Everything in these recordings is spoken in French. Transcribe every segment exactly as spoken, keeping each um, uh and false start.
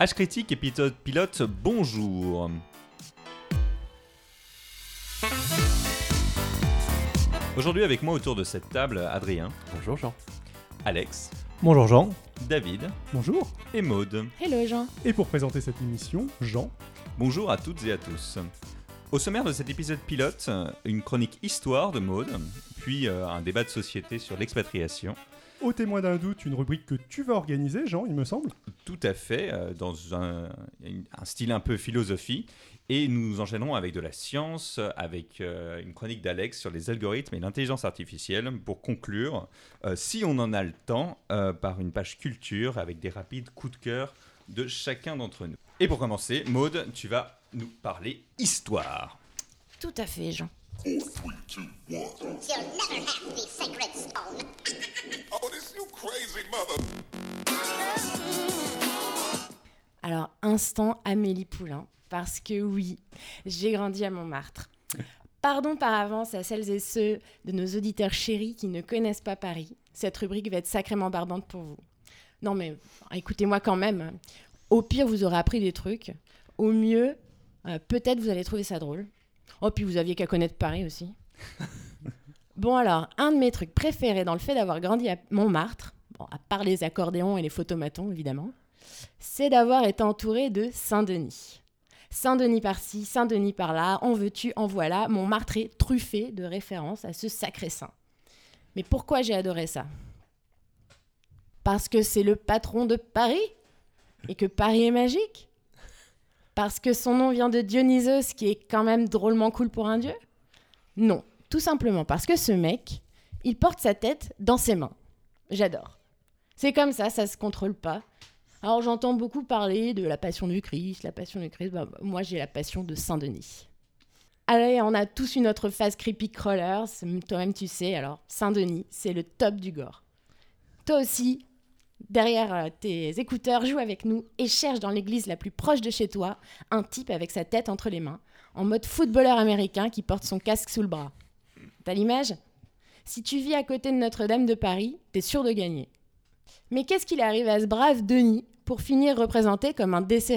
H Critique, épisode pilote, bonjour. Aujourd'hui avec moi autour de cette table, Adrien. Bonjour Jean. Alex. Bonjour Jean. David. Bonjour. Et Maude. Hello Jean. Et pour présenter cette émission, Jean. Bonjour à toutes et à tous. Au sommaire de cet épisode pilote, une chronique histoire de Maude, puis euh, un débat de société sur l'expatriation. Au témoin d'un doute, une rubrique que tu vas organiser, Jean, il me semble. Tout à fait, euh, dans un, un style un peu philosophie. Et nous enchaînerons avec de la science, avec euh, une chronique d'Alex sur les algorithmes et l'intelligence artificielle, pour conclure, euh, si on en a le temps, euh, par une page culture avec des rapides coups de cœur de chacun d'entre nous. Et pour commencer, Maude, tu vas nous parler histoire. Tout à fait, Jean. Four, three, two, one. You'll never have the sacred stone. Oh, this you crazy mother. Alors, instant Amélie Poulain, parce que oui, j'ai grandi à Montmartre. Pardon par avance à celles et ceux de nos auditeurs chéris qui ne connaissent pas Paris. Cette rubrique va être sacrément barbante pour vous. Non mais, écoutez-moi quand même. Au pire, vous aurez appris des trucs. Au mieux, euh, peut-être vous allez trouver ça drôle. Oh, puis vous aviez qu'à connaître Paris aussi. Bon alors, un de mes trucs préférés dans le fait d'avoir grandi à Montmartre, bon, à part les accordéons et les photomatons évidemment, c'est d'avoir été entouré de Saint-Denis. Saint-Denis par-ci, Saint-Denis par-là, en veux-tu, en voilà, Montmartre est truffé de références à ce sacré saint. Mais pourquoi j'ai adoré ça ? Parce que c'est le patron de Paris et que Paris est magique ? Parce que son nom vient de Dionysos, qui est quand même drôlement cool pour un dieu ? Non, tout simplement parce que ce mec, il porte sa tête dans ses mains. J'adore. C'est comme ça, ça se contrôle pas. Alors j'entends beaucoup parler de la passion du Christ, la passion du Christ, bah, moi j'ai la passion de Saint-Denis. Allez, on a tous une autre phase creepy crawlers, toi-même tu sais, alors Saint-Denis, c'est le top du gore. Toi aussi, derrière euh, tes écouteurs, joue avec nous et cherche dans l'église la plus proche de chez toi un type avec sa tête entre les mains, en mode footballeur américain qui porte son casque sous le bras. T'as l'image ? Si tu vis à côté de Notre-Dame de Paris, t'es sûr de gagner. Mais qu'est-ce qu'il arrive à ce brave Denis pour finir représenté comme un décérébré ?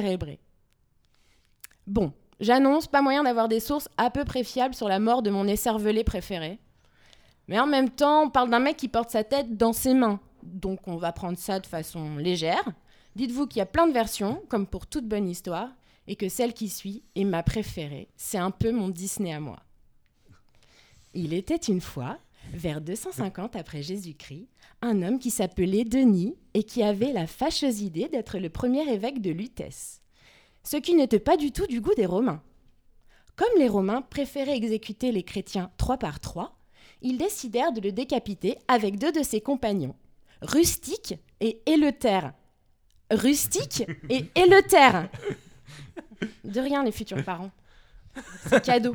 Bon, j'annonce, pas moyen d'avoir des sources à peu près fiables sur la mort de mon écervelé préféré. Mais en même temps, on parle d'un mec qui porte sa tête dans ses mains. Donc on va prendre ça de façon légère. Dites-vous qu'il y a plein de versions, comme pour toute bonne histoire, et que celle qui suit est ma préférée. C'est un peu mon Disney à moi. Il était une fois, vers deux cent cinquante après Jésus-Christ, un homme qui s'appelait Denis et qui avait la fâcheuse idée d'être le premier évêque de Lutèce. Ce qui n'était pas du tout du goût des Romains. Comme les Romains préféraient exécuter les chrétiens trois par trois, ils décidèrent de le décapiter avec deux de ses compagnons, Rustique et Éleuthère. Rustique et Éleuthère. De rien, les futurs parents. C'est cadeau.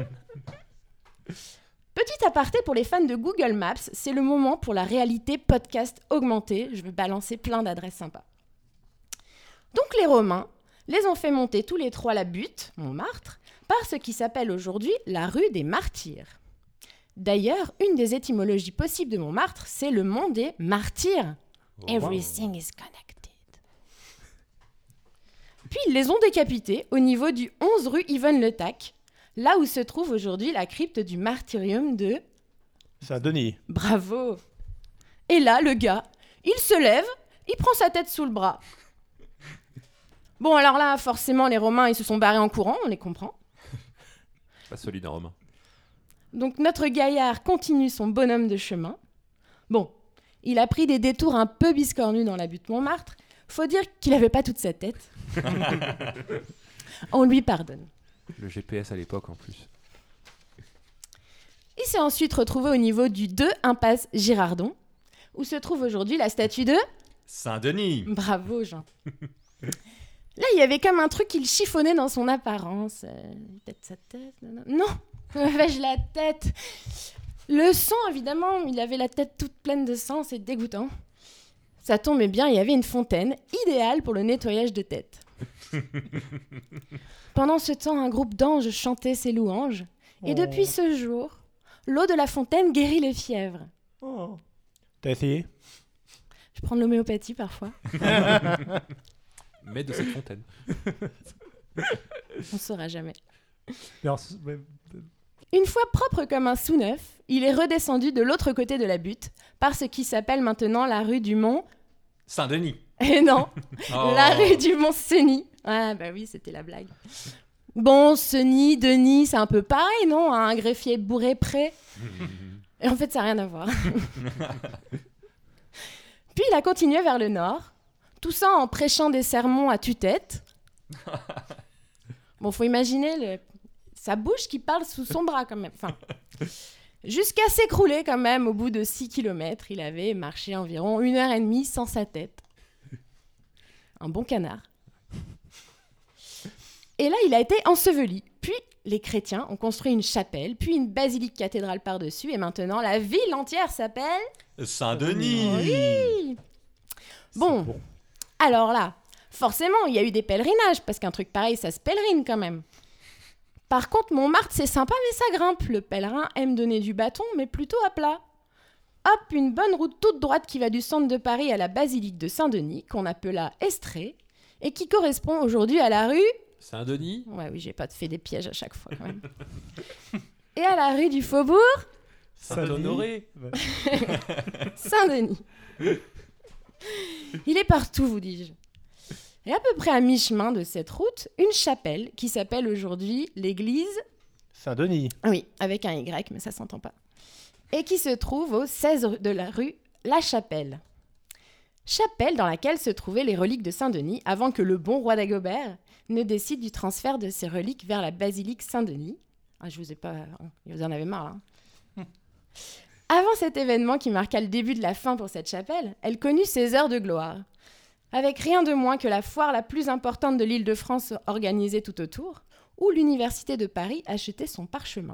Petit aparté pour les fans de Google Maps, c'est le moment pour la réalité podcast augmentée. Je vais balancer plein d'adresses sympas. Donc les Romains les ont fait monter tous les trois la butte, Montmartre, par ce qui s'appelle aujourd'hui la rue des Martyrs. D'ailleurs, une des étymologies possibles de Montmartre, c'est le mont des martyrs. Wow. Everything is connected. Puis ils les ont décapités au niveau du onze rue Yvonne-le-Tac, là où se trouve aujourd'hui la crypte du martyrium de... Saint-Denis. Bravo. Et là, le gars, il se lève, il prend sa tête sous le bras. Bon, alors là, forcément, les Romains, ils se sont barrés en courant, on les comprend. Pas solide en romain. Donc notre gaillard continue son bonhomme de chemin. Bon, il a pris des détours un peu biscornus dans la butte Montmartre. Faut dire qu'il n'avait pas toute sa tête. On lui pardonne. Le G P S à l'époque en plus. Il s'est ensuite retrouvé au niveau du deux impasse Girardon, où se trouve aujourd'hui la statue de... Saint-Denis. Bravo, Jean. Là, il y avait comme un truc qu'il chiffonnait dans son apparence. Euh, peut-être sa tête, non, non. Non, vais-je la tête. Le sang, évidemment, il avait la tête toute pleine de sang, c'est dégoûtant. Ça tombait bien, il y avait une fontaine, idéale pour le nettoyage de tête. Pendant ce temps, un groupe d'anges chantait ses louanges. Et oh. Depuis ce jour, l'eau de la fontaine guérit les fièvres. Oh. T'as essayé ? Je prends de l'homéopathie parfois. mais de cette fontaine. On ne saura jamais. Alors, c- ouais, Une fois propre comme un sous-neuf, il est redescendu de l'autre côté de la butte, par ce qui s'appelle maintenant la rue du Mont... Saint-Denis. Et non, Oh. la rue du Mont-Cenis. Ah bah oui, c'était la blague. Bon, Cenis, Denis, c'est un peu pareil, non? Un greffier bourré près. Et en fait, ça n'a rien à voir. Puis il a continué vers le nord, tout ça en prêchant des sermons à tue-tête. Bon, faut imaginer le... sa bouche qui parle sous son bras quand même. Enfin, jusqu'à s'écrouler quand même au bout de six kilomètres. Il avait marché environ une heure et demie sans sa tête. Un bon canard. Et là, il a été enseveli. Puis, les chrétiens ont construit une chapelle, puis une basilique cathédrale par-dessus, et maintenant, la ville entière s'appelle... Saint-Denis. Oui. Bon, bon. alors là, forcément, il y a eu des pèlerinages, parce qu'un truc pareil, ça se pèlerine quand même. Par contre, Montmartre, c'est sympa, mais ça grimpe. Le pèlerin aime donner du bâton, mais plutôt à plat. Hop, une bonne route toute droite qui va du centre de Paris à la basilique de Saint-Denis, qu'on appela Estrée, et qui correspond aujourd'hui à la rue... Saint-Denis. Ouais, oui, j'ai pas fait des pièges à chaque fois quand même. Et à la rue du Faubourg Saint-Honoré. Ouais. Saint-Denis. Il est partout, vous dis-je. Et à peu près à mi-chemin de cette route, une chapelle qui s'appelle aujourd'hui l'église... Saint-Denis. Oui, avec un Y, mais ça s'entend pas. Et qui se trouve au seize de la rue La Chapelle. Chapelle dans laquelle se trouvaient les reliques de Saint-Denis avant que le bon roi d'Agobert ne décide du transfert de ces reliques vers la basilique Saint-Denis. Ah, je vous ai pas... Vous en avez marre, là. Avant cet événement qui marqua le début de la fin pour cette chapelle, elle connut ses heures de gloire. Avec rien de moins que la foire la plus importante de l'Île-de-France organisée tout autour, où l'Université de Paris achetait son parchemin.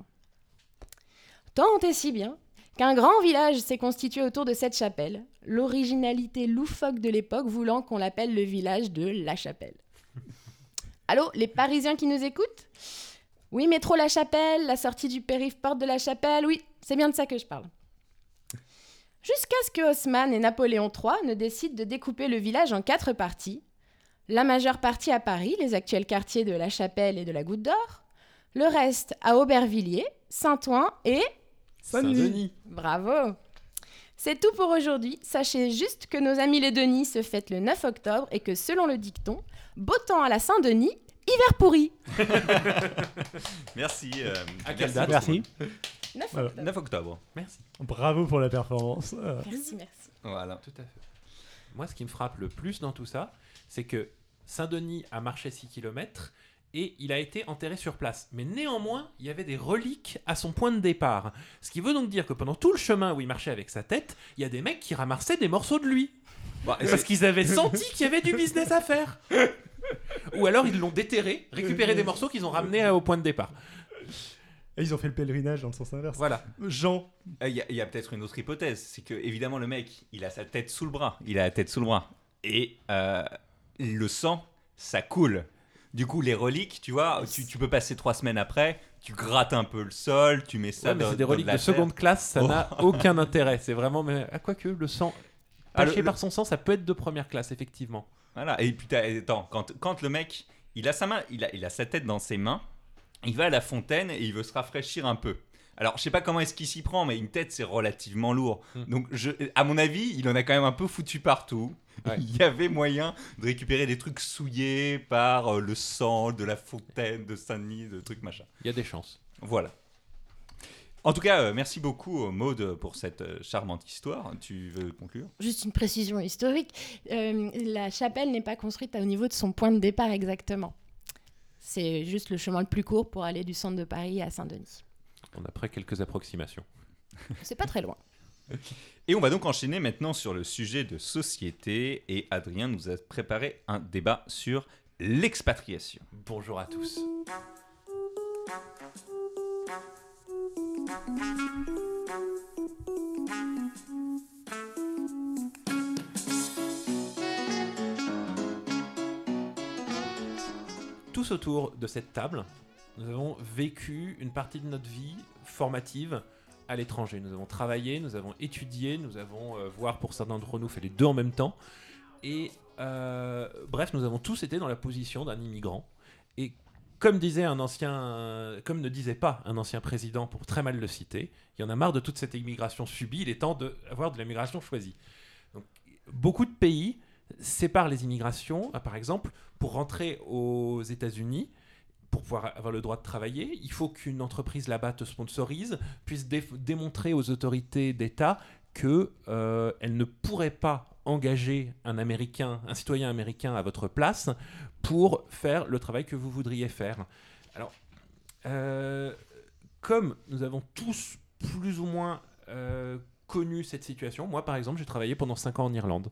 Tant et si bien qu'un grand village s'est constitué autour de cette chapelle, l'originalité loufoque de l'époque voulant qu'on l'appelle le village de La Chapelle. Allô, les Parisiens qui nous écoutent? Oui, métro La Chapelle, la sortie du périph' porte de La Chapelle, oui, c'est bien de ça que je parle. Jusqu'à ce que Haussmann et Napoléon trois ne décident de découper le village en quatre parties. La majeure partie à Paris, les actuels quartiers de La Chapelle et de la Goutte d'Or. Le reste à Aubervilliers, Saint-Ouen et... Saint-Denis. Bravo! C'est tout pour aujourd'hui. Sachez juste que nos amis les Denis se fêtent le neuf octobre et que selon le dicton, beau temps à la Saint-Denis, hiver pourri. Merci. euh, À quelle merci date? Merci. neuf Voilà. octobre. neuf octobre. Merci. Bravo pour la performance. Euh, Merci, merci. Voilà. Tout à fait. Moi, ce qui me frappe le plus dans tout ça, c'est que Saint-Denis a marché six kilomètres et il a été enterré sur place. Mais néanmoins, il y avait des reliques à son point de départ. Ce qui veut donc dire que pendant tout le chemin où il marchait avec sa tête, il y a des mecs qui ramassaient des morceaux de lui. Bah, Parce qu'ils avaient senti qu'il y avait du business à faire. Ou alors ils l'ont déterré, récupéré des morceaux qu'ils ont ramenés au point de départ. Et ils ont fait le pèlerinage dans le sens inverse. Voilà. Jean, Il y a, y a peut-être une autre hypothèse, c'est que évidemment le mec, il a sa tête sous le bras, il a la tête sous le bras, et euh, le sang, ça coule. Du coup, les reliques, tu vois, tu, tu peux passer trois semaines après, tu grattes un peu le sol, tu mets ça Ouais, mais dans, c'est des dans reliques de de la terre. seconde classe, ça Oh. n'a aucun intérêt. C'est vraiment... Mais, à quoi que le sang... Ah, le- Taché le- par son sang, ça peut être de première classe, effectivement. Voilà, et puis t'as- attends, quand, quand le mec, il a sa main, il a, il a sa tête dans ses mains, il va à la fontaine et il veut se rafraîchir un peu. Alors, je sais pas comment est-ce qu'il s'y prend, mais une tête, c'est relativement lourd. Mm. Donc, je, à mon avis, il en a quand même un peu foutu partout. Ouais. Il y avait moyen de récupérer des trucs souillés par euh, le sang de la fontaine de Saint-Denis, de trucs machin. Il y a des chances. Voilà. En tout cas, euh, merci beaucoup, euh, Maude, pour cette euh, charmante histoire. Tu veux conclure? Juste une précision historique. Euh, la chapelle n'est pas construite au niveau de son point de départ exactement. C'est juste le chemin le plus court pour aller du centre de Paris à Saint-Denis. On a pris quelques approximations. C'est pas très loin. Et on va donc enchaîner maintenant sur le sujet de société. Et Adrien nous a préparé un débat sur l'expatriation. Bonjour à tous. Tous autour de cette table, nous avons vécu une partie de notre vie formative à l'étranger. Nous avons travaillé, nous avons étudié, nous avons, euh, voire pour certains d'entre nous, fait les deux en même temps. Et euh, bref, nous avons tous été dans la position d'un immigrant. Et comme disait un ancien, comme ne disait pas un ancien président, pour très mal le citer, il y en a marre de toute cette immigration subie. Il est temps d'avoir de l'immigration choisie. Donc, beaucoup de pays séparent les immigrations. Par exemple, pour rentrer aux États-Unis, pour pouvoir avoir le droit de travailler, il faut qu'une entreprise là-bas te sponsorise, puisse dé- démontrer aux autorités d'État qu'elle euh, ne pourrait pas engager un Américain, un citoyen américain à votre place pour faire le travail que vous voudriez faire. Alors, euh, comme nous avons tous plus ou moins euh, connu cette situation, moi par exemple, j'ai travaillé pendant cinq ans en Irlande.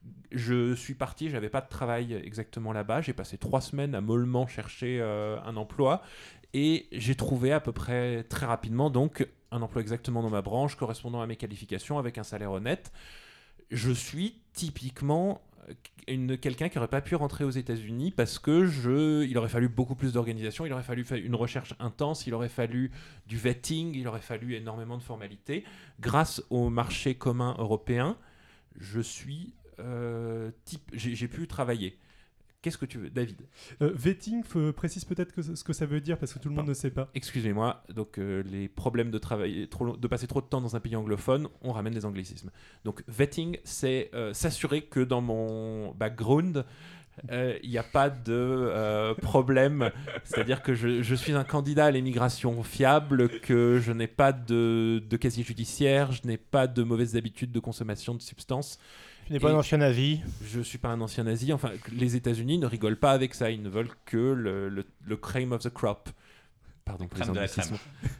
Je suis parti, j'avais pas de travail exactement là-bas, j'ai passé trois semaines à mollement chercher euh, un emploi et j'ai trouvé à peu près très rapidement donc un emploi exactement dans ma branche, correspondant à mes qualifications, avec un salaire honnête. Je suis typiquement une, quelqu'un qui n'aurait pas pu rentrer aux États-Unis parce que je, il aurait fallu beaucoup plus d'organisation, il aurait fallu une recherche intense, il aurait fallu du vetting, il aurait fallu énormément de formalités. Grâce au marché commun européen, je suis euh, type, j'ai, j'ai pu travailler. Qu'est-ce que tu veux, David ? euh, Vetting, f- précise peut-être que, ce que ça veut dire parce que tout le monde ne sait pas. Excusez-moi, donc euh, les problèmes de travailler trop long, de passer trop de temps dans un pays anglophone, on ramène des anglicismes. Donc vetting, c'est euh, s'assurer que dans mon background, il euh, n'y a pas de euh, problème. C'est-à-dire que je, je suis un candidat à l'immigration fiable, que je n'ai pas de, de casier judiciaire, je n'ai pas de mauvaises habitudes de consommation de substances. Tu n'es pas un ancien nazi. Je ne suis pas un ancien nazi. Enfin, les États-Unis ne rigolent pas avec ça. Ils ne veulent que le, le, le cream of the crop. Pardon pour les anglicismes.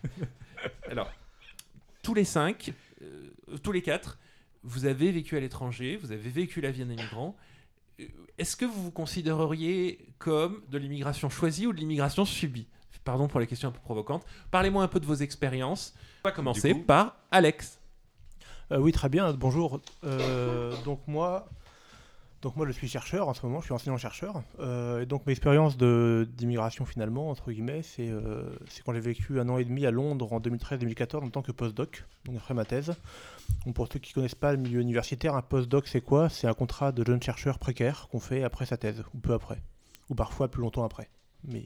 Alors, tous les cinq, euh, tous les quatre, vous avez vécu à l'étranger, vous avez vécu la vie d'un immigrant. Est-ce que vous vous considéreriez comme de l'immigration choisie ou de l'immigration subie ? Pardon pour les questions un peu provocantes. Parlez-moi un peu de vos expériences. On va commencer coup, par Alex. Euh, oui, très bien. Bonjour. Euh, donc moi, donc moi, je suis chercheur en ce moment. Je suis enseignant-chercheur. Euh, et donc mes expériences de, d'immigration finalement, entre guillemets, c'est, euh, c'est quand j'ai vécu un an et demi à Londres en deux mille treize deux mille quatorze en tant que postdoc, donc après ma thèse. Donc pour ceux qui ne connaissent pas le milieu universitaire, un postdoc c'est quoi ? C'est un contrat de jeune chercheur précaire qu'on fait après sa thèse, ou peu après, ou parfois plus longtemps après. Mais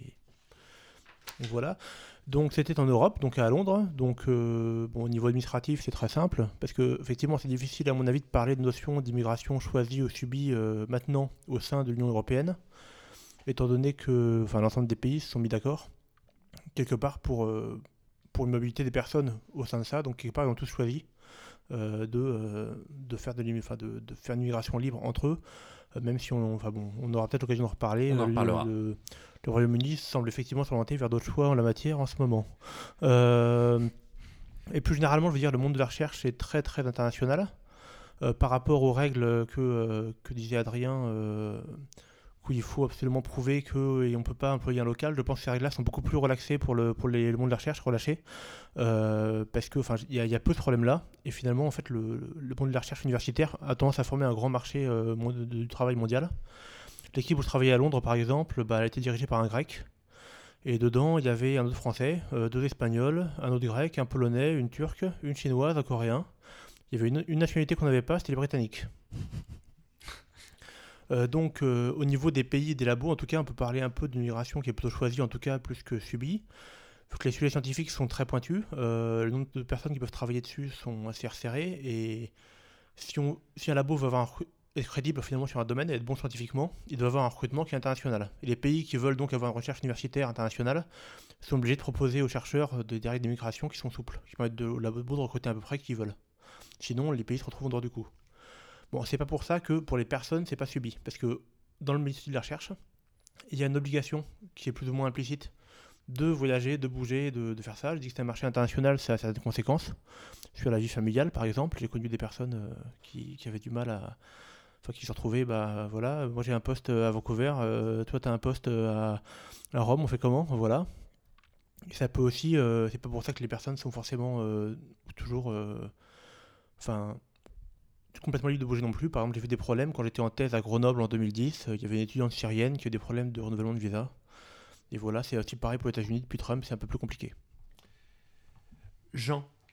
donc voilà. Donc c'était en Europe, donc à Londres. Donc euh, bon, au niveau administratif, c'est très simple, parce que effectivement, c'est difficile à mon avis de parler de notion d'immigration choisie ou subie euh, maintenant au sein de l'Union européenne, étant donné que, enfin, l'ensemble des pays se sont mis d'accord quelque part pour euh, pour une mobilité des personnes au sein de ça. Donc quelque part, ils ont tous choisi euh, de euh, de faire de, enfin, de de faire une immigration libre entre eux. Même si on, enfin bon, on aura peut-être l'occasion d'en reparler. On en reparlera. Le, le, le Royaume-Uni semble effectivement s'orienter vers d'autres choix en la matière en ce moment. Euh, et plus généralement, je veux dire, le monde de la recherche est très très international euh, par rapport aux règles que, euh, que disait Adrien, euh, où il faut absolument prouver qu'on ne peut pas employer un local. Je pense que ces règles-là sont beaucoup plus relaxées pour le, pour les, le monde de la recherche, relâchées, euh, parce qu'il y, y a peu de problèmes là. Et finalement, en fait, le, le monde de la recherche universitaire a tendance à former un grand marché euh, du travail mondial. L'équipe où je travaillais à Londres, par exemple, bah, elle a été dirigée par un Grec. Et dedans, il y avait un autre Français, euh, deux Espagnols, un autre Grec, un Polonais, une Turque, une Chinoise, un Coréen. Il y avait une, une nationalité qu'on n'avait pas, c'était les Britanniques. Euh, donc, euh, au niveau des pays et des labos, en tout cas, on peut parler un peu d'une migration qui est plutôt choisie, en tout cas, plus que subie. Faut que les sujets scientifiques sont très pointus. Euh, le nombre de personnes qui peuvent travailler dessus sont assez resserrés. Et si, on, si un labo veut avoir un, être crédible finalement sur un domaine et être bon scientifiquement, il doit avoir un recrutement qui est international. Et les pays qui veulent donc avoir une recherche universitaire internationale sont obligés de proposer aux chercheurs des règles d'immigration qui sont souples, qui permettent de, au labo de recruter à peu près qui veulent. Sinon, les pays se retrouvent en dehors du coup. Bon, c'est pas pour ça que pour les personnes, c'est pas subi. Parce que dans le milieu de la recherche, il y a une obligation qui est plus ou moins implicite de voyager, de bouger, de, de faire ça. Je dis que c'est un marché international, ça, ça a des conséquences. Sur la vie familiale, par exemple, j'ai connu des personnes euh, qui, qui avaient du mal à... Enfin, qui se retrouvaient, bah voilà, moi j'ai un poste à Vancouver, euh, toi t'as un poste à, à Rome, on fait comment ? Voilà. Et ça peut aussi... Euh, c'est pas pour ça que les personnes sont forcément euh, toujours... Enfin... Euh, complètement libre de bouger non plus. Par exemple, j'ai vu des problèmes quand j'étais en thèse à Grenoble en deux mille dix. Il y avait une étudiante syrienne qui a eu des problèmes de renouvellement de visa. Et voilà, c'est aussi pareil pour les États-Unis. Depuis Trump, c'est un peu plus compliqué. Jean,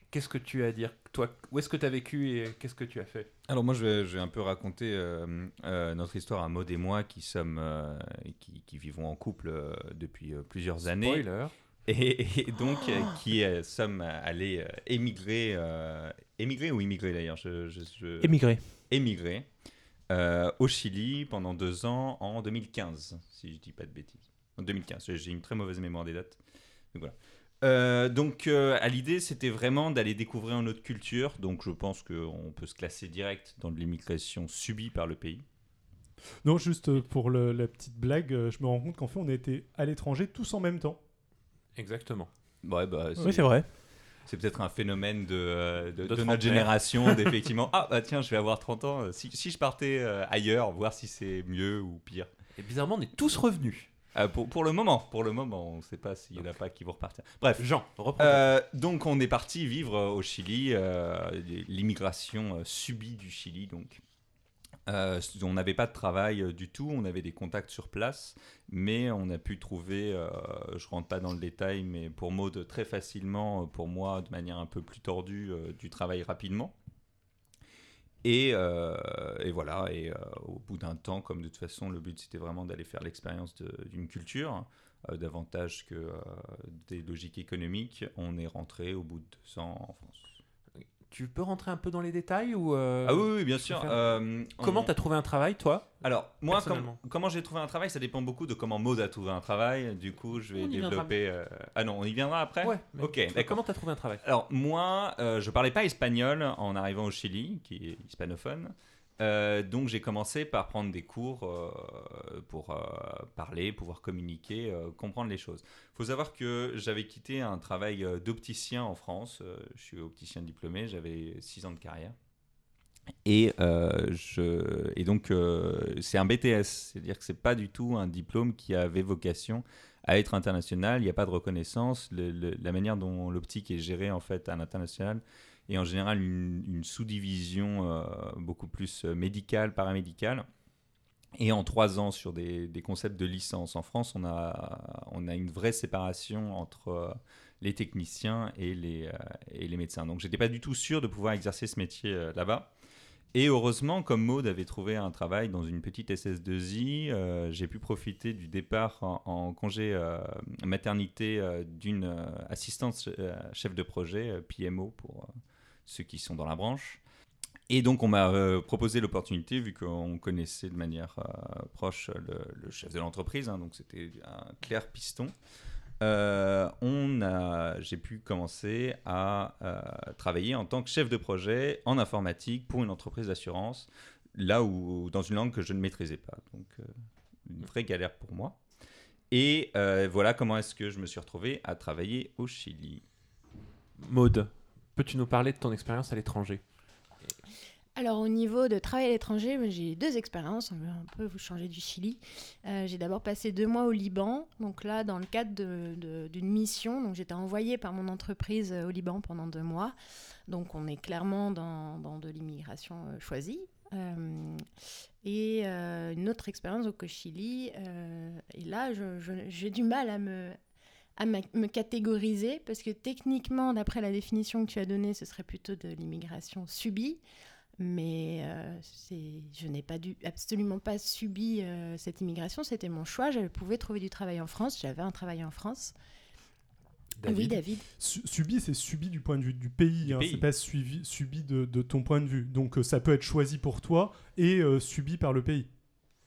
qu'est-ce que tu as à dire? Toi, où est-ce que tu as vécu et qu'est-ce que tu as fait? Alors moi, je vais, je vais un peu raconter euh, euh, notre histoire à Maud et moi, qui sommes, euh, qui, qui vivons en couple euh, depuis euh, plusieurs années. Spoiler. Et, et donc, euh, qui euh, sommes allés euh, émigrer, euh, émigrer ou immigrer d'ailleurs je, je, je... Émigré. Émigrer euh, au Chili pendant deux ans en deux mille quinze, si je dis pas de bêtises. En deux mille quinze, j'ai une très mauvaise mémoire des dates. Donc voilà. Euh, donc euh, à l'idée, c'était vraiment d'aller découvrir une autre culture. Donc je pense qu'on peut se classer direct dans de l'immigration subie par le pays. Non, juste euh, pour le- la petite blague, euh, je me rends compte qu'en fait, on a été à l'étranger tous en même temps. Exactement. Ouais, bah, c'est, Oui, c'est vrai. c'est peut-être un phénomène de, euh, de, De de trentenaire. notre génération, d'effectivement. Ah bah tiens, je vais avoir trente ans. Si, si je partais euh, ailleurs, voir si c'est mieux ou pire. Et bizarrement, on est tous revenus. Euh, pour, pour le moment, pour le moment, on ne sait pas s'il n'y en a pas qui vont repartir. Bref. Jean, reprends. Euh, donc on est parti vivre euh, au Chili, euh, l'immigration euh, subie du Chili. Donc Euh, on n'avait pas de travail euh, du tout, on avait des contacts sur place, mais on a pu trouver, euh, je rentre pas dans le détail, mais pour Maud très facilement, euh, pour moi de manière un peu plus tordue, euh, du travail rapidement. Et, euh, et voilà, et euh, au bout d'un temps, comme de toute façon le but c'était vraiment d'aller faire l'expérience de- d'une culture, euh, davantage que euh, des logiques économiques, on est rentré au bout de deux ans en France. Tu peux rentrer un peu dans les détails ou euh, Ah oui, oui, bien je sûr. préfère- Euh, Comment on- tu as trouvé un travail, toi? Alors, moi, Personnellement. com- comment j'ai trouvé un travail, ça dépend beaucoup de comment Maud a trouvé un travail. Du coup, je vais On y viendra. développer... euh, Ah non, on y viendra après Ouais. mais Ok, toi, d'accord. Comment tu as trouvé un travail? Alors, moi, euh, je parlais pas espagnol en arrivant au Chili, qui est hispanophone. Euh, donc, j'ai commencé par prendre des cours euh, pour euh, parler, pouvoir communiquer, euh, comprendre les choses. Il faut savoir que j'avais quitté un travail euh, d'opticien en France. Euh, je suis opticien diplômé, j'avais six ans de carrière. Et, euh, je, et donc, euh, c'est un B T S, c'est-à-dire que ce n'est pas du tout un diplôme qui avait vocation à être international. Il n'y a pas de reconnaissance. Le- le- la manière dont l'optique est gérée en fait, à l'international est en général une, une sous-division euh, beaucoup plus euh, médicale, paramédicale. Et en trois ans, sur des, des concepts de licence en France, on a, on a une vraie séparation entre euh, les techniciens et les, euh, et les médecins. Donc, je n'étais pas du tout sûr de pouvoir exercer ce métier euh, là-bas. Et heureusement, comme Maud avait trouvé un travail dans une petite S S deux I, euh, j'ai pu profiter du départ en, en congé euh, maternité euh, d'une euh, assistante euh, chef de projet, euh, P M O pour euh, ceux qui sont dans la branche. Et donc, on m'a euh, proposé l'opportunité, vu qu'on connaissait de manière euh, proche le, le chef de l'entreprise, hein, donc c'était un clair piston. Euh, on a, j'ai pu commencer à euh, travailler en tant que chef de projet en informatique pour une entreprise d'assurance, là où dans une langue que je ne maîtrisais pas. Donc, euh, une vraie galère pour moi. Et euh, voilà comment est-ce que je me suis retrouvé à travailler au Chili. Maud, peux-tu nous parler de ton expérience à l'étranger? Alors au niveau de travail à l'étranger, moi, j'ai deux expériences, on va un peu vous changer du Chili. Euh, j'ai d'abord passé deux mois au Liban, donc là dans le cadre de- de- d'une mission, donc j'étais envoyée par mon entreprise euh, au Liban pendant deux mois, donc on est clairement dans, dans de l'immigration euh, choisie. Euh, et euh, une autre expérience donc, au Chili, euh, et là je- je- j'ai du mal à me à ma- me catégoriser parce que techniquement, d'après la définition que tu as donnée, ce serait plutôt de l'immigration subie. Mais euh, c'est, je n'ai pas dû, absolument pas subi euh, cette immigration, c'était mon choix. Je pouvais trouver du travail en France, j'avais un travail en France. Oui, David. Su- subi, c'est subi du point de vue du pays, Du hein, pays. c'est pas suivi, subi de, de ton point de vue. Donc euh, ça peut être choisi pour toi et euh, subi par le pays. Adrien ?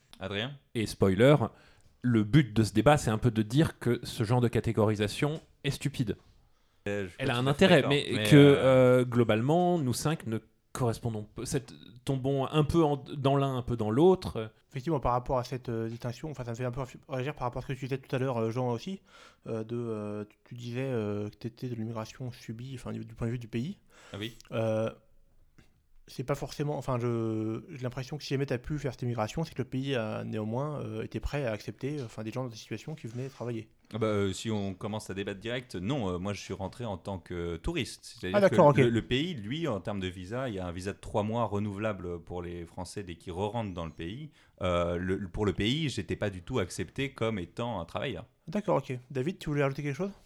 Et spoiler, le but de ce débat, c'est un peu de dire que ce genre de catégorisation est stupide. Elle a un intérêt, mais, que euh, globalement, nous cinq ne correspondons pas, cette- tombons un peu en- dans l'un, un peu dans l'autre. Effectivement, par rapport à cette euh, distinction, enfin, ça me fait un peu réagir par rapport à ce que tu disais tout à l'heure, euh, Jean aussi. Euh, de, euh, tu, tu disais euh, que tu étais de l'immigration subie, enfin, du, du point de vue du pays. Ah oui. Euh, c'est pas forcément. Enfin, je, j'ai l'impression que si jamais tu as pu faire cette immigration, c'est que le pays a néanmoins euh, été prêt à accepter enfin, des gens dans des situations qui venaient travailler. Ah bah, euh, si on commence à débattre direct, non, euh, moi je suis rentré en tant que touriste. C'est-à-dire Ah, d'accord, que ok. le, le pays, lui, en termes de visa, il y a un visa de trois mois renouvelable pour les Français dès qu'ils re-rentrent dans le pays. Euh, le- pour le pays, j'étais pas du tout accepté comme étant un travailleur. D'accord, ok. David, tu voulais rajouter quelque chose?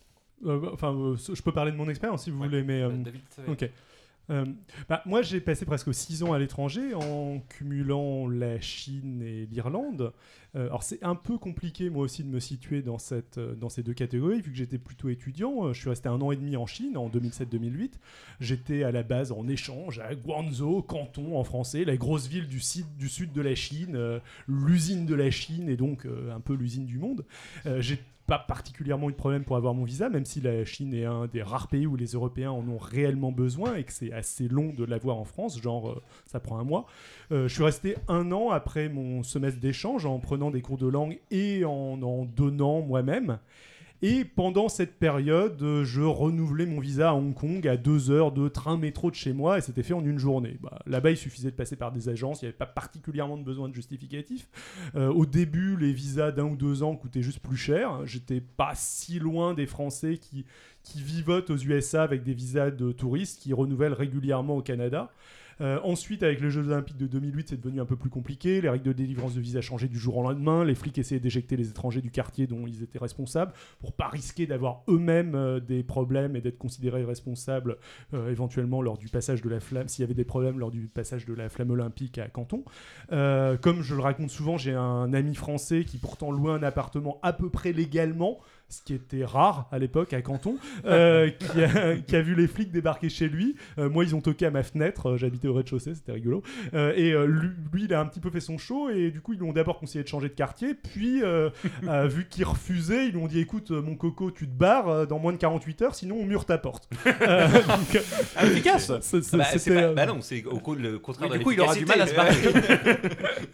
Euh, Enfin, euh, je peux parler de mon expérience si vous Ouais. voulez, mais... euh, Bah, David savait. ok. Euh, bah, moi, j'ai passé presque six ans à l'étranger en cumulant la Chine et l'Irlande. Euh, alors, c'est un peu compliqué, moi aussi, de me situer dans, cette, euh, dans ces deux catégories, vu que j'étais plutôt étudiant. Euh, je suis resté un an et demi en Chine, en deux mille sept deux mille huit. J'étais à la base en échange à Guangzhou, Canton en français, la grosse ville du, sud, du sud de la Chine, euh, l'usine de la Chine et donc euh, un peu l'usine du monde. Euh, j'ai pas particulièrement eu de problème pour avoir mon visa, même si la Chine est un des rares pays où les Européens en ont réellement besoin et que c'est assez long de l'avoir en France, genre euh, ça prend un mois. Euh, je suis resté un an après mon semestre d'échange en prenant des cours de langue et en en donnant moi-même. Et pendant cette période, euh, je renouvelais mon visa à Hong Kong à deux heures de train métro de chez moi et c'était fait en une journée. Bah, là-bas, il suffisait de passer par des agences, il n'y avait pas particulièrement de besoin de justificatif. Euh, au début, les visas d'un ou deux ans coûtaient juste plus cher. J'étais pas si loin des Français qui, qui vivotent aux U S A avec des visas de touristes qui renouvellent régulièrement au Canada. Euh, ensuite, avec les Jeux Olympiques de deux mille huit, c'est devenu un peu plus compliqué. Les règles de délivrance de visa changeaient du jour au lendemain. Les flics essayaient d'éjecter les étrangers du quartier dont ils étaient responsables pour pas risquer d'avoir eux-mêmes euh, des problèmes et d'être considérés responsables euh, éventuellement lors du passage de la flamme, s'il y avait des problèmes lors du passage de la flamme olympique à Canton. Euh, comme je le raconte souvent, j'ai un ami français qui pourtant louait un appartement à peu près légalement, ce qui était rare à l'époque à Canton, euh, qui, a, qui a vu les flics débarquer chez lui. Euh, moi, ils ont toqué à ma fenêtre. Euh, j'habitais au rez-de-chaussée, c'était rigolo. Euh, et euh, lui, lui, il a un petit peu fait son show. Et du coup, ils lui ont d'abord conseillé de changer de quartier. Puis, euh, euh, vu qu'il refusait, ils lui ont dit écoute, mon coco, tu te barres euh, dans moins de quarante-huit heures, sinon on mure ta porte. Euh, donc, euh, Efficace. c'est- c'est- Bah, c'est c'était, pas- euh, bah non, c'est au co- le contraire Oui, de du coup, il aura du mal à se l'efficacité.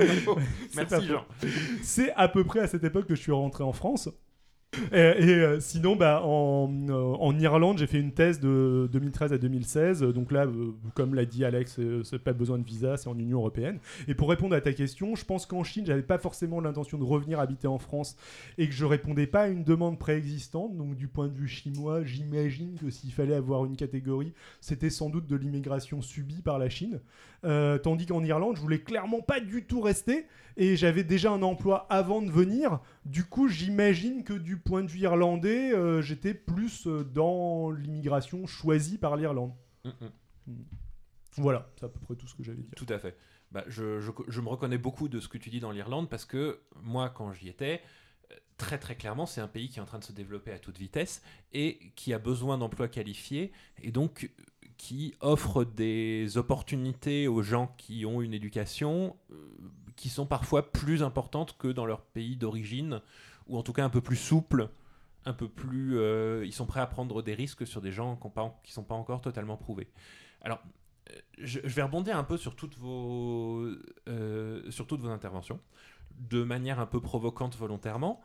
c'est pas Merci, faux. Jean. C'est à peu près à cette époque que je suis rentré en France. Et, et, euh, sinon, bah, en, euh, en Irlande, j'ai fait une thèse de deux mille treize à deux mille seize. Donc là, euh, comme l'a dit Alex, euh, c'est pas besoin de visa, c'est en Union européenne. Et pour répondre à ta question, je pense qu'en Chine, j'avais pas forcément l'intention de revenir habiter en France et que je répondais pas à une demande préexistante. Donc du point de vue chinois, j'imagine que s'il fallait avoir une catégorie, c'était sans doute de l'immigration subie par la Chine. Euh, tandis qu'en Irlande, je voulais clairement pas du tout rester et j'avais déjà un emploi avant de venir. Du coup, j'imagine que du point de vue irlandais, euh, j'étais plus euh, dans l'immigration choisie par l'Irlande. Mm, mm. Voilà, c'est à peu près tout ce que j'avais dit. Tout à fait. Bah, je, je, je me reconnais beaucoup de ce que tu dis dans l'Irlande parce que moi, quand j'y étais, euh, très très clairement, c'est un pays qui est en train de se développer à toute vitesse et qui a besoin d'emplois qualifiés et donc qui offre des opportunités aux gens qui ont une éducation euh, qui sont parfois plus importantes que dans leur pays d'origine ou en tout cas un peu plus souples, un peu plus... euh, ils sont prêts à prendre des risques sur des gens qui ne sont pas encore totalement prouvés. Alors, je, je vais rebondir un peu sur toutes vos, euh, sur toutes vos interventions, de manière un peu provocante volontairement.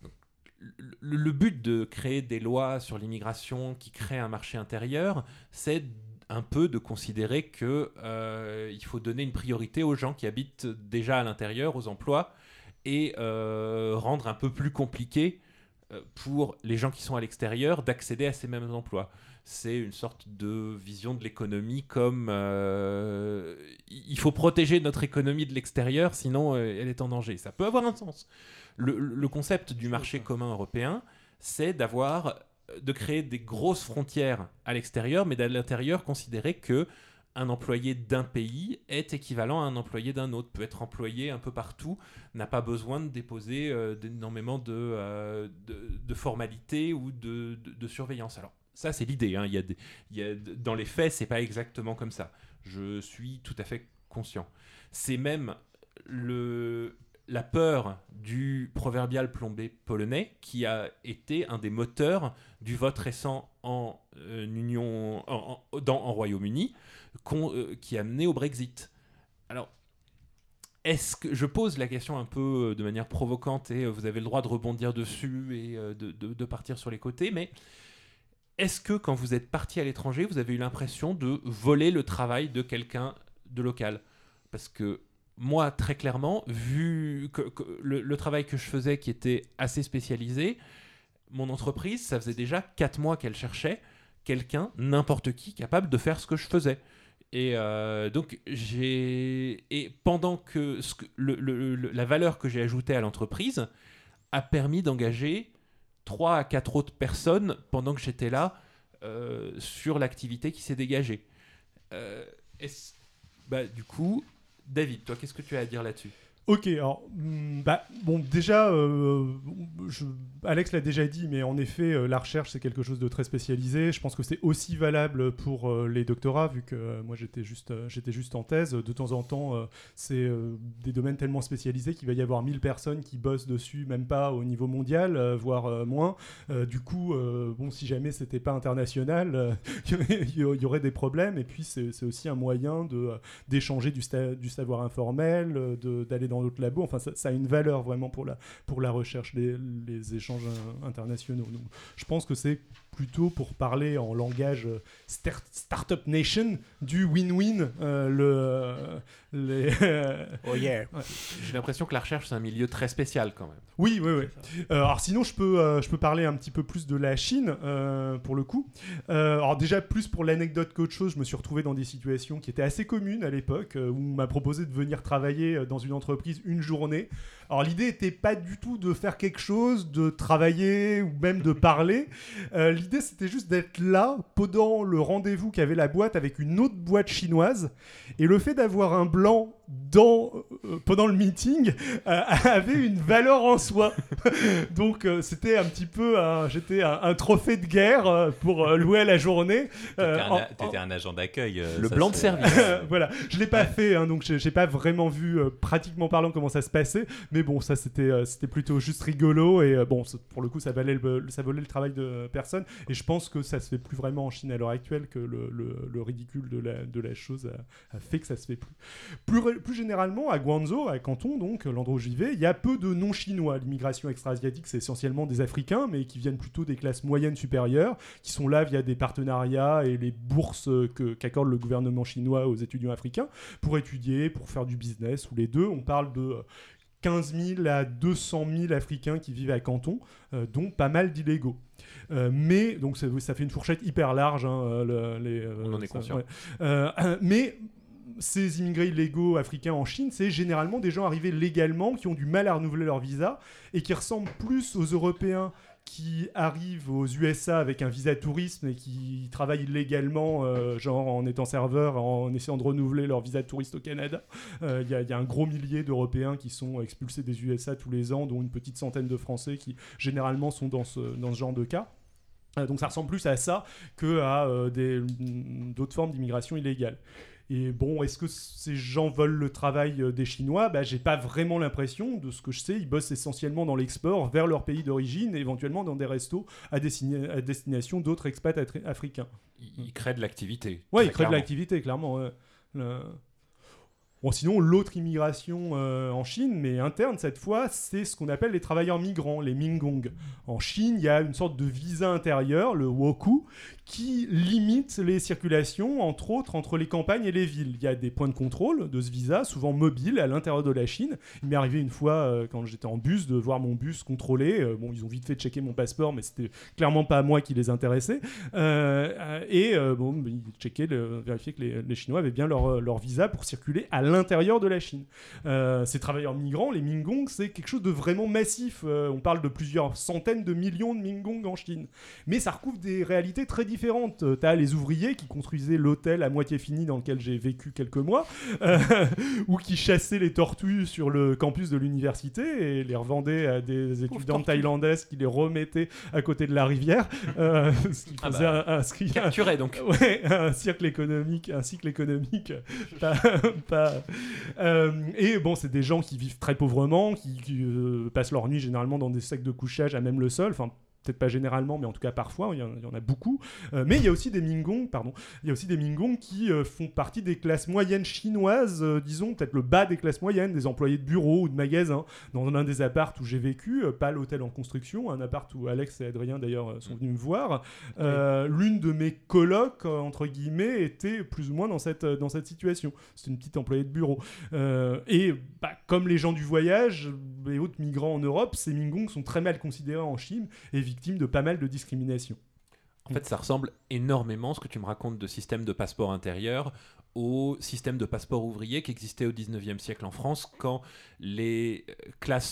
Le, le but de créer des lois sur l'immigration qui créent un marché intérieur, c'est un peu de considérer qu'il euh, faut donner une priorité aux gens qui habitent déjà à l'intérieur, aux emplois, et euh, rendre un peu plus compliqué euh, pour les gens qui sont à l'extérieur d'accéder à ces mêmes emplois. C'est une sorte de vision de l'économie comme euh, il faut protéger notre économie de l'extérieur, sinon euh, elle est en danger. Ça peut avoir un sens. Le, le concept du marché commun européen, c'est d'avoir, de créer des grosses frontières à l'extérieur, mais à l'intérieur, considérer que un employé d'un pays est équivalent à un employé d'un autre, peut être employé un peu partout, n'a pas besoin de déposer euh, énormément de, euh, de, de formalités ou de, de, de surveillance. Alors, ça, c'est l'idée. Hein. Il y a des, il y a, dans les faits, c'est pas exactement comme ça. Je suis tout à fait conscient. C'est même le, la peur du proverbial plombé polonais qui a été un des moteurs du vote récent en, euh, Union, en, en, dans, en Royaume-Uni euh, qui a mené au Brexit. Alors, est-ce que je pose la question un peu de manière provocante et vous avez le droit de rebondir dessus et de, de, de partir sur les côtés, mais est-ce que quand vous êtes parti à l'étranger, vous avez eu l'impression de voler le travail de quelqu'un de local ? Parce que moi, très clairement, vu que, que le, le travail que je faisais qui était assez spécialisé, mon entreprise, ça faisait déjà quatre mois qu'elle cherchait quelqu'un, n'importe qui, capable de faire ce que je faisais. Et euh, donc, j'ai... Et pendant que, ce que le, le, le, la valeur que j'ai ajoutée à l'entreprise a permis d'engager trois à quatre autres personnes pendant que j'étais là euh, sur l'activité qui s'est dégagée. Euh, est-ce... Bah, du coup, David, toi, qu'est-ce que tu as à dire là-dessus ? Ok, alors, hmm, bah, bon, déjà, euh, je, Alex l'a déjà dit, mais en effet, euh, la recherche, c'est quelque chose de très spécialisé. Je pense que c'est aussi valable pour euh, les doctorats, vu que euh, moi, j'étais juste, euh, j'étais juste en thèse. De temps en temps, euh, c'est euh, des domaines tellement spécialisés qu'il va y avoir mille personnes qui bossent dessus, même pas au niveau mondial, euh, voire euh, moins. Euh, du coup, euh, bon, si jamais c'était pas international, euh, il y aurait des problèmes. Et puis, c'est, c'est aussi un moyen de, d'échanger du, sta- du savoir informel, de, d'aller dans d'autres labos, enfin ça, ça a une valeur vraiment pour la, pour la recherche, les, les échanges euh, internationaux. Donc, je pense que c'est plutôt pour parler en langage euh, star- Startup Nation du win-win. Euh, le, euh, les, euh, Oh yeah. Ouais. J'ai l'impression que la recherche, c'est un milieu très spécial quand même. Oui, oui, oui. Euh, alors sinon, je peux, euh, je peux parler un petit peu plus de la Chine, euh, pour le coup. Euh, alors déjà, plus pour l'anecdote qu'autre chose, je me suis retrouvé dans des situations qui étaient assez communes à l'époque, euh, où on m'a proposé de venir travailler euh, dans une entreprise une journée. Alors l'idée n'était pas du tout de faire quelque chose, de travailler ou même de parler. Euh, l'idée, c'était juste d'être là pendant le rendez-vous qu'avait la boîte avec une autre boîte chinoise. Et le fait d'avoir un blanc dans, euh, pendant le meeting euh, avait une valeur en soi. Donc euh, c'était un petit peu un, j'étais un, un trophée de guerre euh, pour euh, louer à la journée. Euh, T'étais un, en- a- t'étais un agent d'accueil. euh, Le ça, blanc de c'est- service. voilà, je l'ai pas fait, hein, donc j'ai, j'ai pas vraiment vu euh, pratiquement parlant comment ça se passait, mais bon, ça c'était euh, c'était plutôt juste rigolo et euh, bon, ça- pour le coup, ça valait le ça valait le travail de personne et je pense que ça se fait plus vraiment en Chine à l'heure actuelle, que le, le, le ridicule de la de la chose a, a fait que ça se fait plus. Plus ré- plus généralement à Guangzhou, à Canton, donc l'endroit où j'y vais, il y a peu de non chinois. L'immigration extra-asiatique, c'est essentiellement des Africains, mais qui viennent plutôt des classes moyennes supérieures, qui sont là via des partenariats et les bourses que, qu'accorde le gouvernement chinois aux étudiants africains pour étudier, pour faire du business, ou les deux. On parle de quinze mille à deux cent mille Africains qui vivent à Canton, euh, dont pas mal d'illégaux. Euh, mais, donc ça, ça fait une fourchette hyper large. Hein, euh, le- les, euh, On en est ça, conscient. ouais. Euh, mais ces immigrés illégaux africains en Chine, c'est généralement des gens arrivés légalement, qui ont du mal à renouveler leur visa, et qui ressemblent plus aux Européens qui arrivent aux U S A avec un visa tourisme et qui travaillent illégalement, euh, genre en étant serveur, en essayant de renouveler leur visa de touriste au Canada. Il euh, y, y a un gros millier d'Européens qui sont expulsés des U S A tous les ans, dont une petite centaine de Français qui généralement sont dans ce, dans ce genre de cas. Euh, donc ça ressemble plus à ça qu'à euh, des, d'autres formes d'immigration illégale. Et bon, est-ce que ces gens veulent le travail euh, des Chinois ? Bah, j'ai pas vraiment l'impression. De ce que je sais, ils bossent essentiellement dans l'export vers leur pays d'origine et éventuellement dans des restos à, destine- à destination d'autres expats atri- africains. Il, il crée de l'activité. Ouais, très ils créent de clairement. l'activité, clairement. Ouais. Le- Bon, sinon, l'autre immigration euh, en Chine, mais interne cette fois, c'est ce qu'on appelle les travailleurs migrants, les Minggong. En Chine, il y a une sorte de visa intérieur, le Woku, qui limite les circulations, entre autres, entre les campagnes et les villes. Il y a des points de contrôle de ce visa, souvent mobiles, à l'intérieur de la Chine. Il m'est arrivé une fois, euh, quand j'étais en bus, de voir mon bus contrôlé. Euh, bon, ils ont vite fait checker mon passeport, mais c'était clairement pas moi qui les intéressait. Euh, euh, et euh, bon, ils checkaient, le, vérifiaient que les, les Chinois avaient bien leur, leur visa pour circuler à l'intérieur de la Chine. Euh, ces travailleurs migrants, les Minggong, c'est quelque chose de vraiment massif. Euh, on parle de plusieurs centaines de millions de Minggong en Chine. Mais ça recouvre des réalités très différentes. Euh, T'as les ouvriers qui construisaient l'hôtel à moitié fini dans lequel j'ai vécu quelques mois, euh, ou qui chassaient les tortues sur le campus de l'université et les revendaient à des étudiantes thaïlandaises qui les remettaient à côté de la rivière, euh, ce qui Ah faisait bah, un, un, ce qui- Capturé donc. Ouais, un cycle économique, un cycle économique pas, pas- Euh, et bon, c'est des gens qui vivent très pauvrement, qui, qui, euh, passent leur nuit généralement dans des sacs de couchage à même le sol. Enfin, peut-être pas généralement, mais en tout cas parfois, il y en, il y en a beaucoup. Euh, mais il y a aussi des Minggong, pardon, il y a aussi des Minggong qui euh, font partie des classes moyennes chinoises, euh, disons peut-être le bas des classes moyennes, des employés de bureau ou de magasin. Dans l'un des apparts où j'ai vécu, euh, pas l'hôtel en construction, un appart où Alex et Adrien d'ailleurs euh, sont venus me voir, euh, l'une de mes colocs, euh, entre guillemets, était plus ou moins dans cette, dans cette situation. C'est une petite employée de bureau. Euh, et bah, comme les gens du voyage et autres migrants en Europe, ces Minggong sont très mal considérés en Chine et victimes de pas mal de discrimination. En fait, ça ressemble énormément, ce que tu me racontes de système de passeport intérieur, au système de passeport ouvrier qui existait au dix-neuvième siècle en France, quand les classes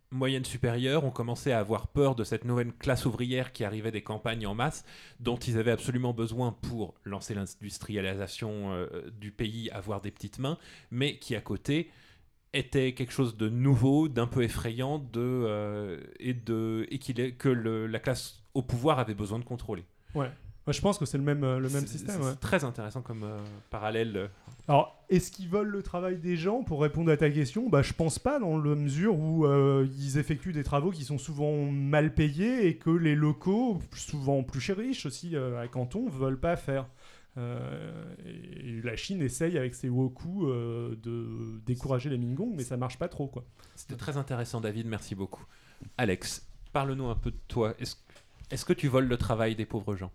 moyenne supérieure ont commencé à avoir peur de cette nouvelle classe ouvrière qui arrivait des campagnes en masse, dont ils avaient absolument besoin pour lancer l'industrialisation euh, du pays, avoir des petites mains, mais qui à côté était quelque chose de nouveau, d'un peu effrayant, de, euh, et, de, et qu'il est, que le, la classe au pouvoir avait besoin de contrôler. Ouais. Moi, je pense que c'est le même, euh, le même C'est- système. C'est ouais. très intéressant comme euh, parallèle. Alors, est-ce qu'ils volent le travail des gens? Pour répondre à ta question, bah, je pense pas, dans la mesure où euh, ils effectuent des travaux qui sont souvent mal payés et que les locaux, souvent plus riches aussi euh, à Canton, veulent pas faire. Euh, et la Chine essaye avec ses woku euh, de décourager les Mingong, mais ça marche pas trop, quoi. C'était très intéressant, David, merci beaucoup. Alex, parle-nous un peu de toi. Est-ce, est-ce que tu voles le travail des pauvres gens?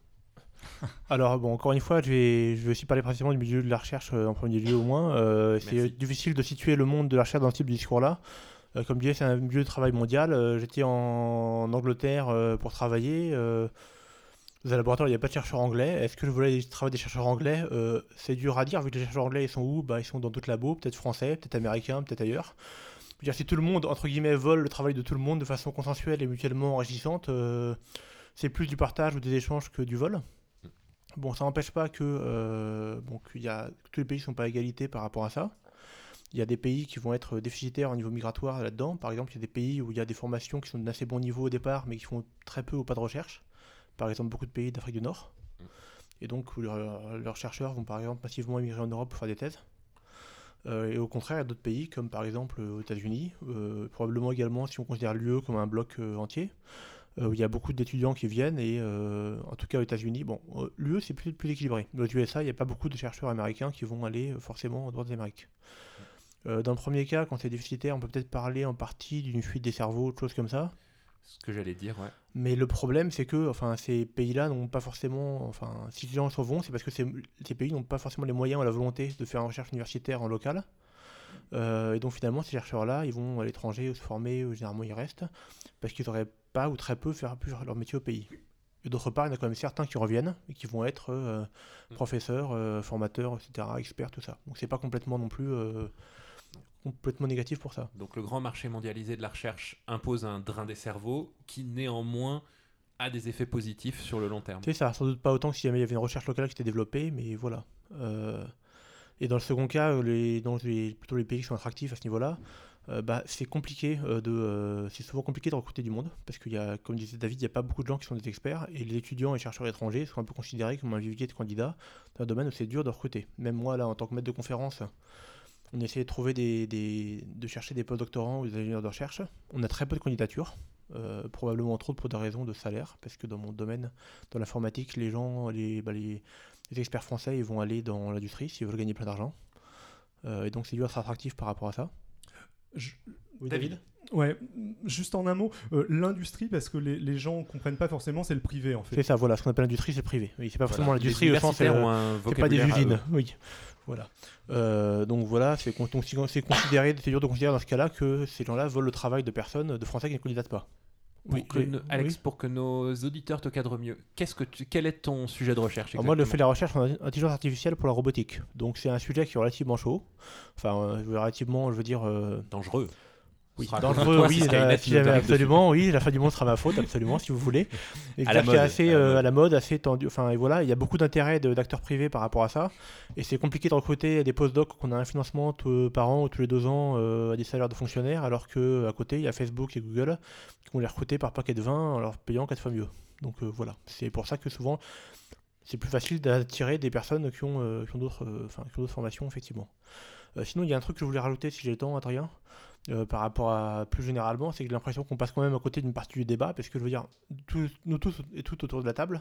Alors, bon, encore une fois, je vais, je vais aussi parler précisément du milieu de la recherche euh, en premier lieu au moins. Euh, c'est Merci. difficile de situer le monde de la recherche dans ce type de discours-là. Euh, comme je disais, c'est un milieu de travail mondial. Euh, j'étais en, en Angleterre euh, pour travailler. Euh, dans un laboratoire, il n'y a pas de chercheurs anglais. Est-ce que je voulais travailler des chercheurs anglais? Euh, C'est dur à dire, vu que les chercheurs anglais, ils sont où? Bah, ils sont dans toute labo, peut-être français, peut-être américains, peut-être ailleurs. Je veux dire, si tout le monde, entre guillemets, vole le travail de tout le monde de façon consensuelle et mutuellement enrichissante, euh, c'est plus du partage ou des échanges que du vol. Bon, ça n'empêche pas que, euh, bon, qu'il y a, que tous les pays ne sont pas à égalité par rapport à ça. Il y a des pays qui vont être déficitaires au niveau migratoire là-dedans. Par exemple, il y a des pays où il y a des formations qui sont d'un assez bon niveau au départ, mais qui font très peu ou pas de recherche. Par exemple, beaucoup de pays d'Afrique du Nord. Et donc, où leurs, leurs chercheurs vont par exemple massivement émigrer en Europe pour faire des thèses. Euh, et au contraire, il y a d'autres pays, comme par exemple aux États-Unis, euh, probablement également si on considère l'U E comme un bloc euh, entier, euh, où il y a beaucoup d'étudiants qui viennent, et euh, en tout cas aux États-Unis, bon, euh, l'U E c'est plus, plus équilibré. Aux U S A, il n'y a pas beaucoup de chercheurs américains qui vont aller euh, forcément en dehors des Amériques. Euh, dans le premier cas, quand c'est déficitaire, on peut peut-être parler en partie d'une fuite des cerveaux, autre chose comme ça. Ce que j'allais dire, ouais. Mais le problème, c'est que enfin, ces pays-là n'ont pas forcément. Enfin, si les gens s'en vont, c'est parce que ces, ces pays n'ont pas forcément les moyens ou la volonté de faire une recherche universitaire en local. Euh, et donc finalement, ces chercheurs-là, ils vont à l'étranger se former, euh, généralement ils restent, parce qu'ils n'auraient pas ou très peu faire plus leur métier au pays. Et d'autre part, il y en a quand même certains qui reviennent et qui vont être euh, professeurs, euh, formateurs, et cetera, experts, tout ça. Donc c'est pas complètement non plus euh, complètement négatif pour ça. Donc le grand marché mondialisé de la recherche impose un drain des cerveaux qui néanmoins a des effets positifs sur le long terme. C'est ça, sans doute pas autant que si jamais il y avait une recherche locale qui était développée, mais voilà. Euh, et dans le second cas, les, dans les, plutôt les pays qui sont attractifs à ce niveau-là, euh, bah, c'est compliqué euh, de, euh, c'est souvent compliqué de recruter du monde, parce qu'il y a, comme disait David, il n'y a pas beaucoup de gens qui sont des experts, et les étudiants et chercheurs étrangers sont un peu considérés comme un vivier de candidats dans un domaine où c'est dur de recruter. Même moi, là, en tant que maître de conférence, on essaie de trouver des, des, de chercher des postdoctorants ou des ingénieurs de recherche. On a très peu de candidatures, euh, probablement entre autres pour des raisons de salaire, parce que dans mon domaine, dans l'informatique, les gens, les, bah les, les experts français, ils vont aller dans l'industrie s'ils veulent gagner plein d'argent. Euh, et donc c'est dur d'être attractif par rapport à ça. Je- Oui, David. Ouais, juste en un mot, euh, l'industrie, parce que les, les gens comprennent pas forcément, c'est le privé en fait. C'est ça, voilà, ce qu'on appelle l'industrie, c'est privé. Oui, c'est pas forcément Voilà. l'industrie Les au sens. universitaires euh, ont un C'est pas des vocabulaire à usines, eux. oui. Voilà. Euh, donc voilà, c'est con- donc, c'est considéré, c'est dur de considérer dans ce cas-là que ces gens-là volent le travail de personnes, de Français qui ne candidatent pas. Pour Oui, que oui, no- Alex, oui. pour que nos auditeurs te cadrent mieux, qu'est-ce que tu- quel est ton sujet de recherche Alors moi, je fais exactement la recherche en intelligence artificielle pour la robotique. Donc c'est un sujet qui est relativement chaud. Enfin, euh, relativement, je veux dire. euh, Dangereux. Oui, Ce sera dangereux, toi, oui, ce sera la- Skynet si qui nous jamais, arrive absolument, oui, la fin du monde sera ma faute, absolument, si vous voulez. Et À la c'est mode, assez à la euh, mode. à la mode, assez tendu, enfin, et voilà, il y a beaucoup d'intérêt de- d'acteurs privés par rapport à ça, et c'est compliqué de recruter des postdocs qu'on a un financement tout- par an ou tous les deux ans euh, à des salaires de fonctionnaires, alors que à côté, il y a Facebook et Google qui vont les recruter par paquet de vingt en leur payant quatre fois mieux. Donc euh, voilà, c'est pour ça que souvent, c'est plus facile d'attirer des personnes qui ont, euh, qui ont d'autres euh, enfin, qui ont d'autres formations, effectivement. Euh, sinon, il y a un truc que je voulais rajouter, si j'ai le temps, Adrien. Euh, par rapport à plus généralement, c'est que j'ai l'impression qu'on passe quand même à côté d'une partie du débat, parce que je veux dire, tous- nous tous et toutes autour de la table,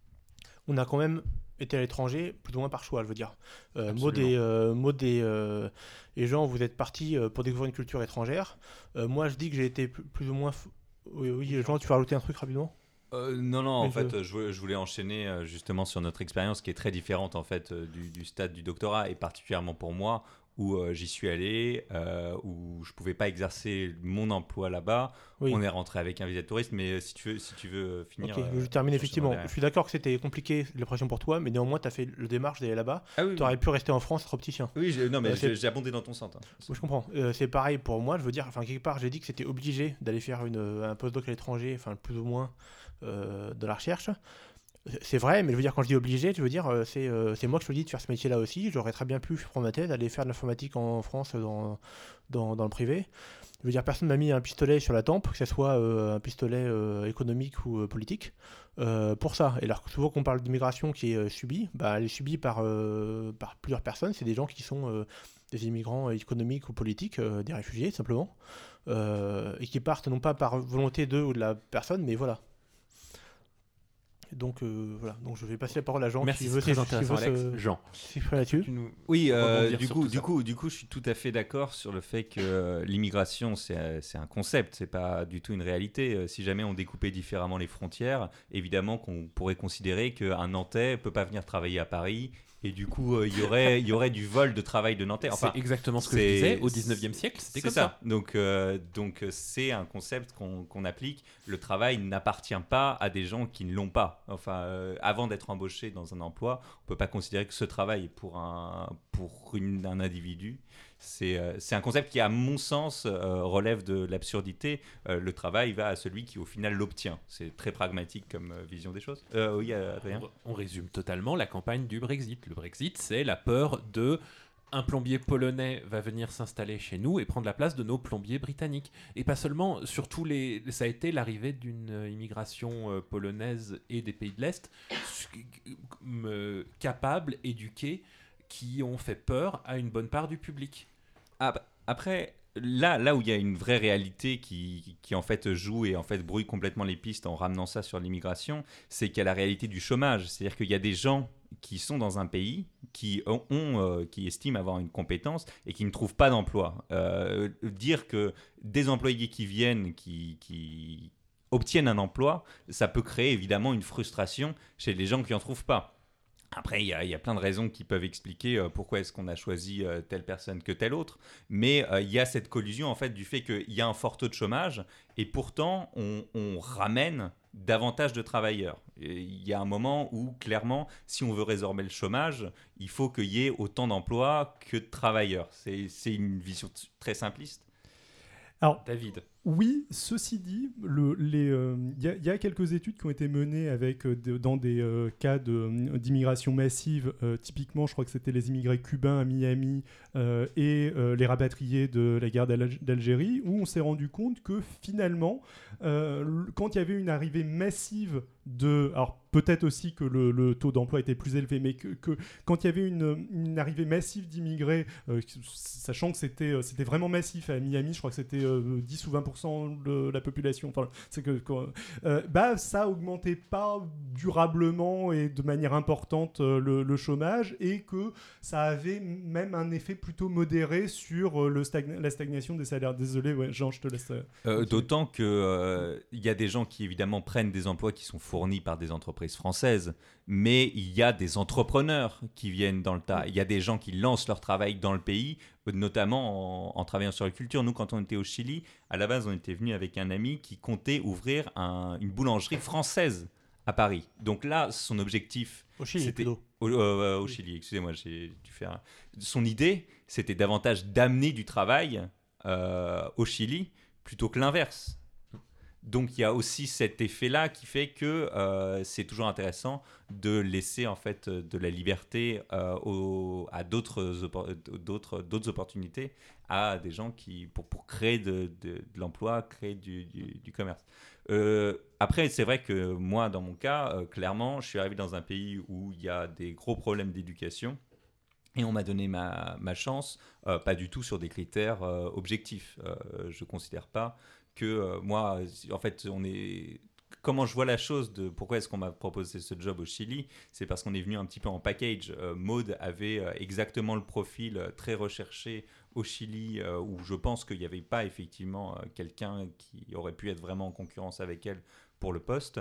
on a quand même été à l'étranger plus ou moins par choix, je veux dire. Euh, Maud et, euh, Maud et, euh, et Jean, vous êtes partis euh, pour découvrir une culture étrangère. Euh, moi, je dis que j'ai été plus, plus ou moins... f- Oui, oui, Jean, tu veux rajouter un truc rapidement? Euh, non, non, en Mais je- fait, je... voulais- je voulais enchaîner euh, justement sur notre expérience qui est très différente en fait euh, du, du stade du doctorat et particulièrement pour moi où euh, j'y suis allé, euh, où je pouvais pas exercer mon emploi là-bas. Oui. On est rentré avec un visa de touriste, mais si tu veux, si tu veux finir. Ok, euh, je termine je effectivement. reviendrai. Je suis d'accord que c'était compliqué la pression pour toi, mais néanmoins, tu as fait le démarche d'aller là-bas. Ah oui, Tu aurais pu rester en France, être opticien. oui, je- non, mais Euh, j'ai c'est- j'ai abondé dans ton sens. hein. Oui, je comprends. Euh, c'est pareil pour moi, je veux dire, enfin, quelque part, j'ai dit que c'était obligé d'aller faire une, un postdoc à l'étranger, enfin, plus ou moins euh, de la recherche. C'est vrai, mais je veux dire, quand je dis obligé, je veux dire, euh, c'est euh, c'est moi que je te dis de faire ce métier-là aussi. J'aurais très bien pu prendre ma thèse, aller faire de l'informatique en France dans, dans, dans le privé. Je veux dire, personne m'a mis un pistolet sur la tempe, que ce soit euh, un pistolet euh, économique ou euh, politique, euh, pour ça. Et alors, souvent qu'on parle d'immigration qui est euh, subie, bah, elle est subie par, euh, par plusieurs personnes. C'est des gens qui sont euh, des immigrants économiques ou politiques, euh, des réfugiés, simplement, euh, et qui partent non pas par volonté d'eux ou de la personne, mais voilà. Donc euh, voilà, donc je vais passer la parole à Jean. Merci, qui c'est veut très se- intéressant, qui veut Alex. se- Jean, s'exprimer là-dessus. tu nous... Oui, euh, rebondir du, sur coup, tout du, ça. coup, du coup, je suis tout à fait d'accord sur le fait que euh, l'immigration, c'est euh, c'est un concept, c'est pas du tout une réalité. Euh, Si jamais on découpait différemment les frontières, évidemment qu'on pourrait considérer qu'un Nantais peut pas venir travailler à Paris. Et du coup, euh, il y aurait, il y aurait du vol de travail de Nantais. Enfin, c'est exactement ce que je c'est- disais. Au dix-neuvième siècle, c'était c'est comme ça. ça. Donc, euh, donc euh, c'est un concept qu'on qu'on applique. Le travail n'appartient pas à des gens qui ne l'ont pas. Enfin, euh, avant d'être embauché dans un emploi, on peut pas considérer que ce travail est pour un pour une- un individu. C'est euh, c'est un concept qui, à mon sens, euh, relève de l'absurdité. Euh, le travail va à celui qui, au final, l'obtient. C'est très pragmatique comme euh, vision des choses. Euh, oui, euh, Adrien. On, on résume totalement la campagne du Brexit. Le Brexit, c'est la peur de un plombier polonais va venir s'installer chez nous et prendre la place de nos plombiers britanniques. Et pas seulement, sur tous les, ça a été l'arrivée d'une euh, immigration euh, polonaise et des pays de l'Est euh, capables, éduqués, qui ont fait peur à une bonne part du public. Ah, bah, après, là, là où il y a une vraie réalité qui, qui en fait joue et en fait brouille complètement les pistes en ramenant ça sur l'immigration, c'est qu'il y a la réalité du chômage. C'est-à-dire qu'il y a des gens qui sont dans un pays, qui ont, ont, euh, qui estiment avoir une compétence et qui ne trouvent pas d'emploi. Euh, dire que des employés qui viennent, qui, qui obtiennent un emploi, ça peut créer évidemment une frustration chez les gens qui n'en trouvent pas. Après, il y, a, il y a plein de raisons qui peuvent expliquer euh, pourquoi est-ce qu'on a choisi euh, telle personne que telle autre. Mais euh, il y a cette collusion en fait du fait qu'il y a un fort taux de chômage et pourtant on, on ramène davantage de travailleurs. Et il y a un moment où clairement, si on veut résorber le chômage, il faut qu'il y ait autant d'emplois que de travailleurs. C'est, c'est une vision t- très simpliste. Alors, David. oui, ceci dit, le- les, euh, il y, a- il y a quelques études qui ont été menées avec, euh, de- dans des euh, cas de, d'immigration massive. Euh, typiquement, je crois que c'était les immigrés cubains à Miami euh, et euh, les rapatriés de la guerre d'Al- d'Algérie, où on s'est rendu compte que finalement, euh, l- quand il y avait une arrivée massive de... Alors peut-être aussi que le, le taux d'emploi était plus élevé, mais que, que quand il y avait une, une arrivée massive d'immigrés, euh, sachant que c'était, euh, c'était vraiment massif à Miami, je crois que c'était euh, dix ou vingt pour cent de la population, enfin, c'est que, que euh, bah, ça augmentait pas durablement et de manière importante euh, le, le chômage, et que ça avait même un effet plutôt modéré sur euh, le stagna- la stagnation des salaires. Désolé, ouais, Jean, je te laisse. euh, Euh, Ok. D'autant qu'il euh, y a des gens qui évidemment prennent des emplois qui sont fournis par des entreprises françaises, mais il y a des entrepreneurs qui viennent dans le tas. Il y a des gens qui lancent leur travail dans le pays, notamment en, en travaillant sur la culture. Nous, quand on était au Chili, à la base, on était venu avec un ami qui comptait ouvrir un- une boulangerie française à Paris. Donc là, son objectif, Au Chili, c'était plutôt. au, euh, au Chili. Excusez-moi, j'ai dû faire. Son idée, c'était davantage d'amener du travail euh, au Chili plutôt que l'inverse. Donc il y a aussi cet effet-là qui fait que euh, c'est toujours intéressant de laisser en fait de la liberté euh, aux- à d'autres, oppor- d'autres, d'autres opportunités à des gens qui pour, pour créer de, de, de l'emploi, créer du, du, du commerce. Euh, après, c'est vrai que moi, dans mon cas, euh, clairement, je suis arrivé dans un pays où il y a des gros problèmes d'éducation. Et on m'a donné ma, ma chance, euh, pas du tout sur des critères euh, objectifs. Euh, je ne considère pas que euh, moi, en fait, on est... Comment je vois la chose de pourquoi est-ce qu'on m'a proposé ce job au Chili, c'est parce qu'on est venu un petit peu en package. Euh, Maud avait euh, exactement le profil euh, très recherché au Chili, euh, où je pense qu'il n'y avait pas effectivement euh, quelqu'un qui aurait pu être vraiment en concurrence avec elle pour le poste.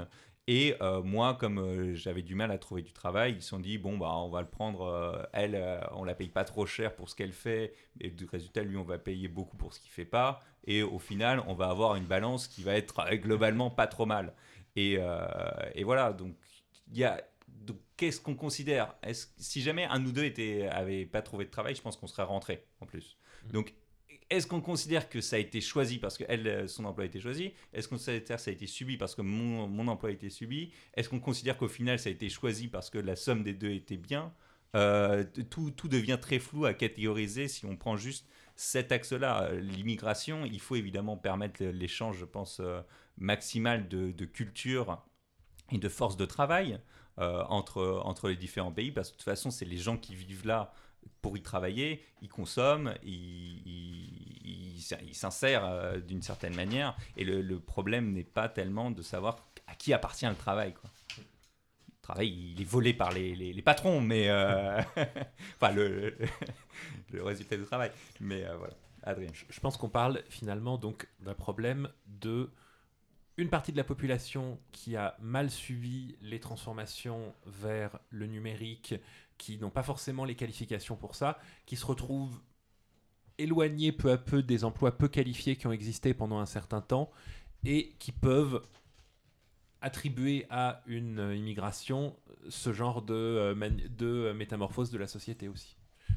Et euh, moi, comme euh, j'avais du mal à trouver du travail, ils se sont dit, bon, bah, on va le prendre, euh, elle, euh, on la paye pas trop cher pour ce qu'elle fait, et du résultat, lui, on va payer beaucoup pour ce qu'il fait pas, et au final, on va avoir une balance qui va être euh, globalement pas trop mal. Et, euh, et voilà, donc, il y a... Donc, qu'est-ce qu'on considère ? Est-ce, si jamais un ou deux était, avait pas trouvé de travail, je pense qu'on serait rentré, en plus. Mmh. Donc, est-ce qu'on considère que ça a été choisi parce que elle, son emploi a été choisi ? Est-ce qu'on considère que ça a été subi parce que mon, mon emploi a été subi ? Est-ce qu'on considère qu'au final, ça a été choisi parce que la somme des deux était bien ? euh, tout, tout devient très flou à catégoriser si on prend juste cet axe-là. L'immigration, il faut évidemment permettre l'échange, je pense, euh, maximal de, de culture et de force de travail euh, entre, entre les différents pays, parce que de toute façon, c'est les gens qui vivent là pour y travailler, ils consomment, ils, ils, ils, ils s'insèrent euh, d'une certaine manière, et le, le problème n'est pas tellement de savoir à qui appartient le travail, quoi. Le travail, il est volé par les, les, les patrons, mais euh, enfin le, le, le résultat du travail. Mais euh, voilà, Adrien. Je, je pense qu'on parle finalement donc d'un problème de une partie de la population qui a mal subi les transformations vers le numérique, qui n'ont pas forcément les qualifications pour ça, qui se retrouvent éloignés peu à peu des emplois peu qualifiés qui ont existé pendant un certain temps et qui peuvent attribuer à une immigration ce genre de, de métamorphose de la société aussi.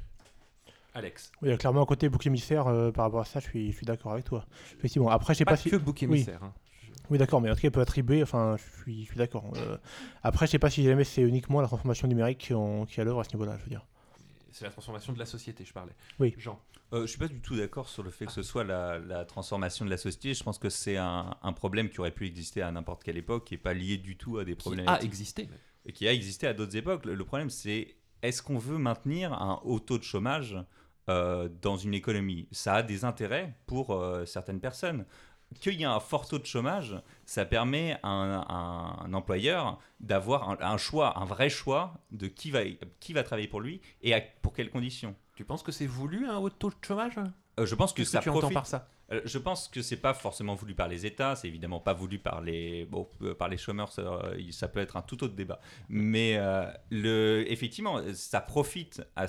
Alex. Oui, il y a clairement un côté bouc émissaire euh, par rapport à ça, je suis, je suis d'accord avec toi. Effectivement, après, je sais pas, pas pas si... que bouc émissaire. Oui. Hein. Oui, d'accord, mais en tout cas, il peut attribuer, enfin, je suis, je suis d'accord. Euh, après, je sais pas si jamais c'est uniquement la transformation numérique qui, en, qui est à l'œuvre à ce niveau-là, je veux dire. C'est la transformation de la société, je parlais. Oui. Jean. Euh, je suis pas du tout d'accord sur le fait que ce soit la, la transformation de la société. Je pense que c'est un, un problème qui aurait pu exister à n'importe quelle époque, qui n'est pas lié du tout à des problèmes. Qui a existé. Et qui a existé à d'autres époques. Le, le problème, c'est est-ce qu'on veut maintenir un haut taux de chômage euh, dans une économie ? Ça a des intérêts pour euh, certaines personnes. Qu'il y ait un fort taux de chômage, ça permet à un, à un employeur d'avoir un, un choix, un vrai choix de qui va, qui va travailler pour lui et à, pour quelles conditions. Tu penses que c'est voulu un haut taux de chômage ? euh, Je pense que Qu'est-ce ça que tu profite. entends par ça ? euh, Je pense que c'est pas forcément voulu par les États, c'est évidemment pas voulu par les, bon, euh, par les chômeurs, ça, ça peut être un tout autre débat. Mais euh, le, effectivement, ça profite à...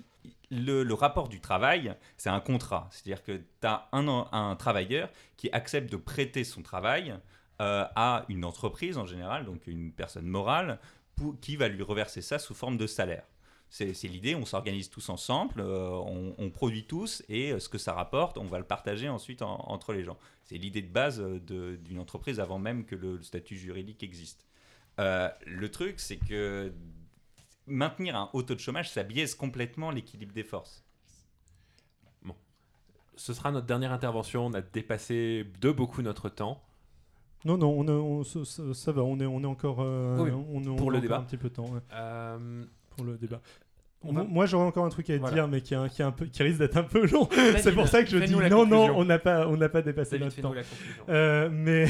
Le, le rapport du travail, c'est un contrat. C'est-à-dire que tu as un, un travailleur qui accepte de prêter son travail euh, à une entreprise en général, donc une personne morale, pour, qui va lui reverser ça sous forme de salaire. C'est, c'est l'idée, on s'organise tous ensemble, euh, on, on produit tous, et euh, ce que ça rapporte, on va le partager ensuite en, entre les gens. C'est l'idée de base de, d'une entreprise avant même que le, le statut juridique existe. Euh, le truc, c'est que maintenir un haut taux de chômage, ça biaise complètement l'équilibre des forces. Bon. Ce sera notre dernière intervention. On a dépassé de beaucoup notre temps. Non, non, on a, on, ça, ça va, on est, on est encore, euh, oui, on, on, pour on le a débat. Un petit peu de temps. Ouais. Euh... Pour le débat. On Moi, va... moi, j'aurais encore un truc à voilà. dire, mais qui, est un, qui, est un peu, qui risque d'être un peu long. Vas-y, c'est pour ça que je dis non, non, on n'a pas, on n'a pas dépassé David, notre temps. la conclusion. Euh, mais,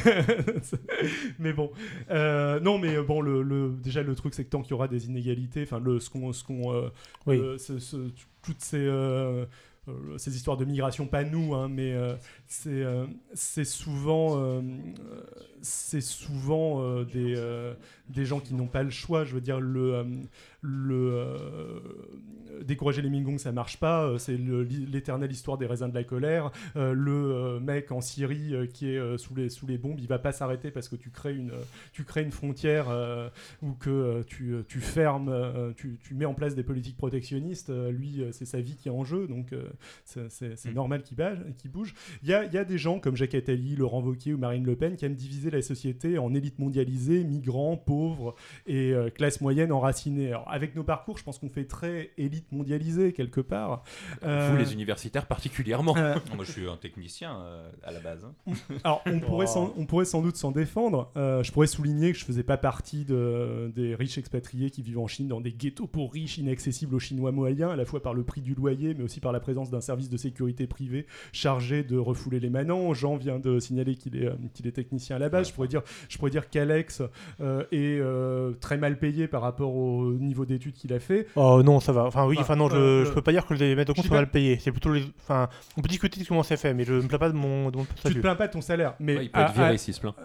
mais bon, euh, non, mais bon, le, le, déjà le truc, c'est que tant qu'il y aura des inégalités, enfin, le, ce qu'on, ce qu'on, euh, oui. euh, ce, ce, toutes ces euh, Euh, ces histoires de migration, pas nous, hein, mais euh, c'est, euh, c'est souvent, euh, c'est souvent euh, des, euh, des gens qui n'ont pas le choix. Je veux dire, le, euh, le, euh, décourager les Mingongs, ça marche pas. Euh, c'est le, l'éternelle histoire des raisins de la colère. Euh, le euh, mec en Syrie euh, qui est euh, sous, les, sous les bombes, il va pas s'arrêter parce que tu crées une, tu crées une frontière euh, ou que euh, tu, tu fermes, euh, tu, tu mets en place des politiques protectionnistes. Euh, lui, euh, c'est sa vie qui est en jeu, donc euh, c'est, c'est, c'est mmh. normal qu'il, bage, qu'il bouge. Il y a, y a des gens comme Jacques Attali, Laurent Wauquiez ou Marine Le Pen qui aiment diviser la société en élite mondialisée, migrants, pauvres et euh, classe moyenne enracinée. Alors, avec nos parcours, je pense qu'on fait très élite mondialisée quelque part. Euh, Vous, les universitaires particulièrement. Euh, Moi, je suis un technicien euh, à la base. Hein. Alors, on, oh. pourrait sans, on pourrait sans doute s'en défendre. Euh, je pourrais souligner que je faisais pas partie de, des riches expatriés qui vivent en Chine dans des ghettos pour riches, inaccessibles aux Chinois moyens, à la fois par le prix du loyer, mais aussi par la présence d'un service de sécurité privé chargé de refouler les manants. Jean vient de signaler qu'il est, euh, qu'il est technicien à la base. Ouais. Je pourrais dire, je pourrais dire qu'Alex euh, est euh, très mal payé par rapport au niveau d'études qu'il a fait. Oh non, ça va. Enfin oui. oui, enfin non, je, euh, je peux pas dire que les maîtres de je compte dis sont pas- mal payés. C'est plutôt les. Enfin, on peut discuter de comment c'est fait, mais je me plains pas de mon, de mon Tu te statut. plains pas de ton salaire, mais Ouais, il peut à- être viré à- s'il se plaint.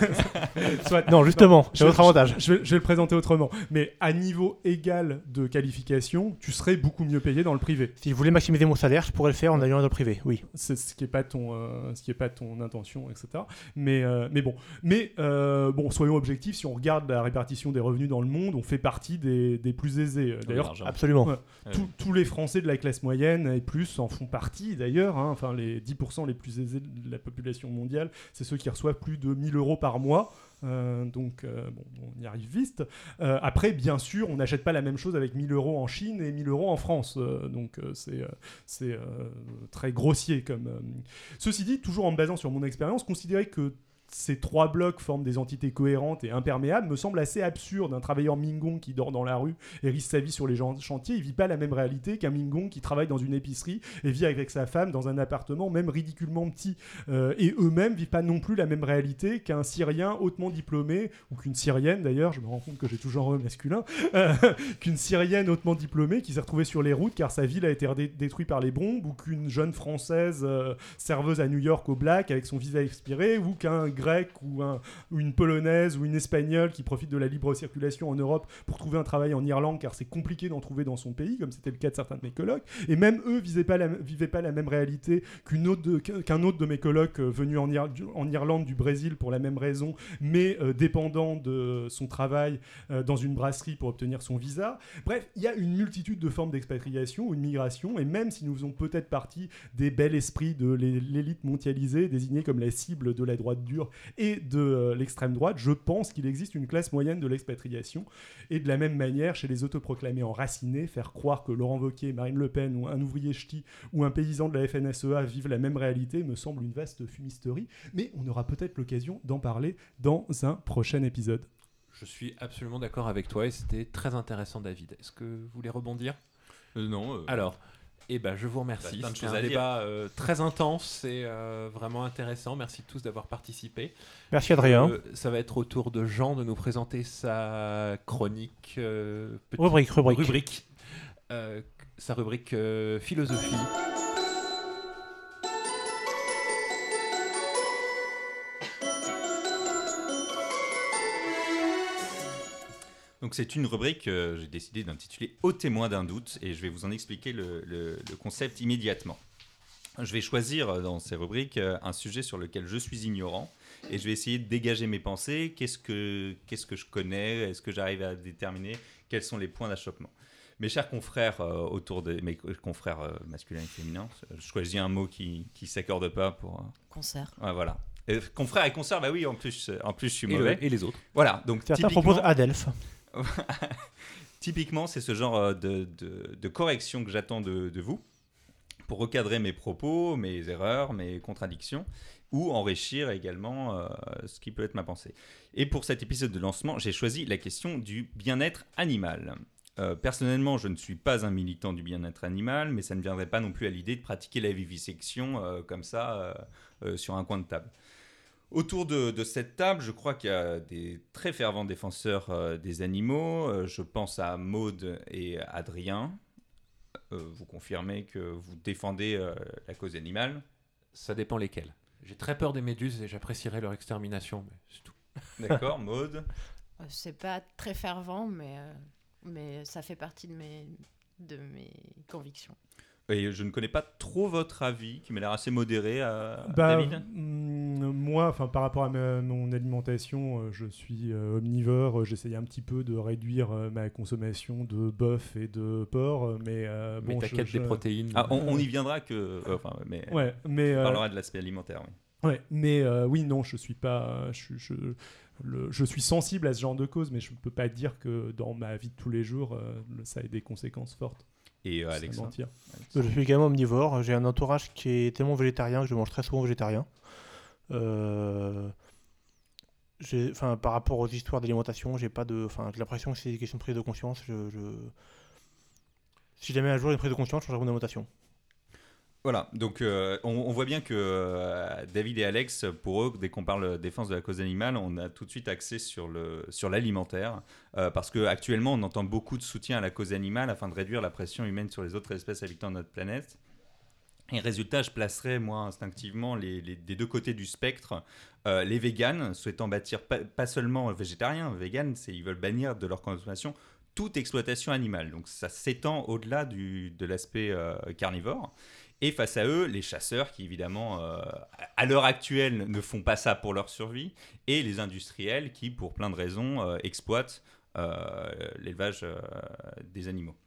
Soit- Non, justement, je- c'est votre avantage. Je vais, je vais le présenter autrement. Mais à niveau égal de qualification, tu serais beaucoup mieux payé dans le privé. Si je voulais maximiser mon salaire, je pourrais le faire en allant dans le privé, oui. C'est ce qui est pas ton, euh, ce qui est pas ton intention, et cetera. Mais, euh, mais bon, mais euh, bon, soyons objectifs. Si on regarde la répartition des revenus dans le monde, on fait partie des, des plus aisés. Euh, D'ailleurs, L'argent. Absolument. Ouais. tous- tous les Français de la classe moyenne et plus en font partie d'ailleurs. Hein. Enfin, les dix pour cent les plus aisés de la population mondiale, c'est ceux qui reçoivent plus de mille euros par mois. Euh, donc, euh, bon, on y arrive vite. Euh, après, bien sûr, on n'achète pas la même chose avec mille euros en Chine et mille euros en France. Euh, donc, euh, c'est euh, c'est euh, très grossier. Comme, euh. Ceci dit, toujours en me basant sur mon expérience, considérer que ces trois blocs forment des entités cohérentes et imperméables me semble assez absurde. Un travailleur Mingong qui dort dans la rue et risque sa vie sur les gens- chantiers, il vit pas la même réalité qu'un Mingong qui travaille dans une épicerie et vit avec sa femme dans un appartement même ridiculement petit. Euh, et eux-mêmes vivent pas non plus la même réalité qu'un Syrien hautement diplômé, ou qu'une Syrienne d'ailleurs, je me rends compte que j'ai toujours un masculin, euh, qu'une Syrienne hautement diplômée qui s'est retrouvée sur les routes car sa ville a été redé- détruite par les bombes, ou qu'une jeune Française euh, serveuse à New York au black avec son visa expiré, ou qu'un grec ou, un, ou une polonaise ou une espagnole qui profite de la libre circulation en Europe pour trouver un travail en Irlande car c'est compliqué d'en trouver dans son pays, comme c'était le cas de certains de mes colocs. Et même eux visaient pas la, vivaient pas la même réalité qu'une autre de- qu'un autre de mes colocs euh, venu en, Ir- du- en Irlande du Brésil pour la même raison, mais euh, dépendant de son travail euh, dans une brasserie pour obtenir son visa. Bref, il y a une multitude de formes d'expatriation ou de migration, et même si nous faisons peut-être partie des bels esprits de l'é- l'élite mondialisée, désignée comme la cible de la droite dure et de euh, l'extrême droite, je pense qu'il existe une classe moyenne de l'expatriation. Et de la même manière, chez les autoproclamés enracinés, faire croire que Laurent Wauquiez, Marine Le Pen ou un ouvrier ch'ti ou un paysan de la F N S E A vivent la même réalité me semble une vaste fumisterie. Mais on aura peut-être l'occasion d'en parler dans un prochain épisode. Je suis absolument d'accord avec toi et c'était très intéressant, David. Est-ce que vous voulez rebondir ? Euh, non. euh, Alors, eh ben, je vous remercie. Bah, plein de C'était choses un à dire. débat euh, très intense et euh, vraiment intéressant. Merci tous d'avoir participé. Merci Adrien. Euh, ça va être au tour de Jean de nous présenter sa chronique, euh, petite Rubrique, rubrique. rubrique, euh, sa rubrique euh, philosophie. Donc c'est une rubrique que j'ai décidé d'intituler « Au témoin d'un doute » et je vais vous en expliquer le, le- le concept immédiatement. Je vais choisir dans ces rubriques euh, un sujet sur lequel je suis ignorant et je vais essayer de dégager mes pensées. Qu'est-ce que, qu'est-ce que je connais ? Est-ce que j'arrive à déterminer quels sont les points d'achoppement ? Mes chers confrères, euh, autour de mes co- confrères euh, masculins et féminins, je choisis un mot qui ne s'accorde pas pour... euh, Concert. ouais, voilà. Euh, confrères et consoeurs, bah oui, en plus, euh, en plus je suis Et, le- mauvais. et les autres. Voilà, donc Certains typiquement- proposent Adelph. Typiquement, c'est ce genre euh, de, de, de correction que j'attends de, de vous pour recadrer mes propos, mes erreurs, mes contradictions ou enrichir également euh, ce qui peut être ma pensée. Et pour cet épisode de lancement, j'ai choisi la question du bien-être animal. Euh, personnellement, je ne suis pas un militant du bien-être animal, mais ça ne viendrait pas non plus à l'idée de pratiquer la vivisection euh, comme ça euh, euh, sur un coin de table. Autour de, de cette table, je crois qu'il y a des très fervents défenseurs euh, des animaux. Euh, je pense à Maude et Adrien. Euh, vous confirmez que vous défendez euh, la cause animale. Ça dépend lesquels. J'ai très peur des méduses et j'apprécierais leur extermination, mais c'est tout. D'accord, Maude. Euh, C'est pas très fervent, mais, euh, mais ça fait partie de mes, de mes convictions. Et je ne connais pas trop votre avis, qui m'a l'air assez modéré, à Bah, David. mm, moi, enfin, par rapport à ma- mon alimentation, euh, je suis euh, omnivore. euh, J'essaye un petit peu de réduire euh, ma consommation de bœuf et de porc, euh, mais euh, Mais bon, t'as je- qu'à je- des protéines. Ah, on, on y viendra que... euh, Enfin, mais Ouais, mais on euh, parlera de l'aspect alimentaire, oui. ouais, mais euh, oui, non, je suis pas, je, je, le- je suis sensible à ce genre de cause, mais je ne peux pas dire que dans ma vie de tous les jours, euh, le- ça ait des conséquences fortes. Et euh, C'est Alexa. mentir. Je suis également omnivore. J'ai un entourage qui est tellement végétarien que je mange très souvent végétarien. Euh, j'ai- Enfin, par rapport aux histoires d'alimentation, j'ai pas de. Enfin, j'ai l'impression que c'est des questions de prise de conscience. Je, je- Si jamais un jour il y a une prise de conscience, je changerai mon alimentation. Voilà, donc euh, on, on voit bien que euh, David et Alex, pour eux, dès qu'on parle défense de la cause animale, on a tout de suite axé sur, le, sur l'alimentaire, euh, parce qu'actuellement, on entend beaucoup de soutien à la cause animale afin de réduire la pression humaine sur les autres espèces habitant notre planète. Et résultat, je placerais, moi, instinctivement, les, les, des deux côtés du spectre, euh, les véganes, souhaitant bâtir pas, pas seulement végétariens, véganes, c'est, ils veulent bannir de leur consommation toute exploitation animale. Donc ça s'étend au-delà du, de l'aspect euh, carnivore. Et face à eux, les chasseurs qui, évidemment, euh, à l'heure actuelle, ne font pas ça pour leur survie, et les industriels qui, pour plein de raisons, euh, exploitent euh, l'élevage euh, des animaux.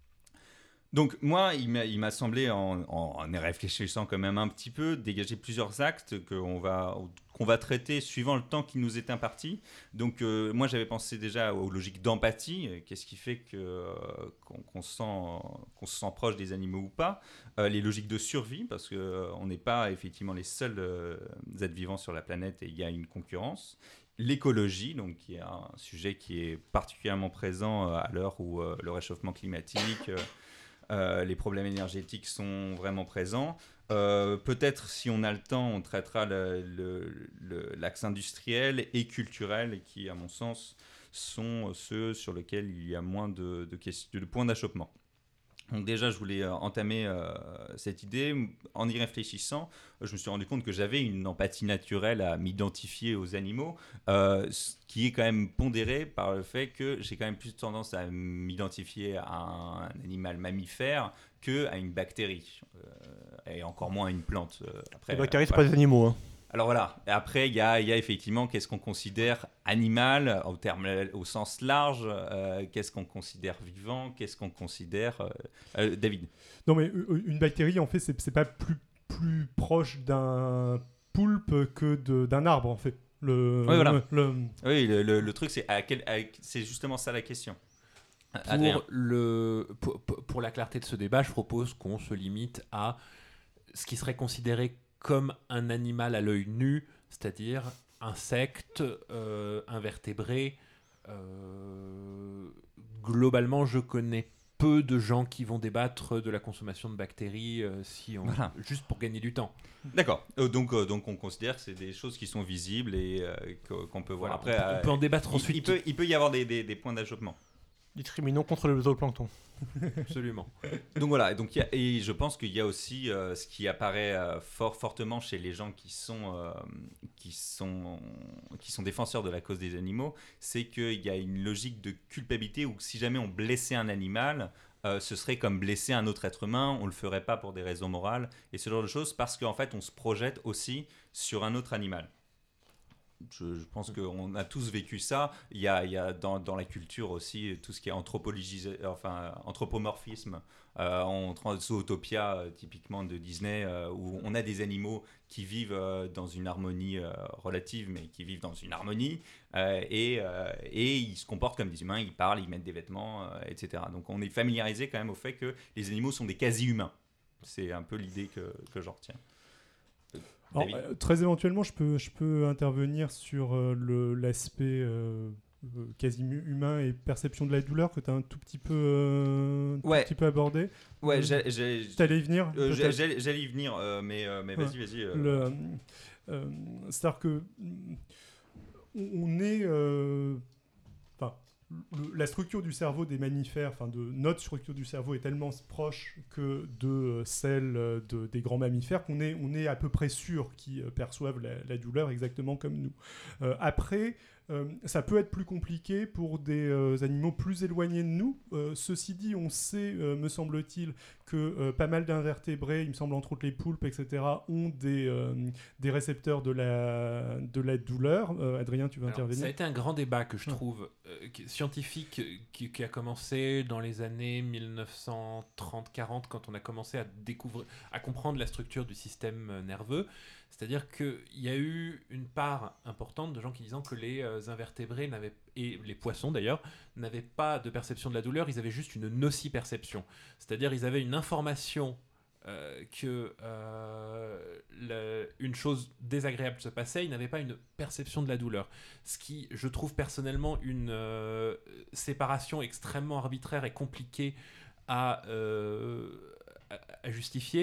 Donc moi, il m'a, il m'a semblé, en, en, en y réfléchissant quand même un petit peu, dégager plusieurs actes qu'on va, qu'on va traiter suivant le temps qui nous est imparti. Donc euh, moi, j'avais pensé déjà aux logiques d'empathie. Qu'est-ce qui fait que, euh, qu'on, qu'on, se sent, qu'on se sent proche des animaux ou pas. Euh, les logiques de survie, parce qu'on euh, n'est pas effectivement les seuls euh, êtres vivants sur la planète et il y a une concurrence. L'écologie, donc, qui est un sujet qui est particulièrement présent euh, à l'heure où euh, le réchauffement climatique... Euh, Euh, les problèmes énergétiques sont vraiment présents. Euh, peut-être, si on a le temps, on traitera le, le, le, l'axe industriel et culturel, qui, à mon sens, sont ceux sur lesquels il y a moins de, de, questions, de points d'achoppement. Donc déjà, je voulais euh, entamer euh, cette idée. En y réfléchissant, je me suis rendu compte que j'avais une empathie naturelle à m'identifier aux animaux, euh, ce qui est quand même pondéré par le fait que j'ai quand même plus tendance à m'identifier à un animal mammifère qu'à une bactérie, euh, et encore moins à une plante. Euh, après, Les bactéries, euh, c'est voilà. pas des animaux. Hein. Alors voilà, et après il y a, y a effectivement qu'est-ce qu'on considère animal au, terme, au sens large, euh, qu'est-ce qu'on considère vivant, qu'est-ce qu'on considère... Euh, euh, David. Non mais euh, une bactérie en fait c'est, c'est pas plus, plus proche d'un poulpe que de, d'un arbre en fait. Le, oui voilà. Le, oui, le, le, le truc c'est, à quel, à, c'est justement ça la question. Pour, le, pour, pour la clarté de ce débat, je propose qu'on se limite à ce qui serait considéré comme un animal à l'œil nu, c'est-à-dire insectes, euh, invertébrés. Euh, globalement, je connais peu de gens qui vont débattre de la consommation de bactéries euh, si on, voilà. juste pour gagner du temps. D'accord. Euh, donc, euh, donc on considère que c'est des choses qui sont visibles et euh, qu'on peut voir. Voilà, après. On peut, euh, on peut en débattre il, ensuite. Il peut, il peut y avoir des, des, des points d'achoppement. Discriminons contre le zooplancton. Absolument. Donc voilà, donc, y a, et je pense qu'il y a aussi euh, ce qui apparaît euh, fort, fortement chez les gens qui sont, euh, qui, sont, qui sont défenseurs de la cause des animaux, c'est qu'il y a une logique de culpabilité où si jamais on blessait un animal, euh, ce serait comme blesser un autre être humain, on ne le ferait pas pour des raisons morales, et ce genre de choses, parce qu'en fait on se projette aussi sur un autre animal. Je, je pense qu'on a tous vécu ça. Il y a, il y a dans, dans la culture aussi tout ce qui est anthropologisé, enfin, anthropomorphisme. Euh, on trouve Zootopia, euh, typiquement de Disney, euh, où on a des animaux qui vivent euh, dans une harmonie euh, relative, mais qui vivent dans une harmonie, euh, et, euh, et ils se comportent comme des humains, ils parlent, ils mettent des vêtements, euh, et cetera. Donc on est familiarisé quand même au fait que les animaux sont des quasi-humains. C'est un peu l'idée que, que j'en retiens. Alors, euh, très éventuellement, je peux, je peux intervenir sur euh, le, l'aspect euh, euh, quasi humain et perception de la douleur que tu as un tout petit peu, euh, ouais. tout petit peu abordé. Ouais, euh, j'ai, j'ai, t'allais y venir euh, j'allais, j'allais y venir, euh, mais, euh, mais vas-y, ouais. vas-y. Euh... Le, euh, c'est-à-dire que on est... Euh, Le, la structure du cerveau des mammifères, enfin de notre structure du cerveau est tellement proche que de celle de, des grands mammifères qu'on est, on est à peu près sûr qu'ils perçoivent la, la douleur exactement comme nous. Euh, après, euh, ça peut être plus compliqué pour des euh, animaux plus éloignés de nous. Euh, ceci dit, on sait, euh, me semble-t-il, que euh, pas mal d'invertébrés, il me semble entre autres les poulpes, et cetera, ont des, euh, des récepteurs de la, de la douleur. Euh, Adrien, tu veux Alors, intervenir ? Ça a été un grand débat que je ouais. trouve euh, scientifique qui, qui a commencé dans les années dix-neuf cent trente quarante quand on a commencé à découvrir, à comprendre la structure du système nerveux. C'est-à-dire qu'il y a eu une part importante de gens qui disant que les euh, invertébrés n'avaient, et les poissons d'ailleurs, n'avaient pas de perception de la douleur, ils avaient juste une nociperception. C'est-à-dire ils avaient une information euh, que euh, le, une chose désagréable se passait, ils n'avaient pas une perception de la douleur. Ce qui, je trouve personnellement, une euh, séparation extrêmement arbitraire et compliquée à, euh, à, à justifier.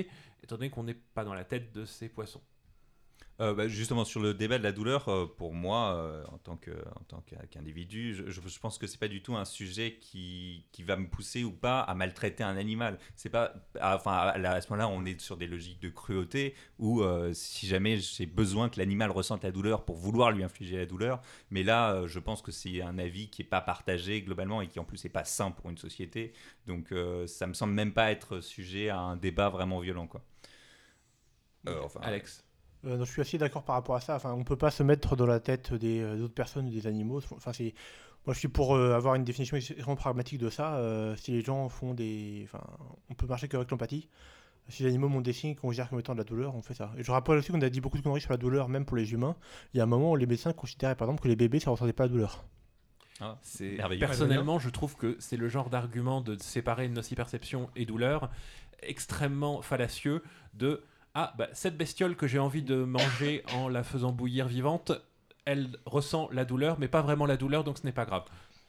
étant donné qu'on n'est pas dans la tête de ces poissons. Euh, bah, justement, sur le débat de la douleur, euh, pour moi, euh, en tant que, en tant qu'individu, je, je, je pense que c'est pas du tout un sujet qui, qui va me pousser ou pas à maltraiter un animal. C'est pas, à, enfin, à, à ce moment-là, on est sur des logiques de cruauté où euh, si jamais j'ai besoin que l'animal ressente la douleur pour vouloir lui infliger la douleur, mais là, euh, je pense que c'est un avis qui est pas partagé globalement et qui en plus est pas sain pour une société. Donc, euh, ça me semble même pas être sujet à un débat vraiment violent, quoi. Euh, enfin, Alex. Euh, donc je suis assez d'accord par rapport à ça. Enfin, on ne peut pas se mettre dans la tête des euh, autres personnes ou des animaux. Enfin, c'est... Moi, je suis pour euh, avoir une définition extrêmement pragmatique de ça. Euh, si les gens font des... Enfin, on peut marcher qu'avec l'empathie. Si les animaux montrent des signes qu'on considère comme étant de la douleur, on fait ça. Et je rappelle aussi qu'on a dit beaucoup de conneries sur la douleur, même pour les humains. Il y a un moment où les médecins considéraient par exemple que les bébés, ça ne ressentait pas la douleur. Ah, c'est personnellement, je trouve que c'est le genre d'argument de séparer nociperception et douleur extrêmement fallacieux de... Ah, bah, cette bestiole que j'ai envie de manger en la faisant bouillir vivante, elle ressent la douleur, mais pas vraiment la douleur, donc ce n'est pas grave.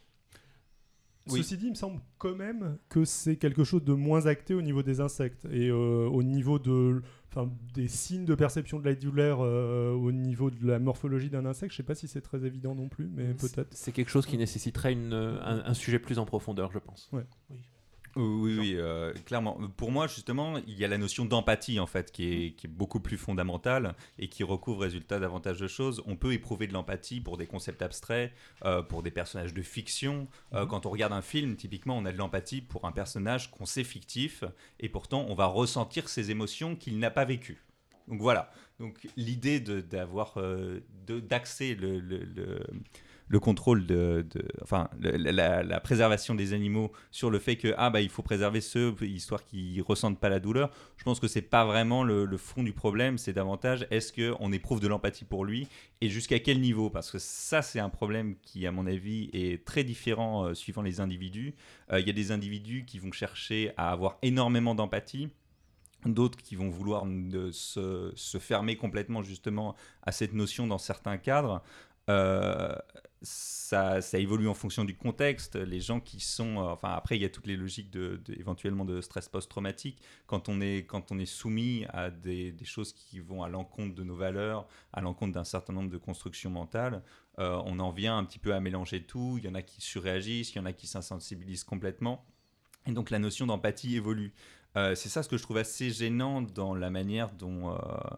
Oui. Ceci dit, il me semble quand même que c'est quelque chose de moins acté au niveau des insectes. Et euh, au niveau de, des signes de perception de la douleur, euh, au niveau de la morphologie d'un insecte, je ne sais pas si c'est très évident non plus, mais c'est, peut-être. C'est quelque chose qui nécessiterait une, un, un sujet plus en profondeur, je pense. Ouais. Oui. Oui, oui, euh, clairement. Pour moi, justement, il y a la notion d'empathie, en fait, qui est, qui est beaucoup plus fondamentale et qui recouvre, résultat, davantage de choses. On peut éprouver de l'empathie pour des concepts abstraits, euh, pour des personnages de fiction. Euh, mm-hmm. Quand on regarde un film, typiquement, on a de l'empathie pour un personnage qu'on sait fictif et pourtant, on va ressentir ses émotions qu'il n'a pas vécues. Donc voilà. Donc l'idée de, d'avoir, euh, de, d'axer le... le, le le contrôle de, de enfin le, la, la préservation des animaux sur le fait que ah bah il faut préserver ceux histoire qu'ils ressentent pas la douleur. Je pense que c'est pas vraiment le, le fond du problème, c'est davantage est-ce que on éprouve de l'empathie pour lui et jusqu'à quel niveau, parce que ça c'est un problème qui à mon avis est très différent euh, suivant les individus. Il euh, y a des individus qui vont chercher à avoir énormément d'empathie, d'autres qui vont vouloir de se, se fermer complètement justement à cette notion dans certains cadres. Euh, ça, ça évolue en fonction du contexte. Les gens qui sont... Euh, enfin, après, il y a toutes les logiques de, de, éventuellement de stress post-traumatique. Quand on est, quand on est soumis à des, des choses qui vont à l'encontre de nos valeurs, à l'encontre d'un certain nombre de constructions mentales, euh, on en vient un petit peu à mélanger tout. Il y en a qui surréagissent, il y en a qui s'insensibilisent complètement. Et donc, la notion d'empathie évolue. Euh, c'est ça ce que je trouve assez gênant dans la manière dont... Euh,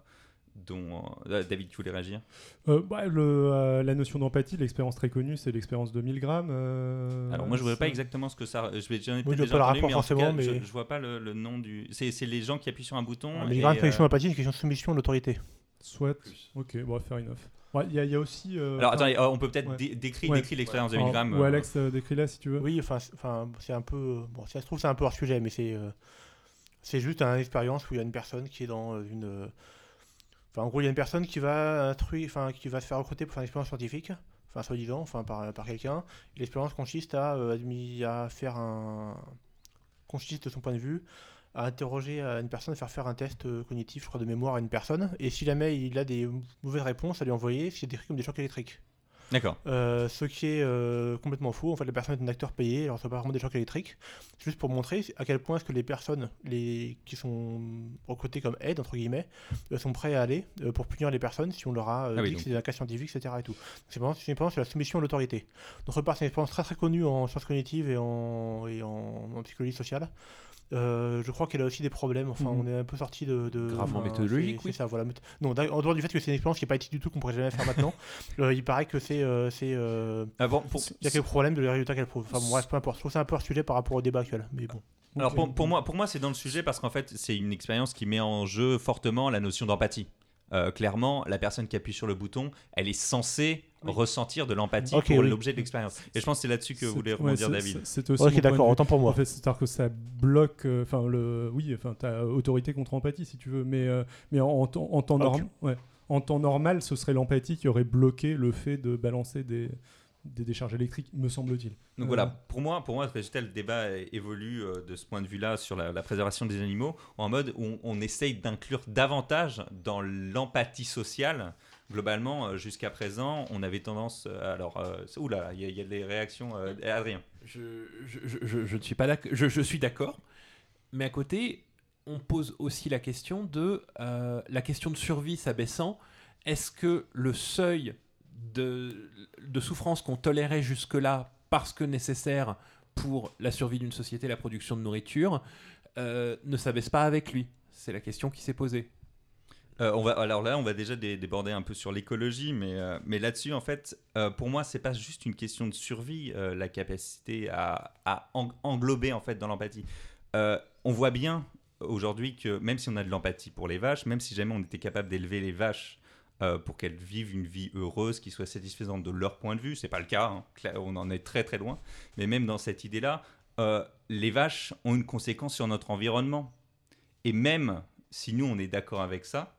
dont euh, David, tu voulais réagir euh, bah, le, euh, la notion d'empathie, l'expérience très connue, c'est l'expérience de Milgram. Euh, Alors moi, je ne vois pas exactement ce que ça. Je vais j'en ai oui, peut-être déjà entendu, mais en tout cas, mais... je ne vois pas le, le nom du. C'est, c'est les gens qui appuient sur un bouton. Ah, Milgram, c'est une question euh... d'empathie, c'est une question de soumission à l'autorité. Soit. Ok, bon, fair enough. Il ouais, y, y a aussi. Euh, Alors attendez, on peut peut-être ouais. dé- décrire, ouais. décrire l'expérience ouais. de Milgram. Ou Alex, euh, décris-la si tu veux. Oui, enfin, c'est un peu. Bon, si ça se trouve, c'est un peu hors sujet, mais c'est, euh, c'est juste une expérience où il y a une personne qui est dans une. Enfin, en gros, il y a une personne qui va, instruire, enfin, qui va se faire recruter pour faire une expérience scientifique, enfin, soi-disant, enfin, par, par quelqu'un. Et l'expérience consiste à, euh, à faire un. consiste, de son point de vue, à interroger une personne, à faire faire un test cognitif, je crois, de mémoire à une personne. Et si jamais il a des mauvaises réponses, à lui envoyer, c'est décrit comme des chocs électriques. D'accord. Euh, ce qui est euh, complètement faux. En fait, la personne est un acteur payé, alors c'est pas vraiment des chocs électriques. C'est juste pour montrer à quel point est-ce que les personnes les, qui sont recrutées comme aide, entre guillemets, euh, sont prêts à aller euh, pour punir les personnes si on leur a euh, ah oui, dit donc. que c'est un cas scientifique, et cetera. Et tout. C'est, vraiment, c'est une expérience sur la soumission à l'autorité. D'autre part, c'est une expérience très très connue en sciences cognitives et en, et en, en psychologie sociale. Euh, je crois qu'elle a aussi des problèmes. Enfin, mmh. on est un peu sorti de, de gravement enfin, méthodologique. C'est, oui. c'est ça, voilà. Non, en dehors du fait que c'est une expérience qui n'est pas éthique du tout, qu'on pourrait jamais faire maintenant. euh, il paraît que c'est, euh, c'est, euh, ah bon, pour... il y a quelques problèmes de les résultats qu'elle prouve. Enfin, bon, bref, peu importe. Je trouve ça un peu hors sujet par rapport au débat actuel, mais bon. Alors pour, pour moi, pour moi, c'est dans le sujet parce qu'en fait, c'est une expérience qui met en jeu fortement la notion d'empathie. Euh, clairement, la personne qui appuie sur le bouton, elle est censée oui. ressentir de l'empathie okay, pour oui. l'objet de l'expérience. Et je pense que c'est là-dessus que c'est, voulait rebondir ouais, David. C'est, c'est aussi ok, d'accord, autant pour moi. En fait, c'est-à-dire que ça bloque, enfin, euh, le, oui, enfin, t'as autorité contre empathie si tu veux, mais, euh, mais en, en, en, temps okay. norm, ouais, en temps normal, ce serait l'empathie qui aurait bloqué le fait de balancer des. des décharges électriques, me semble-t-il. Donc euh... voilà, pour moi, pour moi le débat évolue euh, de ce point de vue-là sur la, la préservation des animaux, en mode où on, on essaye d'inclure davantage dans l'empathie sociale. Globalement, euh, jusqu'à présent, on avait tendance... Euh, alors, euh, oula, il y, y a des réactions. Euh, Adrien. Je, je, je, je, ne suis pas d'accord, je, je suis d'accord, mais à côté... on pose aussi la question de euh, la question de survie s'abaissant. Est-ce que le seuil de, de souffrance qu'on tolérait jusque-là parce que nécessaire pour la survie d'une société, la production de nourriture, euh, ne s'abaisse pas avec lui? C'est la question qui s'est posée. Euh, on va, alors là, on va déjà dé- déborder un peu sur l'écologie, mais, euh, mais là-dessus, en fait, euh, pour moi, c'est pas juste une question de survie, euh, la capacité à, à en- englober en fait dans l'empathie. Euh, on voit bien aujourd'hui que même si on a de l'empathie pour les vaches, même si jamais on était capable d'élever les vaches euh, pour qu'elles vivent une vie heureuse, qui soit satisfaisante de leur point de vue, c'est pas le cas, hein, cla- on en est très très loin, mais même dans cette idée-là, euh, les vaches ont une conséquence sur notre environnement. Et même si nous, on est d'accord avec ça,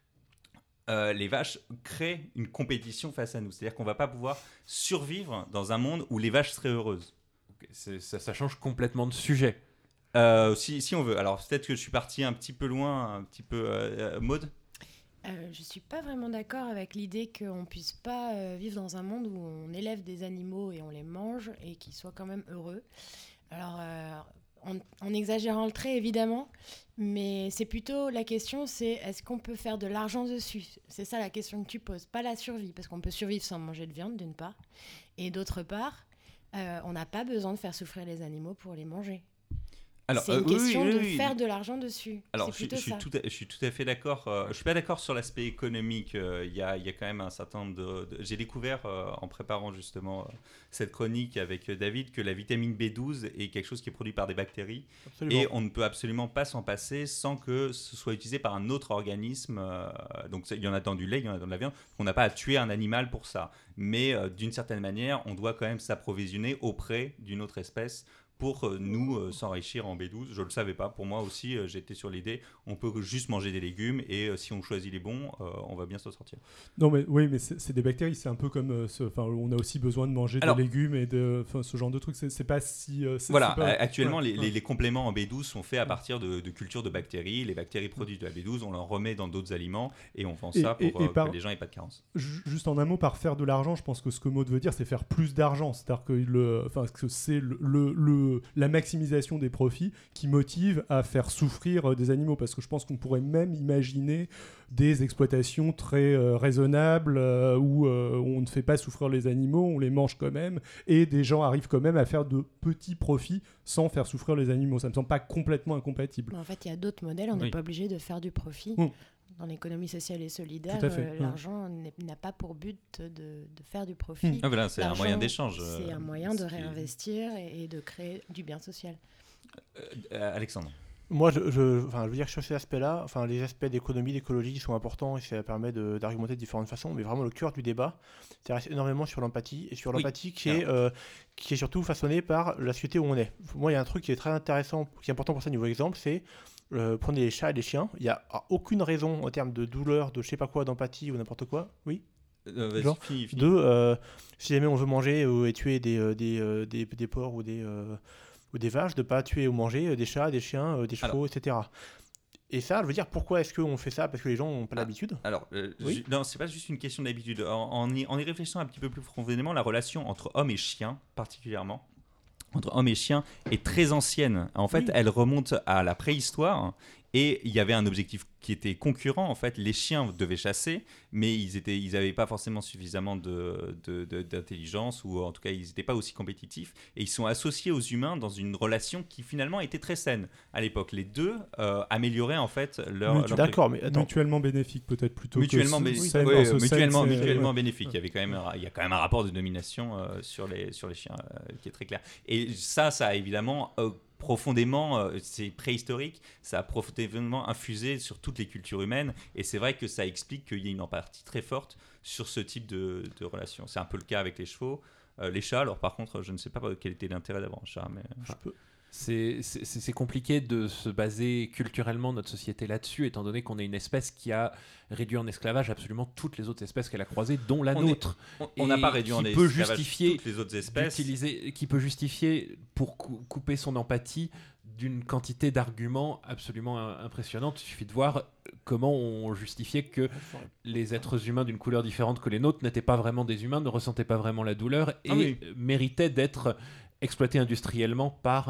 euh, les vaches créent une compétition face à nous. C'est-à-dire qu'on ne va pas pouvoir survivre dans un monde où les vaches seraient heureuses. Ok, c'est- ça, ça change complètement de sujet. Euh, si, si on veut. Alors peut-être que je suis parti un petit peu loin, un petit peu... Euh, Maud ? Euh, je suis pas vraiment d'accord avec l'idée qu'on puisse pas euh, vivre dans un monde où on élève des animaux et on les mange et qu'ils soient quand même heureux. Alors, euh, en, en exagérant le trait, évidemment, mais c'est plutôt la question, c'est est-ce qu'on peut faire de l'argent dessus? C'est ça la question que tu poses, pas la survie, parce qu'on peut survivre sans manger de viande, d'une part, et d'autre part, euh, on n'a pas besoin de faire souffrir les animaux pour les manger. Alors, c'est euh, une oui, question oui, de oui. faire de l'argent dessus. Alors, c'est je, suis- plutôt je suis ça. tout à, je suis tout à fait d'accord. euh, je suis pas d'accord sur l'aspect économique. euh, Il y, a, il y a quand même un certain nombre de... de- J'ai découvert, euh, en préparant justement euh, cette chronique avec euh, David, que la vitamine B douze est quelque chose qui est produit par des bactéries. Absolument. Et on ne peut absolument pas s'en passer sans que ce soit utilisé par un autre organisme. euh, donc, ça- il y en a dans du lait, il y en a dans de la viande. On n'a pas à tuer un animal pour ça. Mais euh, d'une certaine manière, on doit quand même s'approvisionner auprès d'une autre espèce pour euh, nous euh, s'enrichir en B douze. Je ne le savais pas. Pour moi aussi, euh, j'étais sur l'idée, on peut juste manger des légumes et euh, si on choisit les bons, euh, on va bien s'en sortir. Non, mais oui, mais c'est c'est des bactéries. C'est un peu comme. euh, ce- Enfin, on a aussi besoin de manger Alors- des légumes et de. Enfin, ce genre de trucs. C'est c'est pas si. euh, c'est- Voilà, c'est pas- a- actuellement, ouais, les, ouais. les- les compléments en B douze sont faits à partir de, de cultures de bactéries. Les bactéries produisent de la B douze, on leur remet dans d'autres aliments et on vend Et- ça pour et- et euh, par- que les gens n'aient pas de carence. Ju- Juste en un mot, par faire de l'argent, je pense que ce que Maud veut dire, c'est faire plus d'argent. C'est-à-dire que, le, enfin, que c'est le, le, le- la maximisation des profits qui motive à faire souffrir euh, des animaux. Parce que je pense qu'on pourrait même imaginer des exploitations très euh, raisonnables euh, où euh, on ne fait pas souffrir les animaux, on les mange quand même, et des gens arrivent quand même à faire de petits profits sans faire souffrir les animaux. Ça me semble pas complètement incompatible. Mais en fait, il y a d'autres modèles, on n'est Oui. pas obligé de faire du profit. Mm. Dans l'économie sociale et solidaire, Tout à fait, euh, mm. l'argent n'est- n'a pas pour but de, de faire du profit. Mm. Ah, voilà, c'est un L'argent, moyen d'échange. C'est euh, un moyen de ce qui est- réinvestir et, et de créer du bien social. Euh, euh, Alexandre. Moi, je, je, enfin, je veux dire que sur ces aspects-là, enfin, les aspects d'économie, d'écologie sont importants et ça permet de- d'argumenter de différentes façons, mais vraiment le cœur du débat, ça reste énormément sur l'empathie et sur Oui, l'empathie qui, est, euh, qui est surtout façonnée par la société où on est. Moi, il y a un truc qui est très intéressant, qui est important pour ça niveau exemple, c'est euh, prenez les chats et les chiens, il n'y a aucune raison en termes de douleur, de je sais pas quoi, d'empathie ou n'importe quoi, oui Euh, vas-y, Genre, finis, finis. de euh, si jamais on veut manger euh, et tuer des, euh, des, euh, des, des porcs ou des, euh, ou des vaches, de pas tuer ou manger euh, des chats, des chiens, euh, des chevaux, et cetera. Et ça, je veux dire, pourquoi est-ce qu'on fait ça? Parce que les gens n'ont pas Ah. l'habitude. Alors, euh, Oui. ju- non, c'est pas juste une question d'habitude. En, en y, en y réfléchissant un petit peu plus profondément, la relation entre hommes et chiens, particulièrement, entre hommes et chiens, est très ancienne. En fait, Oui. elle remonte à la préhistoire. Et il y avait un objectif qui était concurrent. En fait, les chiens devaient chasser, mais ils étaient, ils n'avaient pas forcément suffisamment de, de- de- d'intelligence, ou en tout cas, ils n'étaient pas aussi compétitifs. Et ils sont associés aux humains dans une relation qui finalement était très saine à l'époque. Les deux euh, amélioraient en fait leur. Mais leur- tu- D'accord, mais attends. Mutuellement bénéfique, peut-être plutôt Mutuellement, que bé- saine, oui, dans euh, ce mutuellement, saine, c'est- mutuellement ouais. bénéfique. Il y avait quand même, un- il y a quand même un rapport de domination euh, sur les sur les chiens euh, qui est très clair. Et ça, ça a évidemment euh, profondément, euh, c'est préhistorique, ça a profondément infusé sur toutes les cultures humaines. Et c'est vrai que ça explique qu'il y ait une empathie très forte sur ce type de, de relation. C'est un peu le cas avec les chevaux. Euh, les chats, alors par contre, je ne sais pas quel était l'intérêt d'avoir un chat, mais Je peux- C'est c'est- c'est compliqué de se baser culturellement notre société là-dessus, étant donné qu'on est une espèce qui a réduit en esclavage absolument toutes les autres espèces qu'elle a croisées, dont la On est- nôtre. on- on n'a Et pas réduit en qui peut esclavage justifier toutes les autres espèces. d'utiliser- qui peut justifier pour cou- couper son empathie d'une quantité d'arguments absolument im- impressionnante. Il suffit de voir comment on justifiait que les êtres humains d'une couleur différente que les nôtres n'étaient pas vraiment des humains, ne ressentaient pas vraiment la douleur et Ah oui. méritaient d'être exploités industriellement par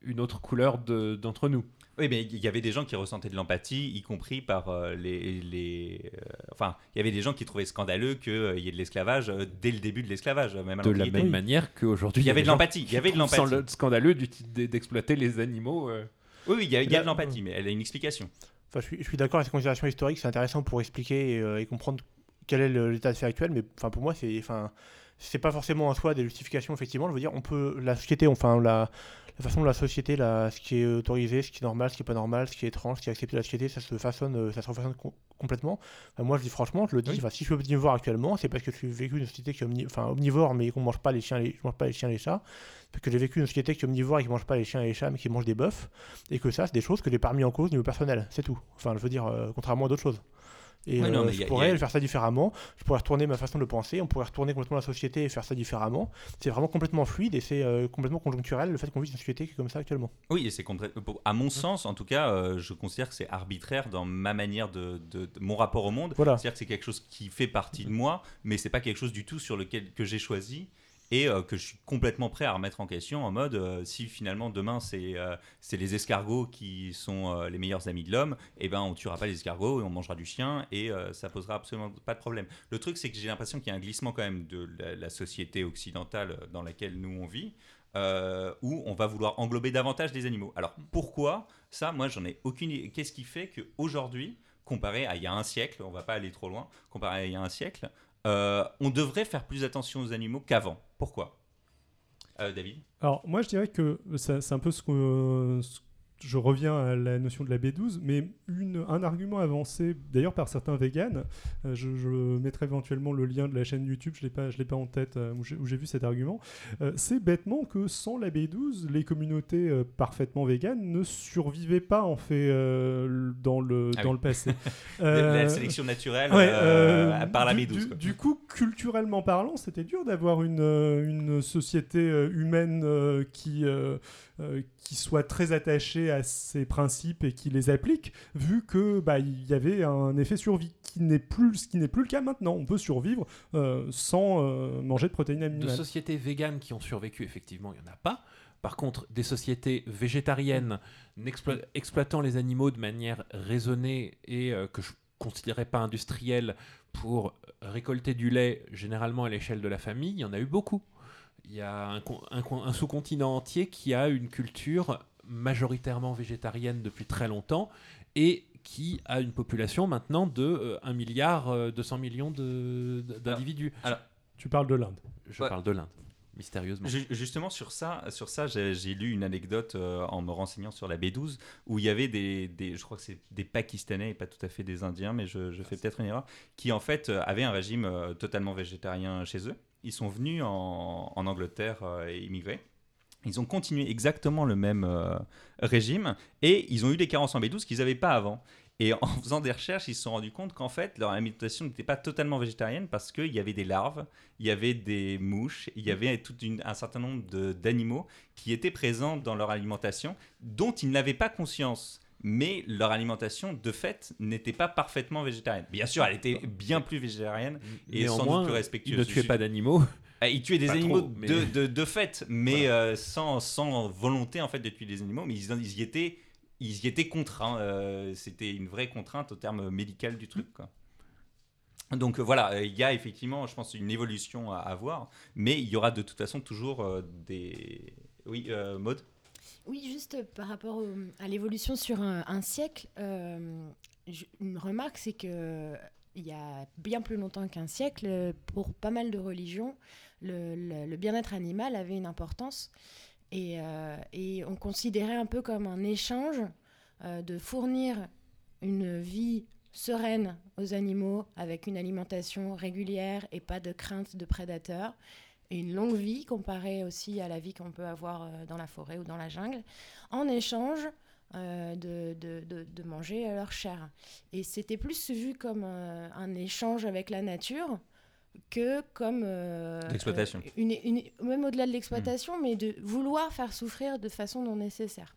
une autre couleur de, d'entre nous. Oui, mais il y avait des gens qui ressentaient de l'empathie, y compris par euh, les... les euh, enfin, il y avait des gens qui trouvaient scandaleux qu'il euh, y ait de l'esclavage euh, dès le début de l'esclavage. Même de la même manière qu'aujourd'hui, il y avait des de l'empathie. Il y avait de l'empathie. Sans le scandaleux d'exploiter les animaux. Euh... Oui, oui, il y a, il y a de l'empathie, mais elle a une explication. Enfin, je suis, je suis d'accord avec ces considérations historiques, c'est intéressant pour expliquer et, euh, et comprendre quel est le, l'état de fait actuel, mais enfin, pour moi, c'est... Enfin, c'est pas forcément en soi des justifications, effectivement. Je veux dire, on peut... La société, enfin, la... La façon dont la société, la, ce qui est autorisé, ce qui est normal, ce qui est pas normal, ce qui est étrange, ce qui est accepté de la société, ça se façonne, ça se refaçonne com- complètement. Enfin, moi, je dis franchement, je le dis, oui. si je suis omnivore actuellement, c'est parce que je suis vécu une société qui est omni- enfin, omnivore, mais qu'on mange pas les chiens, les, je mange pas les chiens et les chats. Parce que j'ai vécu une société qui est omnivore et qui mange pas les chiens et les chats, mais qui mange des bœufs. Et que ça, c'est des choses que j'ai pas remis en cause au niveau personnel. C'est tout. Enfin, je veux dire, euh, contrairement à d'autres choses. Et ouais, euh, non, mais je y a, pourrais y a... faire ça différemment, je pourrais retourner ma façon de penser, on pourrait retourner complètement la société et faire ça différemment. C'est vraiment complètement fluide et c'est euh, complètement conjoncturel le fait qu'on vit dans une société qui est comme ça actuellement. Oui, et c'est complè... à mon sens, en tout cas, euh, je considère que c'est arbitraire dans ma manière de, de, de mon rapport au monde. Voilà. C'est-à-dire que c'est quelque chose qui fait partie de moi, mais c'est pas quelque chose du tout sur lequel que j'ai choisi. Et euh, que je suis complètement prêt à remettre en question en mode euh, si finalement demain c'est, euh, c'est les escargots qui sont euh, les meilleurs amis de l'homme, et ben on tuera pas les escargots et on mangera du chien et euh, ça posera absolument pas de problème. Le truc c'est que j'ai l'impression qu'il y a un glissement quand même de la, la société occidentale dans laquelle nous on vit, euh, où on va vouloir englober davantage les animaux. Alors pourquoi ça? Moi j'en ai aucune idée. Qu'est-ce qui fait qu'aujourd'hui, comparé à il y a un siècle, on va pas aller trop loin, comparé à il y a un siècle, Euh, on devrait faire plus attention aux animaux qu'avant. Pourquoi euh, David? Alors, moi, je dirais que c'est, c'est un peu ce que... Euh, ce je reviens à la notion de la B douze, mais une, un argument avancé d'ailleurs par certains véganes, euh, je, je mettrai éventuellement le lien de la chaîne YouTube, je ne l'ai pas, je l'ai pas en tête, euh, où, j'ai, où j'ai vu cet argument, euh, c'est bêtement que sans la B douze, les communautés euh, parfaitement véganes ne survivaient pas en fait euh, dans, le, ah dans oui. le passé. euh, la sélection naturelle ouais, euh, euh, par la du, B douze. Du, quoi. du coup, culturellement parlant, c'était dur d'avoir une, une société humaine euh, qui... Euh, Euh, qui soit très attaché à ces principes et qui les applique, vu que bah, y avait un effet survie qui n'est plus, ce qui n'est plus le cas maintenant. On peut survivre euh, sans euh, manger de protéines animales. De sociétés véganes qui ont survécu, effectivement, il n'y en a pas. Par contre, des sociétés végétariennes n'explo- exploitant les animaux de manière raisonnée et euh, que je considérais pas industrielle pour récolter du lait, généralement à l'échelle de la famille, il y en a eu beaucoup. Il y a un, un, un sous-continent entier qui a une culture majoritairement végétarienne depuis très longtemps et qui a une population maintenant de euh, un milliard euh, deux cents millions de, de, d'individus. Alors, alors, tu parles de l'Inde. Je ouais. parle de l'Inde, mystérieusement. J- justement, sur ça, sur ça j'ai, j'ai lu une anecdote euh, en me renseignant sur la B douze, où il y avait des, des, je crois que c'est des Pakistanais et pas tout à fait des Indiens, mais je, je fais peut-être une erreur, qui en fait euh, avaient un régime euh, totalement végétarien chez eux. Ils sont venus en, en Angleterre euh, et immigrés. Ils ont continué exactement le même euh, régime et ils ont eu des carences en B douze qu'ils n'avaient pas avant. Et en faisant des recherches, ils se sont rendus compte qu'en fait, leur alimentation n'était pas totalement végétarienne parce qu'il y avait des larves, il y avait des mouches, il y avait tout une, un certain nombre de, d'animaux qui étaient présents dans leur alimentation dont ils n'avaient pas conscience. Mais leur alimentation, de fait, n'était pas parfaitement végétarienne. Bien sûr, elle était bien plus végétarienne et Néanmoins, sans doute plus respectueuse. Ils ne tuaient pas d'animaux. Ils tuaient des pas animaux trop, mais... de, de, de fait, mais voilà. euh, sans, sans volonté en fait de tuer des animaux. Mais ils, ils y étaient, ils y étaient contraints. Euh, c'était une vraie contrainte au terme médical du truc, quoi. Donc euh, voilà, il y a effectivement, je pense, une évolution à avoir, mais il y aura de toute façon toujours euh, des. Oui, euh, Maud ? Oui, juste par rapport au, à l'évolution sur un, un siècle, euh, je, une remarque, c'est que il y a bien plus longtemps qu'un siècle, pour pas mal de religions, le, le, le bien-être animal avait une importance et, euh, et on considérait un peu comme un échange euh, de fournir une vie sereine aux animaux avec une alimentation régulière et pas de crainte de prédateurs. Et une longue vie comparée aussi à la vie qu'on peut avoir dans la forêt ou dans la jungle, en échange euh, de, de, de, de manger leur chair. Et c'était plus vu comme euh, un échange avec la nature que comme... Euh, l'exploitation. Euh, une, une, même au-delà de l'exploitation, mmh. mais de vouloir faire souffrir de façon non nécessaire.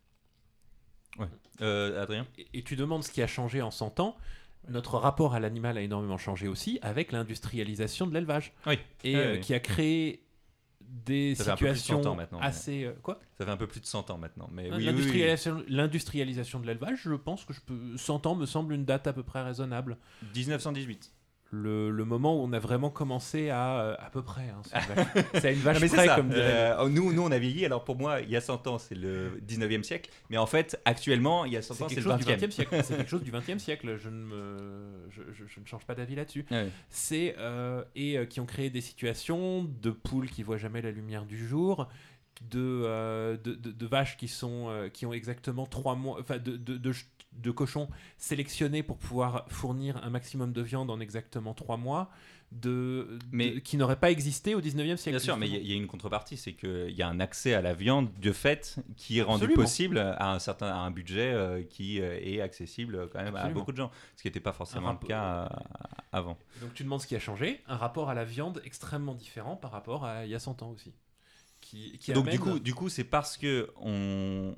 Ouais. Euh, Adrien ? et, et tu demandes ce qui a changé en cent ans. Notre rapport à l'animal a énormément changé aussi avec l'industrialisation de l'élevage. Oui. Et ah, euh, oui. qui a créé des Ça fait un peu plus de situations cent ans maintenant, mais- assez... euh, quoi Ça fait un peu plus de cent ans maintenant. Mais oui, oui, oui. L'industrialisation, l'industrialisation de l'élevage, je pense que je peux... cent ans me semble une date à peu près raisonnable. dix-neuf cent dix-huit. Le, le moment où on a vraiment commencé à... euh, à peu près, hein, c'est, une vache, c'est à une vache Non, mais c'est près, ça. comme dirait... Euh, nous, nous, on a vieilli. Alors pour moi, il y a cent ans, c'est le dix-neuvième siècle. Mais en fait, actuellement, il y a cent C'est ans, c'est quelque le chose du vingtième. vingtième siècle. C'est quelque chose du vingtième siècle. Je ne, me... je, je- je ne change pas d'avis là-dessus. Ouais. C'est euh, et euh, qui ont créé des situations de poules qui voient jamais la lumière du jour, de euh, de, de- de vaches qui sont euh, qui ont exactement trois mois, enfin de, de, de, ch- de cochons sélectionnés pour pouvoir fournir un maximum de viande en exactement trois mois, de, Mais- de- qui n'auraient pas existé au dix-neuvième siècle. Bien sûr, mais il y, a- justement. il y a une contrepartie, c'est qu'il y a un accès à la viande de fait qui est rendu Absolument. possible à un certain à un budget euh, qui euh, est accessible quand même à Absolument. beaucoup de gens, ce qui n'était pas forcément Un le rapport- cas euh, avant. Donc tu demandes ce qui a changé, un rapport à la viande extrêmement différent par rapport à il y a cent ans aussi. Qui, qui Donc du amène- coup, du coup, c'est parce que on,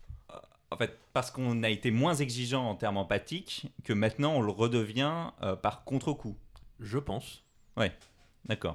en fait, parce qu'on a été moins exigeant en termes empathiques que maintenant on le redevient euh, par contre-coup. je pense. D'accord.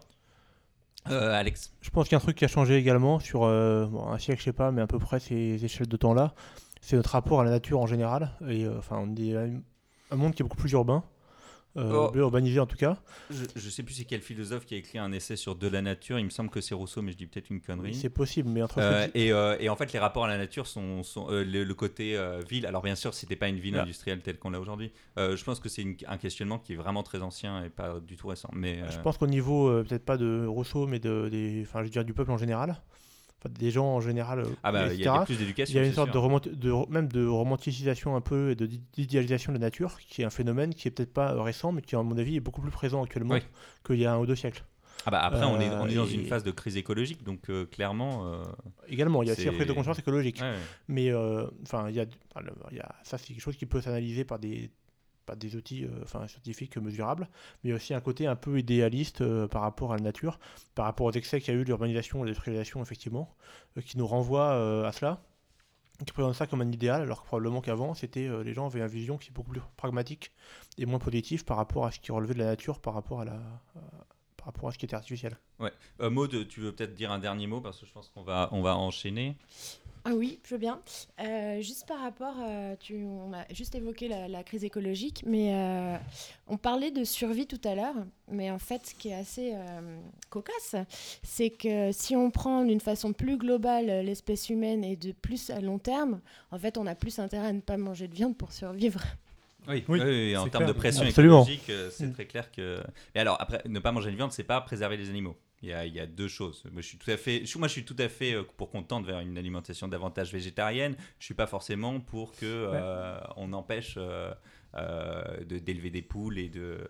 Euh, Alex. Je pense qu'il y a un truc qui a changé également sur euh, bon, un siècle, je sais pas, mais à peu près ces échelles de temps-là. C'est notre rapport à la nature en général. Et euh, enfin, on est un un monde qui est beaucoup plus urbain, euh, Oh. bien urbanisé en tout cas. Je, je sais plus c'est quel philosophe qui a écrit un essai sur de la nature. Il me semble que c'est Rousseau, mais je dis peut-être une connerie. C'est possible, mais entre ce Euh, que tu- et, euh, et en fait, les rapports à la nature sont, sont euh, le, le côté euh, ville. Alors bien sûr, c'était pas une ville Ah. industrielle telle qu'on l'a aujourd'hui. Euh, je pense que c'est une- un questionnement qui est vraiment très ancien et pas du tout récent. Mais euh, je pense qu'au niveau, euh, peut-être pas de Rousseau, mais de, des, enfin, je veux dire du peuple en général, enfin, des gens en général, euh, ah bah il y et cetera. a plus Il d'éducation. y a une c'est sorte de, sûr. romant- de ro- même de romanticisation un peu et de di- d'idéalisation de la nature, qui est un phénomène qui est peut-être pas euh, récent, mais qui, à mon avis, est beaucoup plus présent actuellement Oui. qu'il y a un ou deux siècles. Ah bah après, on est on est dans Euh, une et- phase de crise écologique, donc euh, clairement. euh, Également, il y a aussi C'est- la prise de conscience écologique. ouais. Mais euh, enfin, il y a, enfin, le- il y a- ça, c'est quelque chose qui peut s'analyser par des, par des outils euh, enfin, scientifiques mesurables, mais il y a aussi un côté un peu idéaliste euh, par rapport à la nature, par rapport aux excès qu'il y a eu, l'urbanisation, l'industrialisation, effectivement, euh, qui nous renvoie euh, à cela, qui présente ça comme un idéal, alors que probablement qu'avant, c'était euh, les gens avaient une vision qui est beaucoup plus pragmatique et moins positive par rapport à ce qui relevait de la nature, par rapport à la, à- par rapport à ce qui était artificiel. Euh, Maud, tu veux peut-être dire un dernier mot parce que je pense qu'on va on va enchaîner. Ah oui, je veux bien. Euh, juste par rapport, euh, tu, on a juste évoqué la, la crise écologique, mais euh, on parlait de survie tout à l'heure, mais en fait, ce qui est assez euh, cocasse, c'est que si on prend d'une façon plus globale l'espèce humaine et de plus à long terme, en fait, on a plus intérêt à ne pas manger de viande pour survivre. Oui, Oui, oui, oui, en c'est termes de clair. pression Absolument. écologique, euh, c'est Mm. très clair que. Mais alors, après, ne pas manger de viande, c'est pas préserver les animaux. Il y a, il y a deux choses. Moi, je suis tout à fait, je, moi, je suis tout à fait euh, pour qu'on tende vers une alimentation davantage végétarienne. Je suis pas forcément pour que euh, on empêche euh, euh, de d'élever des poules et de, euh,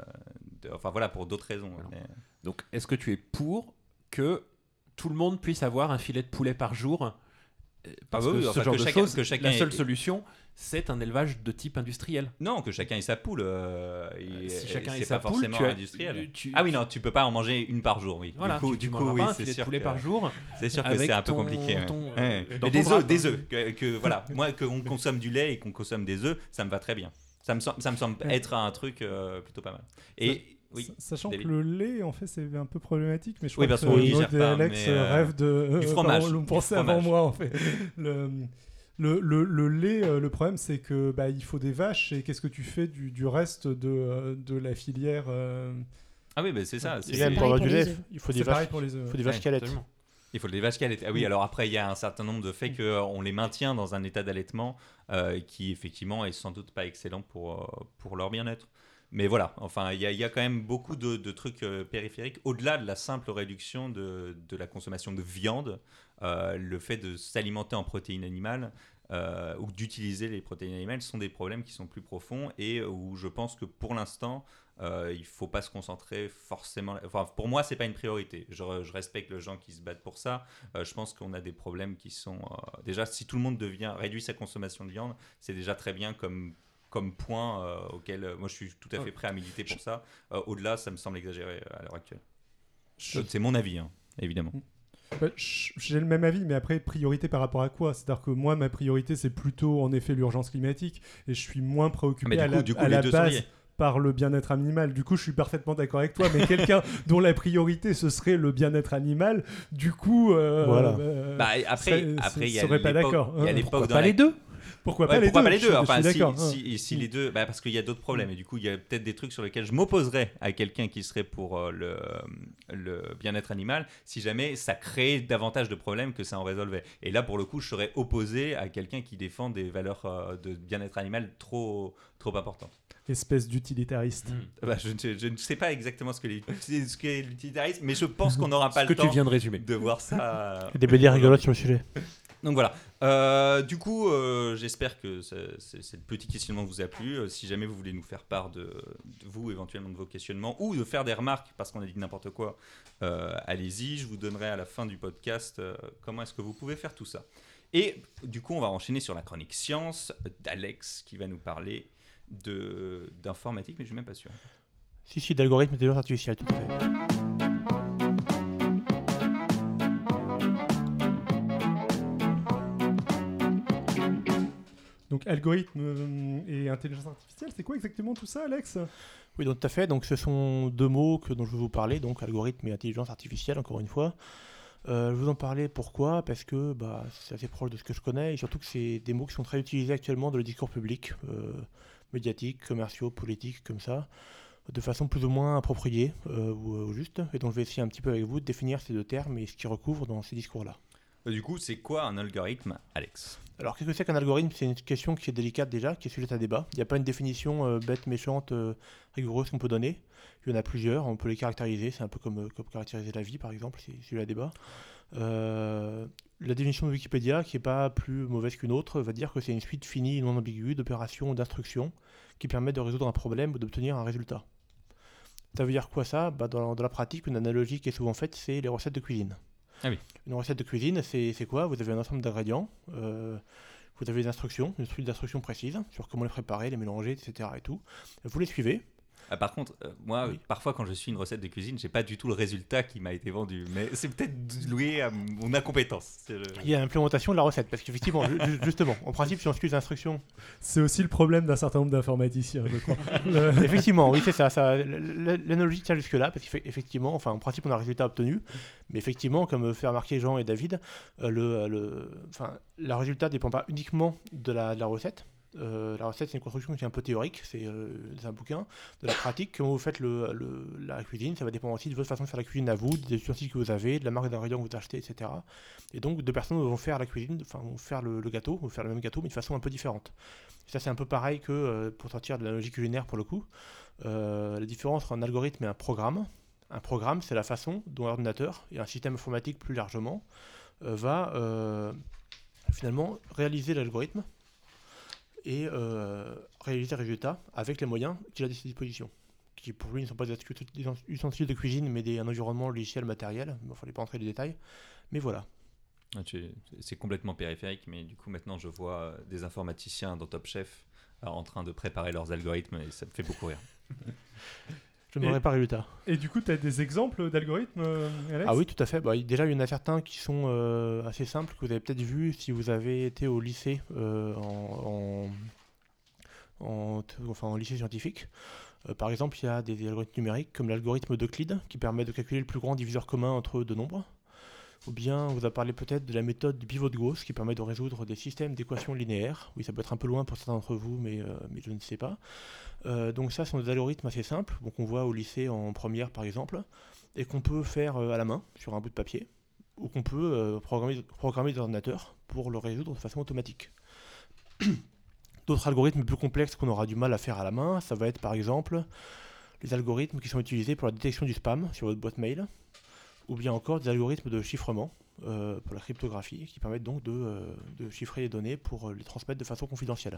de- enfin voilà, pour d'autres raisons. Alors, Mais- Donc, est-ce que tu es pour que tout le monde puisse avoir un filet de poulet par jour? Euh, Parce Ah oui, que oui, ce enfin, genre que de chacun- choses, que chacun la ait- seule solution, c'est un élevage de type industriel. Non, que chacun ait sa poule. euh, et- si et chacun ait c'est sa pas poule, forcément tu as- industriel. tu- Ah oui, non, tu peux pas en manger une par jour, oui. Voilà, du coup, tu, du tu coup, mangeras oui, pas un c'est filet de sûr poulet que- par jour. C'est sûr que avec c'est un peu ton- compliqué. ouais. ton, euh, Ouais. dans Mais ton des drap, œufs, des quoi. œufs. Que, que- voilà, moi, qu'on consomme du lait et qu'on consomme des œufs, ça me va très bien. Ça me, sem- ça me semble Ouais. être un truc euh, plutôt pas mal. Et oui, Sa- Sachant David. que le lait, en fait, c'est un peu problématique, mais je Oui, crois parce que qu'on le Maud digère et pas, Alex mais, euh, rêvent de... du euh, fromage, enfin, on du le pensait avant fromage. moi, en fait. Le, le, le, le lait, euh, le problème, c'est que bah, il faut des vaches, et qu'est-ce que tu fais du, du reste de, euh, de la filière euh, ah oui, bah, c'est ça. Et c'est- même pareil pour avoir pour du les lait, œufs. il faut des C'est pareil vaches, pour les œufs. il faut des vaches Ouais, qui allaitent. Absolument. Il faut des vaches qui allaitent. Ah oui, alors après, il y a un certain nombre de faits qu'on les maintient dans un état d'allaitement euh, qui, effectivement, est sans doute pas excellent pour, euh, pour leur bien-être. Mais voilà, enfin, il y, a- il y a quand même beaucoup de, de trucs euh, périphériques. Au-delà de la simple réduction de, de la consommation de viande, euh, le fait de s'alimenter en protéines animales euh, ou d'utiliser les protéines animales sont des problèmes qui sont plus profonds et où je pense que pour l'instant, euh, il ne faut pas se concentrer forcément. Enfin, pour moi, c'est pas une priorité. Je, re- je respecte les gens qui se battent pour ça. Euh, je pense qu'on a des problèmes qui sont euh, déjà, si tout le monde devient réduit sa consommation de viande, c'est déjà très bien comme comme point euh, auquel euh, moi je suis tout à fait prêt à militer pour ça. Euh, au-delà, ça me semble exagéré euh, à l'heure actuelle. Je- C'est mon avis, hein, évidemment. Bah, j- J'ai le même avis, mais après, priorité par rapport à quoi? C'est-à-dire que moi, ma priorité, c'est plutôt en effet l'urgence climatique, et je suis moins Ah, préoccupé mais à du coup, la, du coup à les la deux sont base liés. par le bien-être animal. Du coup, je suis parfaitement d'accord avec toi, mais quelqu'un dont la priorité ce serait le bien-être animal, du coup, euh, Voilà. euh, Bah, après, serait- après, il y a serait pas l'époque- d'accord. il y a hein. l'époque Pourquoi dans pas la- les deux? Pourquoi Ouais, pas les pourquoi deux pas les je- deux je enfin, suis si, d'accord. hein. si, si les deux, bah, parce qu'il y a d'autres problèmes et du coup il y a peut-être des trucs sur lesquels je m'opposerais à quelqu'un qui serait pour euh, le, le bien-être animal si jamais ça crée davantage de problèmes que ça en résolvait. Et là pour le coup je serais opposé à quelqu'un qui défend des valeurs euh, de bien-être animal trop, trop importantes. Espèce d'utilitariste. Mm. Bah, je, ne- je ne sais pas exactement ce que les- ce qu'est l'utilitarisme, mais je pense qu'on n'aura pas Ce le que tu temps viens de résumer. de voir ça. euh, Il y a des B D rigolotes sur le sujet. Donc voilà. Euh, du coup, euh, j'espère que ça- c'est- cette petit questionnement vous a plu. Euh, si jamais vous voulez nous faire part de, de vous, éventuellement de vos questionnements, ou de faire des remarques parce qu'on a dit n'importe quoi, euh, allez-y. Je vous donnerai à la fin du podcast euh, comment est-ce que vous pouvez faire tout ça. Et du coup, on va enchaîner sur la chronique science d'Alex qui va nous parler de, d'informatique, mais je ne suis même pas sûr. Si, si, d'algorithmes d'intelligence artificielle, tout à fait. Donc algorithme euh, et intelligence artificielle, c'est quoi exactement tout ça, Alex? Oui, donc tout à fait. Donc ce sont deux mots que, dont je vais vous parler, donc algorithme et intelligence artificielle, encore une fois. Euh, je vous en parlais pourquoi? Parce que bah, c'est assez proche de ce que je connais et surtout que c'est des mots qui sont très utilisés actuellement dans le discours public, euh, médiatique, commerciaux, politiques, comme ça, de façon plus ou moins appropriée euh, ou, ou juste. Et donc je vais essayer un petit peu avec vous de définir ces deux termes et ce qu'ils recouvrent dans ces discours-là. Euh, Du coup, c'est quoi un algorithme, Alex? Alors, qu'est-ce que c'est qu'un algorithme? C'est une question qui est délicate déjà, qui est sujette à débat. Il n'y a pas une définition euh, bête, méchante, euh, rigoureuse qu'on peut donner. Il y en a plusieurs, on peut les caractériser. C'est un peu comme, euh, comme caractériser la vie, par exemple, c'est sujet à débat. Euh, la définition de Wikipédia, qui n'est pas plus mauvaise qu'une autre, va dire que c'est une suite finie et non ambiguë d'opérations ou d'instructions qui permettent de résoudre un problème ou d'obtenir un résultat. Ça veut dire quoi ça? Bah, dans, dans la pratique, une analogie qui est souvent faite, c'est les recettes de cuisine. Ah oui. Une recette de cuisine, c'est c'est quoi? Vous avez un ensemble d'ingrédients, euh, vous avez des instructions, une suite d'instructions précises sur comment les préparer, les mélanger, et cetera. Et tout. Vous les suivez. Ah, par contre, euh, moi, Oui. parfois quand je suis une recette de cuisine, j'ai pas du tout le résultat qui m'a été vendu, mais c'est peut-être loué à mon incompétence. C'est le- Il y a l'implémentation de la recette, parce qu'effectivement, ju- ju- justement, en principe, si on suit les instructions, C'est aussi le problème d'un certain nombre d'informaticiens, je crois. Euh, effectivement, oui, c'est ça, ça l- l- l'analogie tient jusque-là, parce qu'effectivement, enfin, en principe, on a un résultat obtenu, mais effectivement, comme euh, fait remarquer Jean et David, euh, le, le, enfin, le résultat ne dépend pas uniquement de la, de la recette. Euh, la recette, c'est une construction qui est un peu théorique, c'est euh, c'est un bouquin. De la pratique, comment vous faites le, le- la cuisine, ça va dépendre aussi de votre façon de faire la cuisine à vous, des ustensiles que vous avez, de la marque d'ingrédients que vous achetez, et cetera. Et donc, deux personnes vont faire la cuisine, enfin, vont faire le, le gâteau, vont faire le même gâteau, mais de façon un peu différente. Et ça, c'est un peu pareil que, euh, pour sortir de la logique culinaire pour le coup, euh, la différence entre un algorithme et un programme. Un programme, c'est la façon dont l'ordinateur, et un système informatique plus largement, euh, va euh, finalement réaliser l'algorithme et euh, réaliser le résultat avec les moyens qu'il a à ses dispositions, qui pour lui ne sont pas des ustensiles de cuisine, mais des, un environnement logiciel matériel. Il ne fallait pas entrer dans les détails, mais voilà. Ah, tu- C'est complètement périphérique, mais du coup maintenant je vois euh, des informaticiens dans Top Chef euh, en train de préparer leurs algorithmes et ça me fait beaucoup rire. Je ne Et- m'aurais pas résultat. Et du coup, tu as des exemples d'algorithmes, euh, Alex? Ah oui, tout à fait. Bah, déjà, il y en a certains qui sont euh, assez simples, que vous avez peut-être vu si vous avez été au lycée, euh, en, en, en- enfin, en lycée scientifique. Euh, par exemple, il y a des algorithmes numériques comme l'algorithme d'Euclide qui permet de calculer le plus grand diviseur commun entre deux nombres. Ou bien, on vous a parlé peut-être de la méthode du pivot de Gauss qui permet de résoudre des systèmes d'équations linéaires. Oui, ça peut être un peu loin pour certains d'entre vous, mais, euh, mais je ne sais pas. Euh, donc ça, ce sont des algorithmes assez simples, donc on voit au lycée en première par exemple, et qu'on peut faire euh, à la main sur un bout de papier, ou qu'on peut euh, programmer, programmer des ordinateurs pour le résoudre de façon automatique. D'autres algorithmes plus complexes qu'on aura du mal à faire à la main, ça va être par exemple les algorithmes qui sont utilisés pour la détection du spam sur votre boîte mail, ou bien encore des algorithmes de chiffrement euh, pour la cryptographie, qui permettent donc de, euh, de chiffrer les données pour euh, les transmettre de façon confidentielle.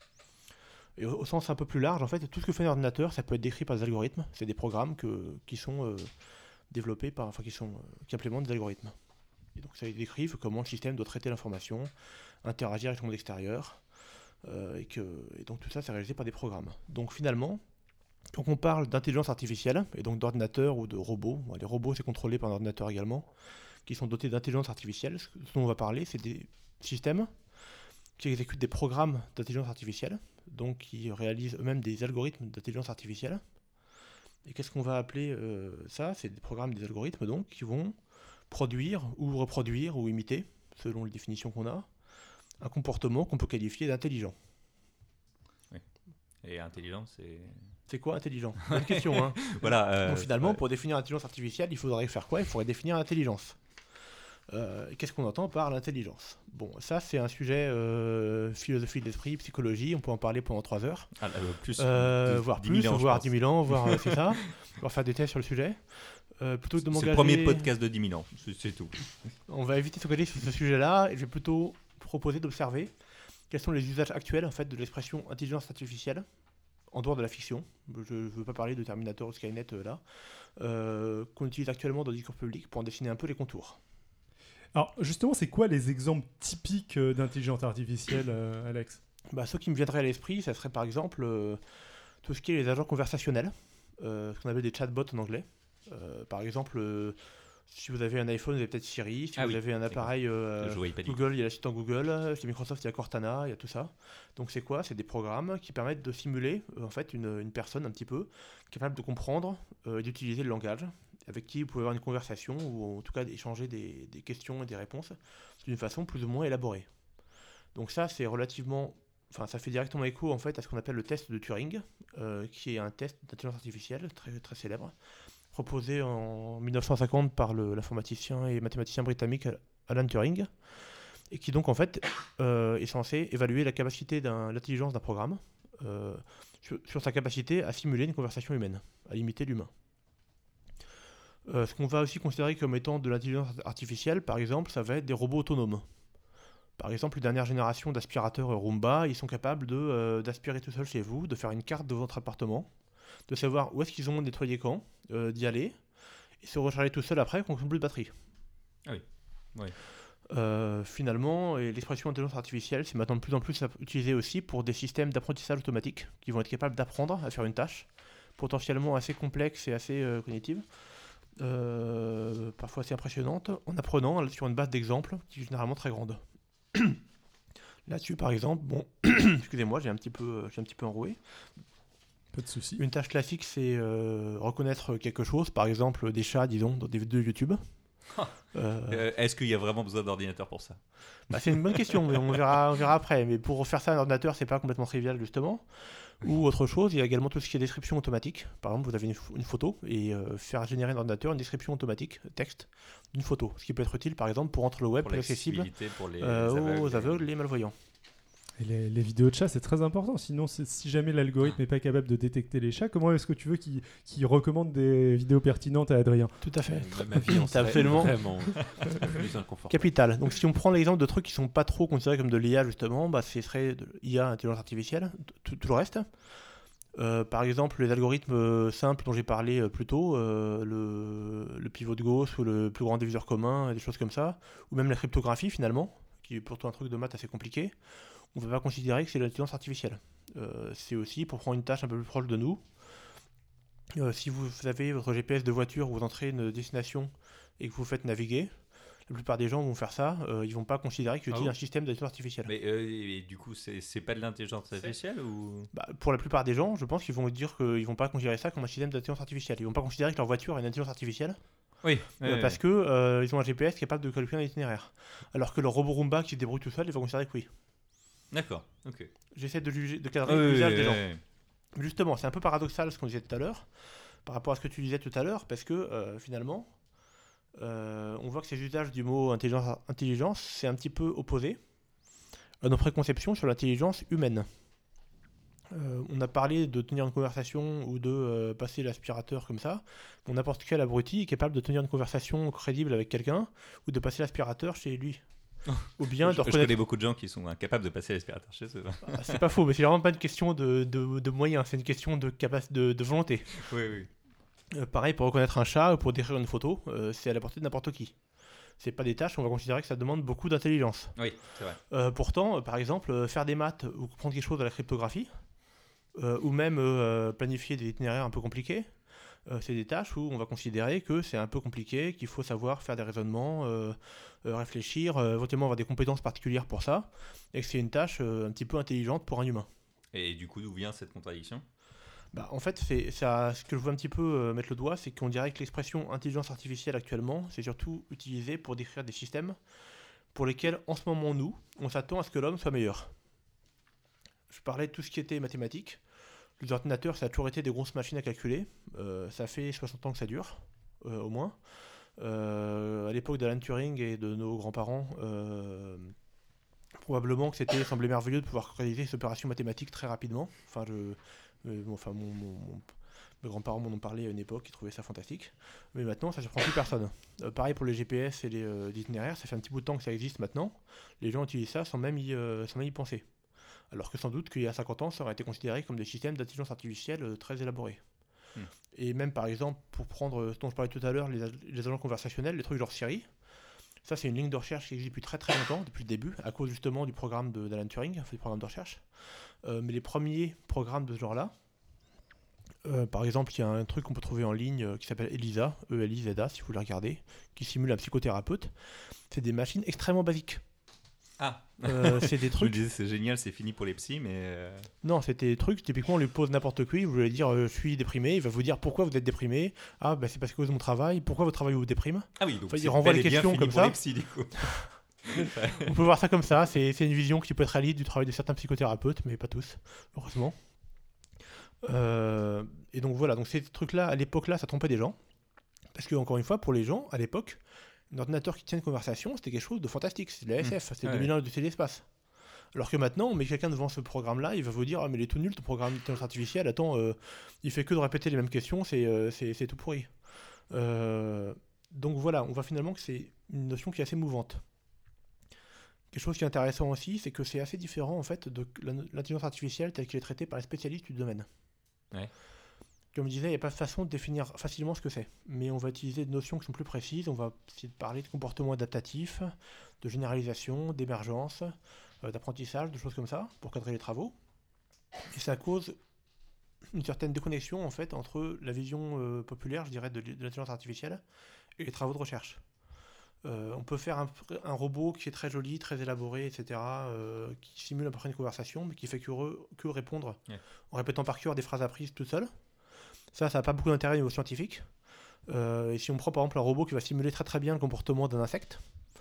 Et au, au sens un peu plus large, en fait, tout ce que fait un ordinateur, ça peut être décrit par des algorithmes. C'est des programmes que, qui sont euh, développés par, enfin, qui sont, euh, qui implémentent des algorithmes. Et donc, ça décrivent comment le système doit traiter l'information, interagir avec le monde extérieur, euh, et que, et donc tout ça, c'est réalisé par des programmes. Donc, finalement, quand on parle d'intelligence artificielle et donc d'ordinateur ou de robots, bon, les robots c'est contrôlé par un ordinateur également, qui sont dotés d'intelligence artificielle. Ce dont on va parler, c'est des systèmes qui exécutent des programmes d'intelligence artificielle donc qui réalisent eux-mêmes des algorithmes d'intelligence artificielle. Et qu'est-ce qu'on va appeler euh, ça? C'est des programmes, des algorithmes donc, qui vont produire ou reproduire ou imiter, selon les définitions qu'on a, un comportement qu'on peut qualifier d'intelligent. Oui. Et intelligent, c'est... C'est quoi intelligent? Bonne question. Hein. Voilà, euh, donc finalement, ouais. pour définir l'intelligence artificielle, il faudrait faire quoi? Il faudrait définir l'intelligence. Euh, qu'est-ce qu'on entend par l'intelligence? Bon, ça c'est un sujet euh, philosophie de l'esprit, psychologie, on peut en parler pendant trois heures, Ah, euh, plus, euh, de- voire dix plus, mille ans, je voire pense. dix mille ans, voire euh, c'est ça, on va faire des tests sur le sujet. Euh, plutôt que de C'est m'engager, le premier podcast de dix mille ans, c'est, c'est tout. on va éviter de s'engager sur ce sujet-là et je vais plutôt proposer d'observer quels sont les usages actuels en fait de l'expression intelligence artificielle en dehors de la fiction. Je ne veux pas parler de Terminator ou Skynet euh, là, euh, qu'on utilise actuellement dans le discours public pour en dessiner un peu les contours. Alors justement, c'est quoi les exemples typiques euh, d'intelligence artificielle, euh, Alex? Bah, ceux qui me viendraient à l'esprit, ça serait par exemple euh, tout ce qui est les agents conversationnels, euh, ce qu'on appelle des chatbots en anglais. Euh, par exemple, euh, si vous avez un iPhone, vous avez peut-être Siri. Si Ah vous oui, avez un c'est appareil euh, Je voyais pas dit. Google, il y a l'assistant Google. Chez Microsoft, il y a Cortana, il y a tout ça. Donc c'est quoi? C'est des programmes qui permettent de simuler euh, en fait une, une personne un petit peu capable de comprendre euh, et d'utiliser le langage, avec qui vous pouvez avoir une conversation ou en tout cas échanger des, des questions et des réponses d'une façon plus ou moins élaborée. Donc ça, c'est relativement... Enfin, ça fait directement écho en fait à ce qu'on appelle le test de Turing, euh, qui est un test d'intelligence artificielle très, très célèbre, proposé en dix-neuf cent cinquante par le, l'informaticien et mathématicien britannique Alan Turing, et qui donc en fait euh, est censé évaluer la capacité d'un, l'intelligence d'un programme euh, sur, sur sa capacité à simuler une conversation humaine, à imiter l'humain. Euh, ce qu'on va aussi considérer comme étant de l'intelligence artificielle, par exemple, ça va être des robots autonomes. Par exemple, les dernières générations d'aspirateurs Roomba, ils sont capables de, euh, d'aspirer tout seul chez vous, de faire une carte de votre appartement, de savoir où est-ce qu'ils ont nettoyé quand, euh, d'y aller, et se recharger tout seul après quand ils n'ont plus de batterie. Ah oui, oui. Euh, finalement, et l'expression intelligence artificielle, c'est maintenant de plus en plus utilisé aussi pour des systèmes d'apprentissage automatique qui vont être capables d'apprendre à faire une tâche potentiellement assez complexe et assez euh, cognitive. Euh, parfois assez impressionnante, en apprenant sur une base d'exemples qui est généralement très grande. Là-dessus, par exemple, bon, excusez-moi, j'ai un petit peu, j'ai un petit peu enroué. Pas de souci. Une tâche classique, c'est euh, reconnaître quelque chose, par exemple des chats, disons, dans des vidéos YouTube. Ah. Euh, Euh, est-ce qu'il y a vraiment besoin d'ordinateur pour ça? bah, c'est une bonne question, mais on verra, on verra après. Mais pour faire ça à un ordinateur, c'est pas complètement trivial, justement. Ou autre chose, il y a également tout ce qui est description automatique. Par exemple, vous avez une, une photo et euh, faire générer un ordinateur une description automatique, texte, d'une photo. Ce qui peut être utile, par exemple, pour rendre le web Pour plus accessible l'accessibilité, pour les, euh, les aveugles, aux aveugles et les malvoyants. Et les, les vidéos de chats, c'est très important. Sinon, c'est- si jamais l'algorithme n'est pas capable de détecter les chats, comment est-ce que tu veux qu'il, qu'il recommande des vidéos pertinentes à Adrien? Tout à fait. Ma- Ma vie en C'est serait absolument vraiment plus inconfortable. capital. Donc, si on prend l'exemple de trucs qui sont pas trop considérés comme de l'I A, justement, bah, ce serait de l'I A, intelligence artificielle, tout, tout le reste. Euh, par exemple, les algorithmes euh, simples dont j'ai parlé euh, plus tôt, euh, le, le pivot de Gauss ou le plus grand diviseur commun, des choses comme ça, ou même la cryptographie finalement, qui est pourtant un truc de maths assez compliqué, on ne peut pas considérer que c'est de l'intelligence artificielle. Euh, c'est aussi pour prendre une tâche un peu plus proche de nous. Euh, si vous avez votre G P S de voiture, vous entrez une destination et que vous faites naviguer, la plupart des gens vont faire ça, euh, ils vont pas considérer qu'ils Ah utilisent bon un système d'intelligence artificielle. Mais euh, et du coup, c'est, c'est pas de l'intelligence artificielle ou... Bah, pour la plupart des gens, je pense qu'ils vont dire qu'ils vont pas considérer ça comme un système d'intelligence artificielle. Ils vont pas considérer que leur voiture est une intelligence artificielle Oui, euh, parce que euh, ils ont un G P S capable de calculer un itinéraire. Alors que leur robot Roomba qui se débrouille tout seul, ils vont considérer que oui. D'accord, ok. J'essaie de, juger, de cadrer Ah oui, l'usage oui, des oui, gens. oui. Mais justement, c'est un peu paradoxal ce qu'on disait tout à l'heure, par rapport à ce que tu disais tout à l'heure, parce que euh, finalement, euh, on voit que ces usages du mot intelligence, intelligence, c'est un petit peu opposé à nos préconceptions sur l'intelligence humaine. Euh, on a parlé de tenir une conversation ou de euh, passer l'aspirateur comme ça. Bon, n'importe quel abruti est capable de tenir une conversation crédible avec quelqu'un ou de passer l'aspirateur chez lui. Ou bien je, de je reconnaître... connais beaucoup de gens qui sont incapables de passer l'aspirateur chez eux. Ah, c'est pas faux, mais c'est vraiment pas une question de, de, de moyens, c'est une question de, capac... de, de volonté. Oui, oui. Euh, pareil, pour reconnaître un chat ou pour décrire une photo, euh, c'est à la portée de n'importe qui. C'est pas des tâches, on va considérer que ça demande beaucoup d'intelligence. Oui, c'est vrai. Euh, pourtant, euh, par exemple, euh, faire des maths ou comprendre quelque chose de la cryptographie, euh, ou même euh, planifier des itinéraires un peu compliqués, euh, c'est des tâches où on va considérer que c'est un peu compliqué, qu'il faut savoir faire des raisonnements, euh, euh, réfléchir, euh, éventuellement avoir des compétences particulières pour ça, et que c'est une tâche euh, un petit peu intelligente pour un humain. Et du coup, d'où vient cette contradiction ? Bah, en fait, c'est, ça, ce que je veux un petit peu euh, mettre le doigt, c'est qu'on dirait que l'expression intelligence artificielle actuellement, c'est surtout utilisé pour décrire des systèmes pour lesquels, en ce moment, nous, on s'attend à ce que l'homme soit meilleur. Je parlais de tout ce qui était mathématique. Les ordinateurs, ça a toujours été des grosses machines à calculer. Euh, ça fait soixante ans que ça dure, euh, au moins. Euh, à l'époque d'Alan Turing et de nos grands-parents, euh, probablement que c'était semblait merveilleux de pouvoir réaliser ces opérations mathématiques très rapidement. Enfin, je... Euh, bon, enfin, mon, mon, mon, mes grands-parents m'en ont parlé à une époque, ils trouvaient ça fantastique. Mais maintenant, ça ne surprend plus personne. Euh, pareil pour les G P S et les euh, itinéraires, ça fait un petit bout de temps que ça existe maintenant. Les gens utilisent ça sans même y, euh, sans même y penser. Alors que sans doute qu'il y a cinquante ans, ça aurait été considéré comme des systèmes d'intelligence artificielle euh, très élaborés. Hmm. Et même par exemple, pour prendre ce dont je parlais tout à l'heure, les, les agents conversationnels, les trucs genre Siri, ça c'est une ligne de recherche qui existe depuis très très longtemps, depuis le début, à cause justement du programme de, d'Alan Turing, enfin, du programme de recherche. Euh, mais les premiers programmes de ce genre-là, euh, par exemple, il y a un truc qu'on peut trouver en ligne euh, qui s'appelle Elisa, E L I Z A si vous le regardez, qui simule un psychothérapeute. C'est des machines extrêmement basiques. Ah euh, c'est des trucs. Je me disais, c'est génial, c'est fini pour les psys, mais. Euh... Non, c'était des trucs, typiquement, on lui pose n'importe qui, vous lui dire euh, je suis déprimé, il va vous dire pourquoi vous êtes déprimé. Ah, bah, c'est parce que cause de mon travail, pourquoi votre travail vous déprime. Ah oui, donc enfin, c'est il renvoie les questions comme ça. Les psys, du coup. On peut voir ça comme ça, c'est, c'est une vision qui peut être réaliste du travail de certains psychothérapeutes, mais pas tous, heureusement. Euh, et donc voilà, donc ces trucs-là, à l'époque-là, ça trompait des gens. Parce que, encore une fois, pour les gens, à l'époque, un ordinateur qui tient une conversation, c'était quelque chose de fantastique, c'était de la S F, mmh. c'était ouais. deux mille un de l'espace. Alors que maintenant, on met quelqu'un devant ce programme-là, il va vous dire ah, mais il est tout nul ton programme d'intelligence artificielle, attends, euh, il fait que de répéter les mêmes questions, c'est, euh, c'est, c'est tout pourri. Euh, donc voilà, on voit finalement que c'est une notion qui est assez mouvante. Quelque chose qui est intéressant aussi, c'est que c'est assez différent en fait de l'intelligence artificielle telle qu'elle est traitée par les spécialistes du domaine. Ouais. Comme je disais, il n'y a pas de façon de définir facilement ce que c'est. Mais on va utiliser des notions qui sont plus précises. On va essayer de parler de comportement adaptatif, de généralisation, d'émergence, euh, d'apprentissage, de choses comme ça, pour cadrer les travaux. Et ça cause une certaine déconnexion en fait entre la vision euh, populaire, je dirais, de, de l'intelligence artificielle et les travaux de recherche. Euh, on peut faire un, un robot qui est très joli, très élaboré, et cetera, euh, qui simule à peu près une conversation, mais qui fait que, re, que répondre ouais. en répétant par cœur des phrases apprises tout seul. Ça, ça n'a pas beaucoup d'intérêt au niveau scientifique. Euh, et si on prend par exemple un robot qui va simuler très très bien le comportement d'un insecte,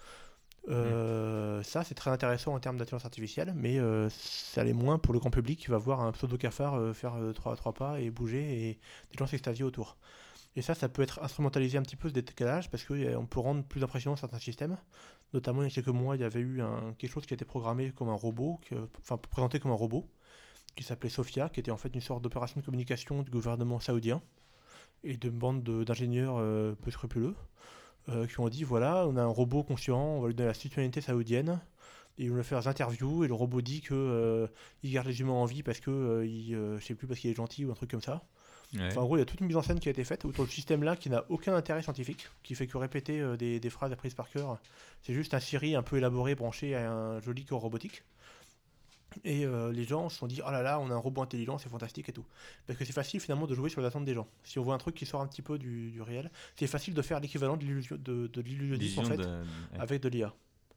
euh, mmh. ça c'est très intéressant en termes d'intelligence artificielle, mais euh, ça l'est moins pour le grand public qui va voir un pseudo-cafard euh, faire euh, trois, trois pas et bouger et des gens s'extasier autour. Et ça, ça peut être instrumentalisé un petit peu ce décalage parce qu'on peut rendre plus impressionnant certains systèmes. Notamment, il y a quelques mois, il y avait eu un, quelque chose qui a été programmé comme un robot, que, enfin présenté comme un robot, qui s'appelait Sophia, qui était en fait une sorte d'opération de communication du gouvernement saoudien et d'une bande de, d'ingénieurs euh, peu scrupuleux euh, qui ont dit voilà, on a un robot conscient, on va lui donner la citoyenneté saoudienne et ils vont lui faire des interviews et le robot dit qu'il euh, garde les humains en vie parce que euh, il, euh, je sais plus parce qu'il est gentil ou un truc comme ça. Ouais. Enfin, en gros, il y a toute une mise en scène qui a été faite autour du système-là qui n'a aucun intérêt scientifique, qui fait que répéter euh, des, des phrases apprises par cœur. C'est juste un Siri un peu élaboré, branché à un joli corps robotique. Et euh, les gens se sont dit, oh là là, on a un robot intelligent, c'est fantastique et tout. Parce que c'est facile finalement de jouer sur les attentes des gens. Si on voit un truc qui sort un petit peu du, du réel, c'est facile de faire l'équivalent de, l'illusion, de, de l'illusionnisme en fait, de... avec de l'I A.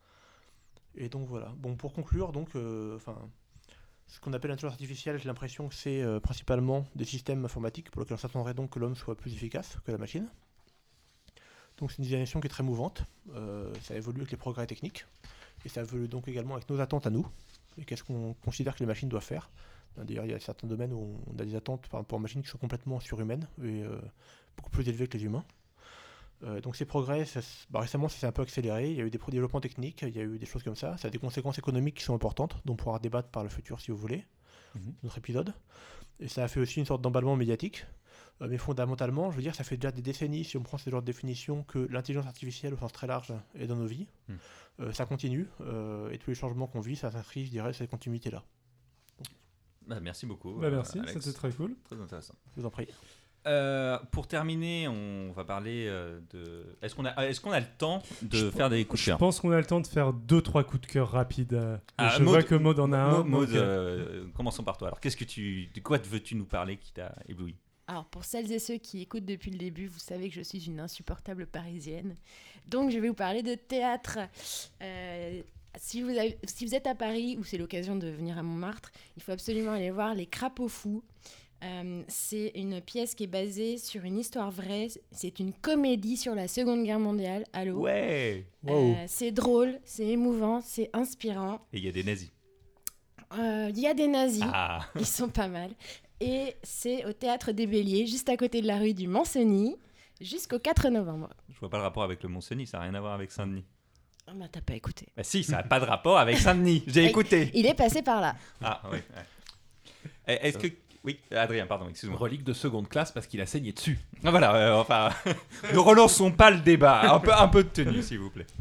Et donc voilà. Bon, pour conclure, donc, euh, enfin. Ce qu'on appelle l'intelligence artificielle, j'ai l'impression que c'est euh, principalement des systèmes informatiques pour lesquels on s'attendrait donc que l'homme soit plus efficace que la machine. Donc c'est une dimension qui est très mouvante, euh, ça évolue avec les progrès techniques, et ça évolue donc également avec nos attentes à nous, et qu'est-ce qu'on considère que les machines doivent faire. D'ailleurs, il y a certains domaines où on a des attentes par rapport aux machines qui sont complètement surhumaines, et euh, beaucoup plus élevées que les humains. Euh, donc ces progrès, ça, bah récemment ça s'est un peu accéléré, il y a eu des développements techniques, il y a eu des choses comme ça, ça a des conséquences économiques qui sont importantes, dont on pourra débattre par le futur si vous voulez, mmh. notre épisode. Et ça a fait aussi une sorte d'emballement médiatique, euh, mais fondamentalement, je veux dire, ça fait déjà des décennies, si on prend ce genre de définition, que l'intelligence artificielle au sens très large est dans nos vies. Mmh. Euh, ça continue, euh, et tous les changements qu'on vit, ça s'inscrit, je dirais, cette continuité-là. Bah, merci beaucoup. Bah, merci, Alex. C'était très cool. Très intéressant. Je vous en prie. Euh, pour terminer, on va parler euh, de. Est-ce qu'on a, est-ce qu'on a le temps de je faire des coups de cœur ? Je pense qu'on a le temps de faire deux, trois coups de cœur rapides. Euh, ah, je Maud, vois que Maud en a un. Maud, euh, commençons par toi. Alors, qu'est-ce que tu, de quoi veux-tu nous parler qui t'a ébloui ? Alors, pour celles et ceux qui écoutent depuis le début, vous savez que je suis une insupportable parisienne. Donc, je vais vous parler de théâtre. Euh, si vous, avez, si vous êtes à Paris ou c'est l'occasion de venir à Montmartre, il faut absolument aller voir Les Crapauds Fous. Euh, c'est une pièce qui est basée sur une histoire vraie. C'est une comédie sur la Seconde Guerre mondiale. Allô. Ouais. Euh, Wow. c'est drôle, c'est émouvant, c'est inspirant. Et il y a des nazis. Il euh, y a des nazis, Ah. ils sont pas mal. Et c'est au Théâtre des Béliers, juste à côté de la rue du Mont-Cenis, jusqu'au quatre novembre. Je vois pas le rapport avec le Mont-Cenis, ça n'a rien à voir avec Saint-Denis. Ah bah t'as pas écouté. Bah si, ça n'a pas de rapport avec Saint-Denis. J'ai Et- écouté. Il est passé par là. Ah oui. Ouais. Eh, Est-ce que oui, Adrien, pardon, excuse-moi. Relique de seconde classe parce qu'il a saigné dessus. Ah, voilà, euh, enfin, ne relançons pas le débat. Un peu, un peu de tenue, s'il vous plaît.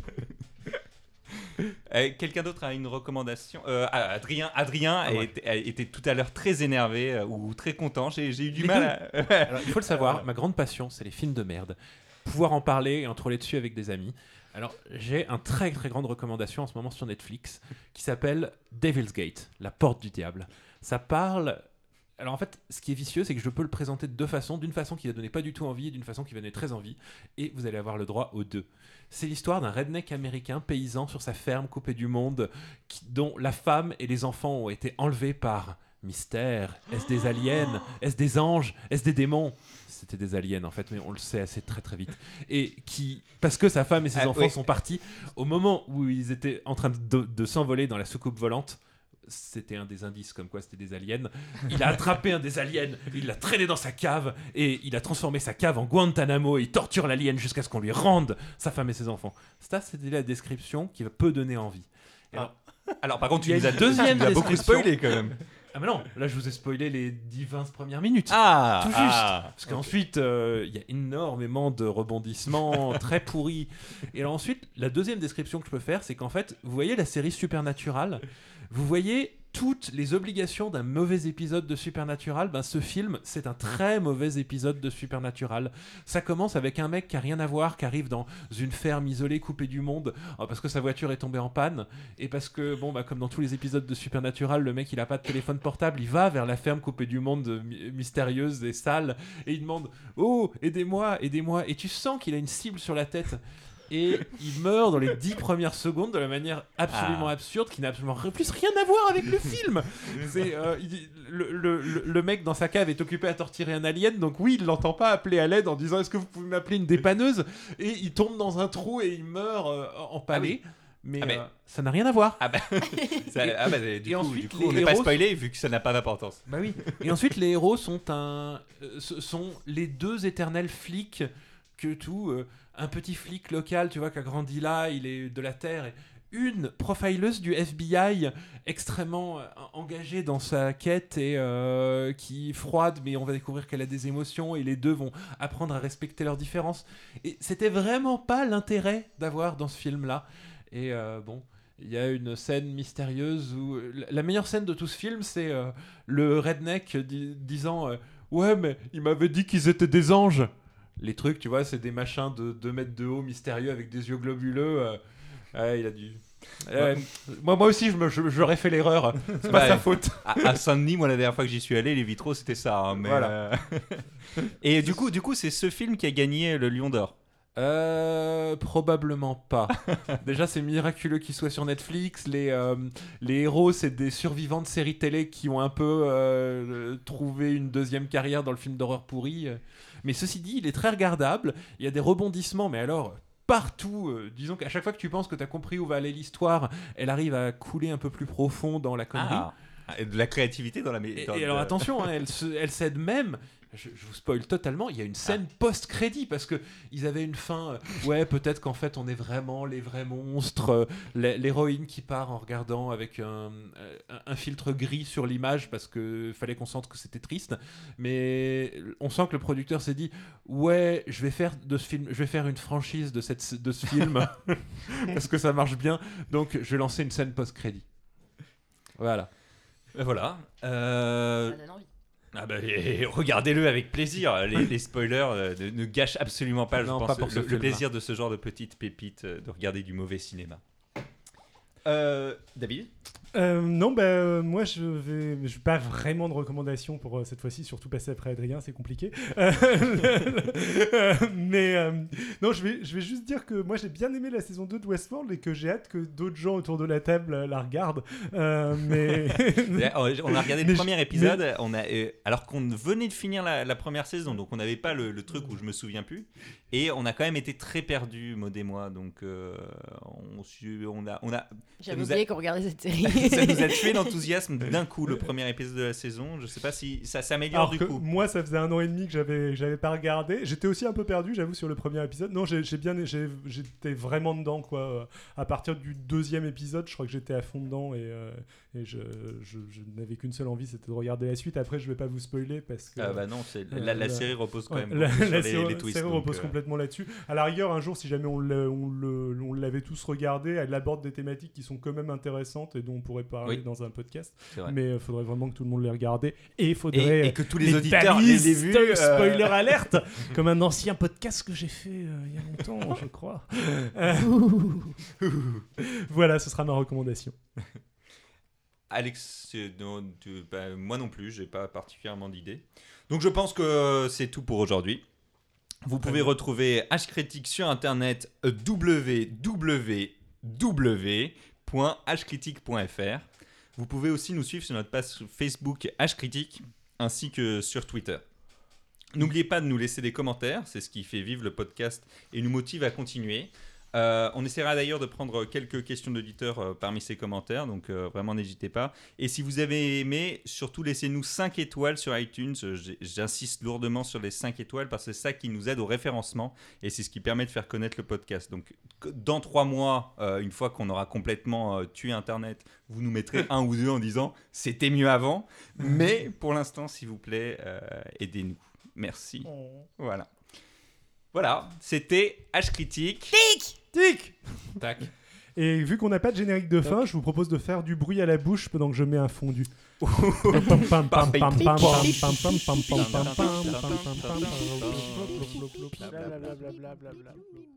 Eh, Quelqu'un d'autre a une recommandation euh, ah, Adrien, Adrien Ah ouais. était, était tout à l'heure très énervé euh, ou très content. J'ai j'ai eu du Les mal. À... Alors, il faut le savoir, ma grande passion, c'est les films de merde. Pouvoir en parler et en troller dessus avec des amis. Alors, j'ai un très très grande recommandation en ce moment sur Netflix qui s'appelle Devil's Gate, la porte du diable. Ça parle. Alors en fait, ce qui est vicieux, c'est que je peux le présenter de deux façons. D'une façon qui va donner pas du tout envie et d'une façon qui va donner très envie. Et vous allez avoir le droit aux deux. C'est l'histoire d'un redneck américain paysan sur sa ferme coupée du monde, qui- dont la femme et les enfants ont été enlevés par mystère. Est-ce des aliens? Est-ce des anges? Est-ce des démons? C'était des aliens en fait, mais on le sait assez très très vite. Et qui, parce que sa femme et ses Ah, enfants oui. sont partis, au moment où ils étaient en train de, de s'envoler dans la soucoupe volante, c'était un des indices comme quoi c'était des aliens. Il a attrapé un des aliens, il l'a traîné dans sa cave et il a transformé sa cave en Guantanamo et il torture l'alien jusqu'à ce qu'on lui rende sa femme et ses enfants. Ça, c'était la description qui peut donner envie. Et alors- Alors par contre, Il y tu a nous as, une deuxième tu nous as beaucoup description. spoilé quand même. ah mais non, là je vous ai spoilé les dix vingt premières minutes. Ah, Tout juste. ah, Parce qu'ensuite, euh, il y a énormément de rebondissements très pourris. Et alors ensuite, la deuxième description que je peux faire, c'est qu'en fait, vous voyez la série Supernatural, vous voyez toutes les obligations d'un mauvais épisode de Supernatural, ben ce film, c'est un très mauvais épisode de Supernatural. Ça commence avec un mec qui a rien à voir, qui arrive dans une ferme isolée, coupée du monde, euh, parce que sa voiture est tombée en panne, et parce que, bon, bah, comme dans tous les épisodes de Supernatural, le mec, il a pas de téléphone portable, il va vers la ferme coupée du monde, euh, my- mystérieuse et sale, et il demande « Oh, aidez-moi, aidez-moi !» Et tu sens qu'il a une cible sur la tête. Et il meurt dans les dix premières secondes de la manière absolument Ah. absurde qui n'a absolument rien- plus rien à voir avec le film. C'est, euh, il dit- le, le- le- le mec dans sa cave est occupé à torturer un alien, donc oui, il l'entend pas appeler à l'aide en disant est-ce que vous pouvez m'appeler une dépanneuse, et il tombe dans un trou et il meurt euh, empalé. Mais, Ah, mais- euh, ça n'a rien à voir. Ah bah, ça- ah bah, du et coup, ensuite, du coup, les on n'est pas héros- spoilé vu que ça n'a pas d'importance. Bah oui. Et ensuite, les héros sont un, euh, ce sont les deux éternels flics que tout. euh, un petit flic local, tu vois, qui a grandi là, il est de la terre. Et une profileuse du F B I extrêmement euh, engagée dans sa quête et euh, qui est froide, mais on va découvrir qu'elle a des émotions et les deux vont apprendre à respecter leurs différences. Et c'était vraiment pas l'intérêt d'avoir dans ce film-là. Et euh, bon. Il y a une scène mystérieuse où la- la meilleure scène de tout ce film, c'est euh, le redneck di- disant euh, ouais, mais il m'avait dit qu'ils étaient des anges. Les trucs, tu vois, c'est des machins de deux mètres de haut mystérieux avec des yeux globuleux. euh, ouais, il a dû. Euh, moi, moi aussi, je me- je- j'aurais fait l'erreur. C'est pas Ouais. sa faute. À, à Saint-Denis, moi, la dernière fois que j'y suis allé, les vitraux, c'était ça. hein, mais, Voilà. euh, Et du coup, du coup, c'est ce film qui a gagné le Lion d'Or. Euh, probablement pas. Déjà, c'est miraculeux qu'il soit sur Netflix. Les, euh, les héros, c'est des survivants de séries télé qui ont un peu euh, trouvé une deuxième carrière dans le film d'horreur pourri. Mais ceci dit, il est très regardable. Il y a des rebondissements, mais alors partout. euh, disons qu'à chaque fois que tu penses que tu as compris où va aller l'histoire, elle arrive à couler un peu plus profond dans la connerie. Ah, et de la créativité dans la. mé- Et, dans et le- alors attention, hein, elle, se- elle cède même. Je, je vous spoil totalement. Il y a une scène post-crédit parce que ils avaient une fin. euh, ouais, peut-être qu'en fait on est vraiment les vrais monstres. euh, l'hé- L'héroïne qui part en regardant avec un, euh, un- un filtre gris sur l'image parce que fallait qu'on sente que c'était triste. Mais on sent que le producteur s'est dit ouais, je vais faire de ce film, je vais faire une franchise de cette de ce film parce que ça marche bien. Donc je vais lancer une scène post-crédit. Voilà. Euh, Voilà. Euh, Ça donne envie. Ah bah, et- regardez-le avec plaisir. Les, les spoilers euh, ne, ne gâchent absolument pas, je Non, pense, pas pour ce le, le film-là. plaisir de ce genre de petites pépites, euh, de regarder du mauvais cinéma. Euh, David Euh, non, bah, euh, moi je vais, je vais pas vraiment de recommandations pour euh, cette fois-ci, surtout passer après Adrien, c'est compliqué. Euh, euh, mais euh, non, je vais, je vais juste dire que moi j'ai bien aimé la saison deux de Westworld et que j'ai hâte que d'autres gens autour de la table euh, la regardent. Euh, mais On a regardé Mais le je- premier épisode, on a, euh, alors qu'on venait de finir la, la première saison, donc on n'avait pas le, le truc où je me souviens plus, et on a quand même été très perdus, Maud et moi, donc euh, on, su- on a, on a, J'avais nous a- oublié qu'on regardait cette série. ça nous a tué l'enthousiasme d'un coup, le premier épisode de la saison. Je sais pas si ça s'améliore alors du que coup. moi ça faisait un an et demi que j'avais, que j'avais pas regardé. J'étais aussi un peu perdu, j'avoue, sur le premier épisode. Non, j'ai, j'ai bien, j'ai, j'étais vraiment dedans quoi. À partir du deuxième épisode, je crois que j'étais à fond dedans et, euh, et je, je, je n'avais qu'une seule envie, c'était de regarder la suite. Après, je vais pas vous spoiler parce que. Ah bah non, c'est, Euh, la, la la- série repose quand Ouais, même la, beaucoup sur la les, série, les twists. série donc, repose euh, complètement là-dessus. À la rigueur, un jour, si jamais on, l'a- on, le- on l'avait tous regardé, elle aborde des thématiques qui sont quand même intéressantes et dont on pourrait parler Oui. dans un podcast. c'est vrai. Mais il faudrait vraiment que tout le monde les regarde. Et il faudrait. Et, et que tous les, auditeurs les balises, aient vus. euh, spoiler alerte, comme un ancien podcast que j'ai fait euh, il y a longtemps, je crois. Euh, voilà, ce sera ma recommandation. Alex, euh, non, tu- bah, moi non plus, j'ai pas particulièrement d'idées. Donc je pense que c'est tout pour aujourd'hui. Vous pouvez retrouver H Critique sur internet w w w point h critique point f r. Vous pouvez aussi nous suivre sur notre page Facebook H Critique ainsi que sur Twitter. N'oubliez pas de nous laisser des commentaires, c'est ce qui fait vivre le podcast et nous motive à continuer. Euh, on essaiera d'ailleurs de prendre quelques questions d'auditeurs euh, parmi ces commentaires, donc euh, vraiment n'hésitez pas. Et si vous avez aimé, surtout laissez-nous cinq étoiles sur iTunes. J- J'insiste lourdement sur les cinq étoiles parce que c'est ça qui nous aide au référencement et c'est ce qui permet de faire connaître le podcast. Donc que- dans trois mois, euh, une fois qu'on aura complètement euh, tué Internet, vous nous mettrez un ou deux en disant « c'était mieux avant ». Mais pour l'instant, s'il vous plaît, euh, aidez-nous. Merci. Voilà. Voilà, c'était H Critique. Tic. Tac. Et vu qu'on n'a pas de générique de fin, je vous propose de faire du bruit à la bouche pendant que je mets un fondu. Blablabla.